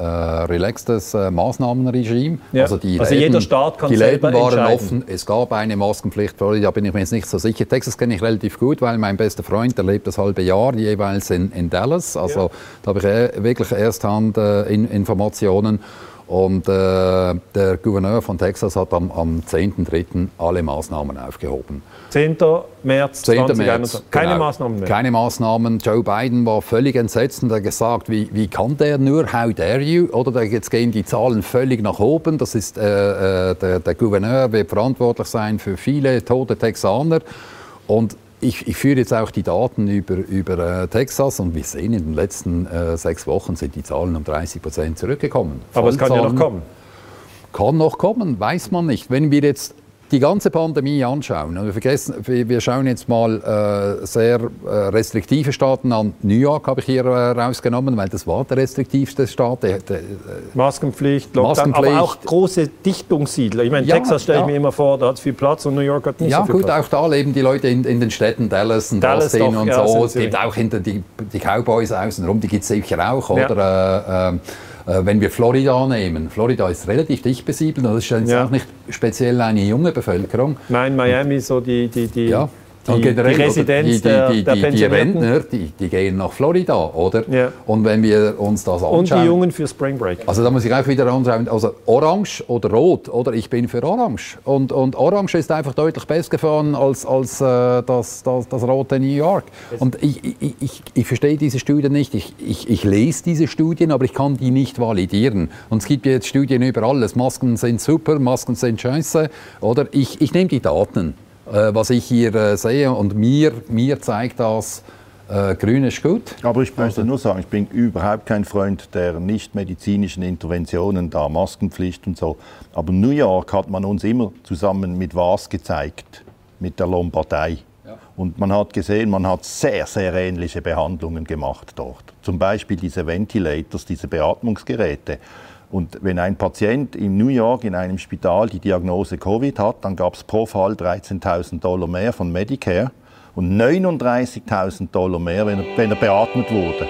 relaxtes Maßnahmenregime. Ja. Also jeder Staat kann die selber Läden waren entscheiden. offen. Es gab eine Maskenpflicht. Florida bin ich mir jetzt nicht so sicher. Texas kenne ich relativ gut, weil mein bester Freund, der lebt das halbe Jahr jeweils in Dallas. Also da habe ich wirklich Ersthand Informationen. Und der Gouverneur von Texas hat am 10.3. alle Maßnahmen aufgehoben. 10. März 2021. Keine genau. Maßnahmen mehr. Keine Maßnahmen. Joe Biden war völlig entsetzt und hat gesagt, wie kann der nur, how dare you? Oder jetzt gehen die Zahlen völlig nach oben. Das ist, der Gouverneur wird verantwortlich sein für viele tote Texaner. Und ich führe jetzt auch die Daten über Texas und wir sehen, in den letzten 6 Wochen sind die Zahlen um 30% zurückgekommen. Aber es kann ja noch kommen. Kann noch kommen, weiß man nicht. Wenn wir jetzt die ganze Pandemie anschauen, und wir schauen jetzt mal sehr restriktive Staaten an. New York habe ich hier rausgenommen, weil das war der restriktivste Staat. Maskenpflicht, Lockdown, aber auch große Dichtungssiedler. Ich meine, Texas stelle ich mir immer vor, da hat es viel Platz und New York hat nicht so viel Platz. Ja gut, auch da leben die Leute in den Städten Dallas und Austin und so. Es gibt auch hinter die Cowboys außenrum, die gibt es sicher auch. Ja. Oder wenn wir Florida nehmen, Florida ist relativ dicht besiedelt und das ist jetzt auch nicht speziell eine junge Bevölkerung. Nein, Miami so die und generell, die Residenz der Pensionierten. Die Rentner, die gehen nach Florida, oder? Ja. Und wenn wir uns das anschauen... Und die Jungen für Spring Break. Also da muss ich auch wieder anschauen, also Orange oder Rot, oder ich bin für Orange. Und Orange ist einfach deutlich besser gefahren als das rote New York. Und ich verstehe diese Studien nicht. Ich lese diese Studien, aber ich kann die nicht validieren. Und es gibt jetzt Studien über alles. Masken sind super, Masken sind scheiße. Oder ich nehme die Daten. Was ich hier sehe und mir zeigt das, grün ist gut. Aber ich möchte nur sagen, ich bin überhaupt kein Freund der nicht-medizinischen Interventionen, da Maskenpflicht und so. Aber New York hat man uns immer zusammen mit was gezeigt? Mit der Lombardei. Ja. Und man hat gesehen, man hat sehr, sehr ähnliche Behandlungen gemacht dort. Zum Beispiel diese Ventilators, diese Beatmungsgeräte. Und wenn ein Patient in New York in einem Spital die Diagnose Covid hat, dann gab es pro Fall $13.000 mehr von Medicare und $39.000 mehr, wenn er beatmet wurde.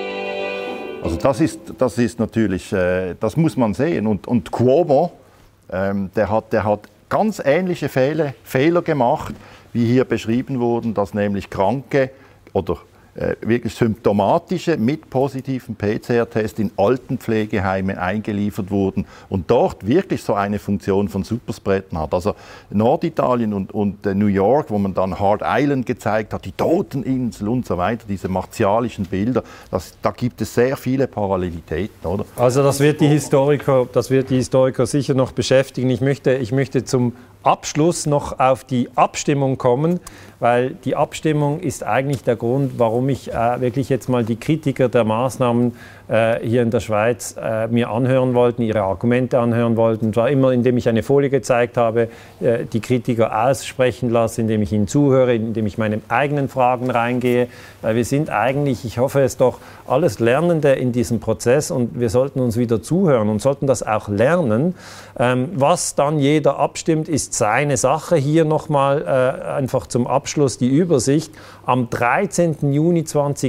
Also das ist natürlich, das muss man sehen. Und Cuomo, der hat ganz ähnliche Fehler gemacht, wie hier beschrieben wurden, dass nämlich Kranke oder wirklich symptomatische mit positiven PCR-Test in Altenpflegeheimen eingeliefert wurden und dort wirklich so eine Funktion von Superspreadern hat. Also Norditalien und New York, wo man dann Hard Island gezeigt hat, die Toteninsel und so weiter, diese martialischen Bilder, da gibt es sehr viele Parallelitäten, oder? Also das wird die Historiker sicher noch beschäftigen. Ich möchte zum Abschluss noch auf die Abstimmung kommen, weil die Abstimmung ist eigentlich der Grund, warum ich wirklich jetzt mal die Kritiker der Maßnahmen hier in der Schweiz mir anhören wollten, ihre Argumente anhören wollten. Und zwar immer, indem ich eine Folie gezeigt habe, die Kritiker aussprechen lasse, indem ich ihnen zuhöre, indem ich meine eigenen Fragen reingehe. Weil wir sind eigentlich, ich hoffe es doch, alles Lernende in diesem Prozess und wir sollten uns wieder zuhören und sollten das auch lernen. Was dann jeder abstimmt, ist seine Sache. Hier nochmal einfach zum Abschluss die Übersicht. Am 13. Juni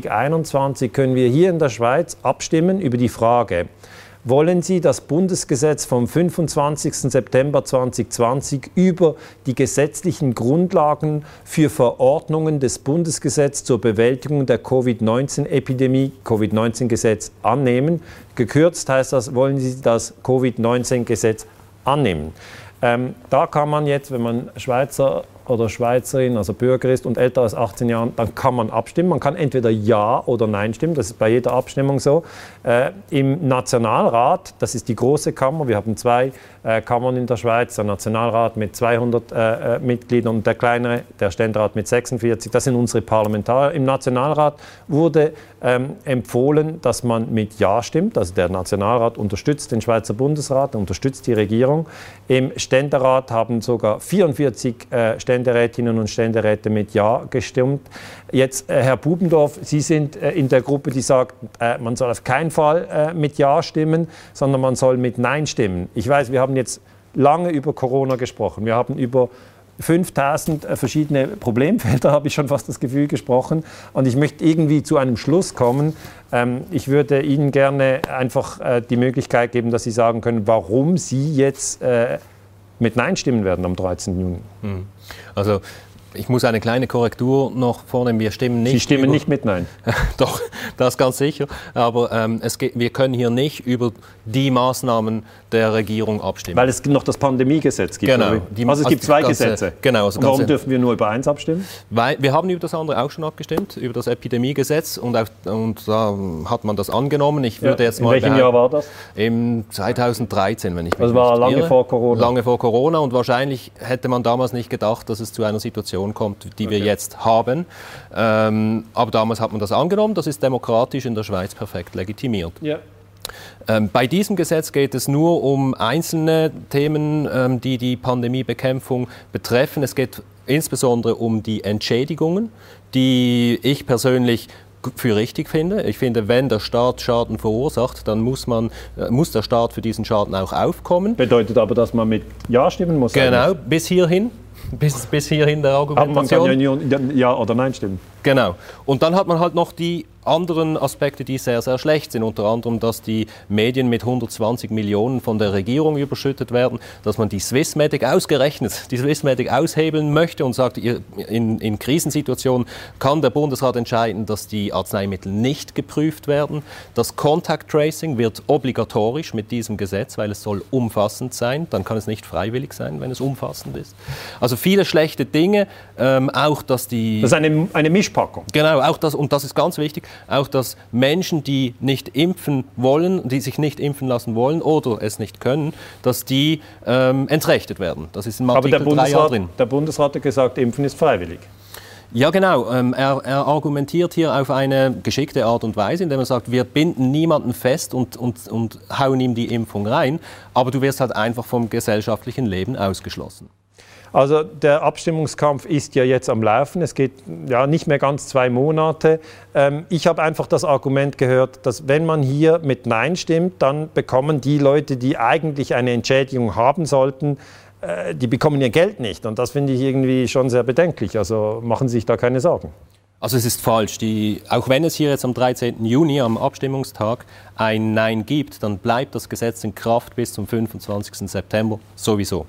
2021 können wir hier in der Schweiz abstimmen über die Frage: Wollen Sie das Bundesgesetz vom 25. September 2020 über die gesetzlichen Grundlagen für Verordnungen des Bundesgesetzes zur Bewältigung der Covid-19-Epidemie, Covid-19-Gesetz, annehmen? Gekürzt heißt das, wollen Sie das Covid-19-Gesetz annehmen? Da kann man jetzt, wenn man Schweizer oder Schweizerin, also Bürger ist und älter als 18 Jahren, dann kann man abstimmen. Man kann entweder Ja oder Nein stimmen, das ist bei jeder Abstimmung so. Im Nationalrat, das ist die große Kammer, wir haben 2 Kammern in der Schweiz, der Nationalrat mit 200 Mitgliedern und der kleinere, der Ständerat mit 46, das sind unsere Parlamentarier. Im Nationalrat wurde empfohlen, dass man mit Ja stimmt, also der Nationalrat unterstützt den Schweizer Bundesrat, unterstützt die Regierung. Im Ständerat haben sogar 44 Ständerätinnen und Ständeräte mit Ja gestimmt. Jetzt, Herr Bubendorf, Sie sind in der Gruppe, die sagt, man soll auf keinen Fall mit Ja stimmen, sondern man soll mit Nein stimmen. Ich weiß, wir haben jetzt lange über Corona gesprochen. Wir haben über 5000 verschiedene Problemfelder, habe ich schon fast das Gefühl, gesprochen. Und ich möchte irgendwie zu einem Schluss kommen. Ich würde Ihnen gerne einfach die Möglichkeit geben, dass Sie sagen können, warum Sie jetzt mit Nein stimmen werden am 13. Juni. Also ich muss eine kleine Korrektur noch vornehmen. Wir stimmen nicht. Sie stimmen nicht mit Nein? Doch, das ganz sicher. Aber wir können hier nicht über die Maßnahmen der Regierung abstimmen. Weil es noch das Pandemiegesetz gibt. Genau. Also es gibt zwei Gesetze. Genau. Also und warum dürfen wir nur über eins abstimmen? Weil wir haben über das andere auch schon abgestimmt, über das Epidemiegesetz. Und da hat man das angenommen. Ich würde jetzt mal in welchem Jahr war das? Im 2013, wenn ich mich nicht irre. Das war lange vor Corona. Lange vor Corona. Und wahrscheinlich hätte man damals nicht gedacht, dass es zu einer Situation kommt, die wir jetzt haben. Aber damals hat man das angenommen. Das ist demokratisch in der Schweiz perfekt legitimiert. Ja. Bei diesem Gesetz geht es nur um einzelne Themen, die die Pandemiebekämpfung betreffen. Es geht insbesondere um die Entschädigungen, die ich persönlich für richtig finde. Ich finde, wenn der Staat Schaden verursacht, dann muss der Staat für diesen Schaden auch aufkommen. Bedeutet aber, dass man mit Ja stimmen muss? Genau, bis hierhin. Bis hierhin der Argumentation. Aber man kann ja oder Nein stimmen. Genau. Und dann hat man halt noch die anderen Aspekte, die sehr, sehr schlecht sind. Unter anderem, dass die Medien mit 120 Millionen von der Regierung überschüttet werden, dass man die Swissmedic aushebeln möchte und sagt, in Krisensituationen kann der Bundesrat entscheiden, dass die Arzneimittel nicht geprüft werden. Das Contact Tracing wird obligatorisch mit diesem Gesetz, weil es soll umfassend sein. Dann kann es nicht freiwillig sein, wenn es umfassend ist. Also viele schlechte Dinge. Auch, dass die... Das ist eine Mischpackung. Genau, auch das, und das ist ganz wichtig, auch dass Menschen, die nicht impfen wollen, die sich nicht impfen lassen wollen oder es nicht können, dass die entrechtet werden. Das ist im Artikel 3a drin. Der Bundesrat hat gesagt, Impfen ist freiwillig. Ja, genau. Er argumentiert hier auf eine geschickte Art und Weise, indem er sagt, wir binden niemanden fest und hauen ihm die Impfung rein, aber du wirst halt einfach vom gesellschaftlichen Leben ausgeschlossen. Also der Abstimmungskampf ist ja jetzt am Laufen. Es geht ja nicht mehr ganz 2 Monate. Ich habe einfach das Argument gehört, dass wenn man hier mit Nein stimmt, dann bekommen die Leute, die eigentlich eine Entschädigung haben sollten, die bekommen ihr Geld nicht. Und das finde ich irgendwie schon sehr bedenklich. Also machen Sie sich da keine Sorgen. Also es ist falsch. Auch wenn es hier jetzt am 13. Juni, am Abstimmungstag, ein Nein gibt, dann bleibt das Gesetz in Kraft bis zum 25. September sowieso.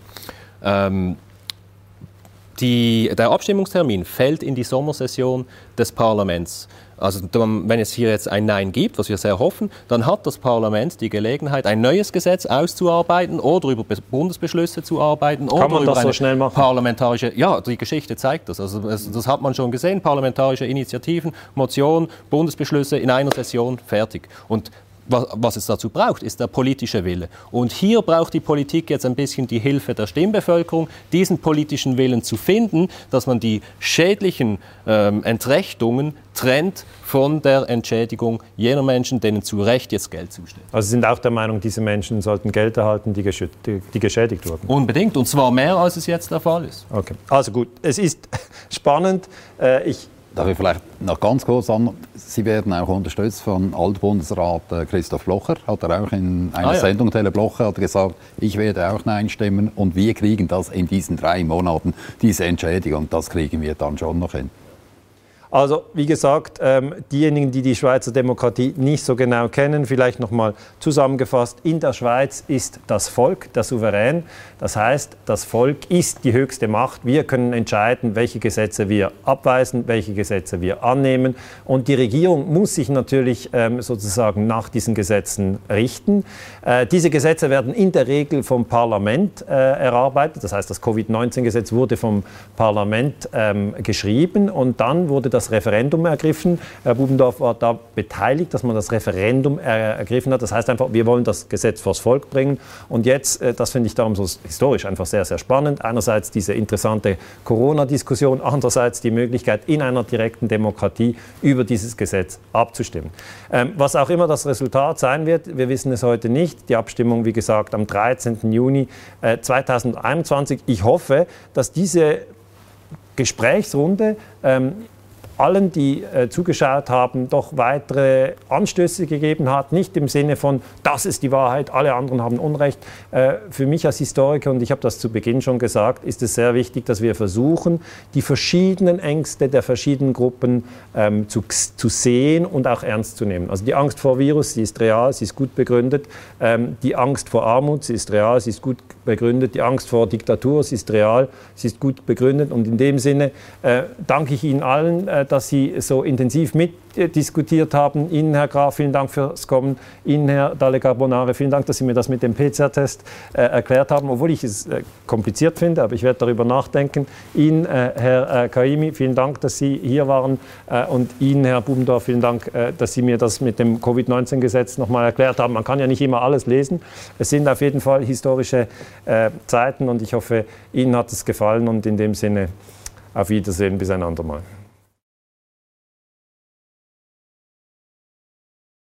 Der Abstimmungstermin fällt in die Sommersession des Parlaments. Also wenn es hier jetzt ein Nein gibt, was wir sehr hoffen, dann hat das Parlament die Gelegenheit, ein neues Gesetz auszuarbeiten oder über Bundesbeschlüsse zu arbeiten. Kann man das so schnell machen? Parlamentarische, ja, die Geschichte zeigt das. Also das hat man schon gesehen, parlamentarische Initiativen, Motionen, Bundesbeschlüsse in einer Session, fertig. Und was es dazu braucht, ist der politische Wille. Und hier braucht die Politik jetzt ein bisschen die Hilfe der Stimmbevölkerung, diesen politischen Willen zu finden, dass man die schädlichen Entrechtungen trennt von der Entschädigung jener Menschen, denen zu Recht jetzt Geld zusteht. Also Sie sind auch der Meinung, diese Menschen sollten Geld erhalten, die geschädigt wurden? Unbedingt, und zwar mehr, als es jetzt der Fall ist. Okay, also gut, es ist spannend. Darf ich vielleicht noch ganz kurz an, Sie werden auch unterstützt von Altbundesrat Christoph Blocher, hat er auch in einer Sendung, Tele Blocher, hat gesagt, ich werde auch Nein stimmen und wir kriegen das in diesen 3 Monaten, diese Entschädigung, das kriegen wir dann schon noch hin. Also wie gesagt, diejenigen, die die Schweizer Demokratie nicht so genau kennen, vielleicht noch mal zusammengefasst, in der Schweiz ist das Volk der Souverän. Das heißt, das Volk ist die höchste Macht. Wir können entscheiden, welche Gesetze wir abweisen, welche Gesetze wir annehmen. Und die Regierung muss sich natürlich sozusagen nach diesen Gesetzen richten. Diese Gesetze werden in der Regel vom Parlament erarbeitet. Das heißt, das Covid-19-Gesetz wurde vom Parlament geschrieben und dann wurde das Referendum ergriffen. Herr Bubendorf war da beteiligt, dass man das Referendum ergriffen hat. Das heißt einfach, wir wollen das Gesetz vors Volk bringen. Und jetzt, das finde ich darum so historisch einfach sehr, sehr spannend. Einerseits diese interessante Corona-Diskussion, andererseits die Möglichkeit, in einer direkten Demokratie über dieses Gesetz abzustimmen. Was auch immer das Resultat sein wird, wir wissen es heute nicht. Die Abstimmung, wie gesagt, am 13. Juni 2021. Ich hoffe, dass diese Gesprächsrunde allen, die zugeschaut haben, doch weitere Anstöße gegeben hat. Nicht im Sinne von, das ist die Wahrheit, alle anderen haben Unrecht. Für mich als Historiker, und ich habe das zu Beginn schon gesagt, ist es sehr wichtig, dass wir versuchen, die verschiedenen Ängste der verschiedenen Gruppen zu sehen und auch ernst zu nehmen. Also die Angst vor Virus, sie ist real, sie ist gut begründet. Die Angst vor Armut, sie ist real, sie ist gut begründet. Die Angst vor Diktatur, sie ist real, sie ist gut begründet. Und in dem Sinne danke ich Ihnen allen, dass Sie so intensiv mitdiskutiert haben. Ihnen, Herr Graf, vielen Dank fürs Kommen. Ihnen, Herr Dalle Carbonare, vielen Dank, dass Sie mir das mit dem PCR-Test erklärt haben, obwohl ich es kompliziert finde, aber ich werde darüber nachdenken. Ihnen, Herr Kaimi, vielen Dank, dass Sie hier waren. Und Ihnen, Herr Bubendorf, vielen Dank, dass Sie mir das mit dem Covid-19-Gesetz nochmal erklärt haben. Man kann ja nicht immer alles lesen. Es sind auf jeden Fall historische Zeiten und ich hoffe, Ihnen hat es gefallen und in dem Sinne auf Wiedersehen, bis ein andermal.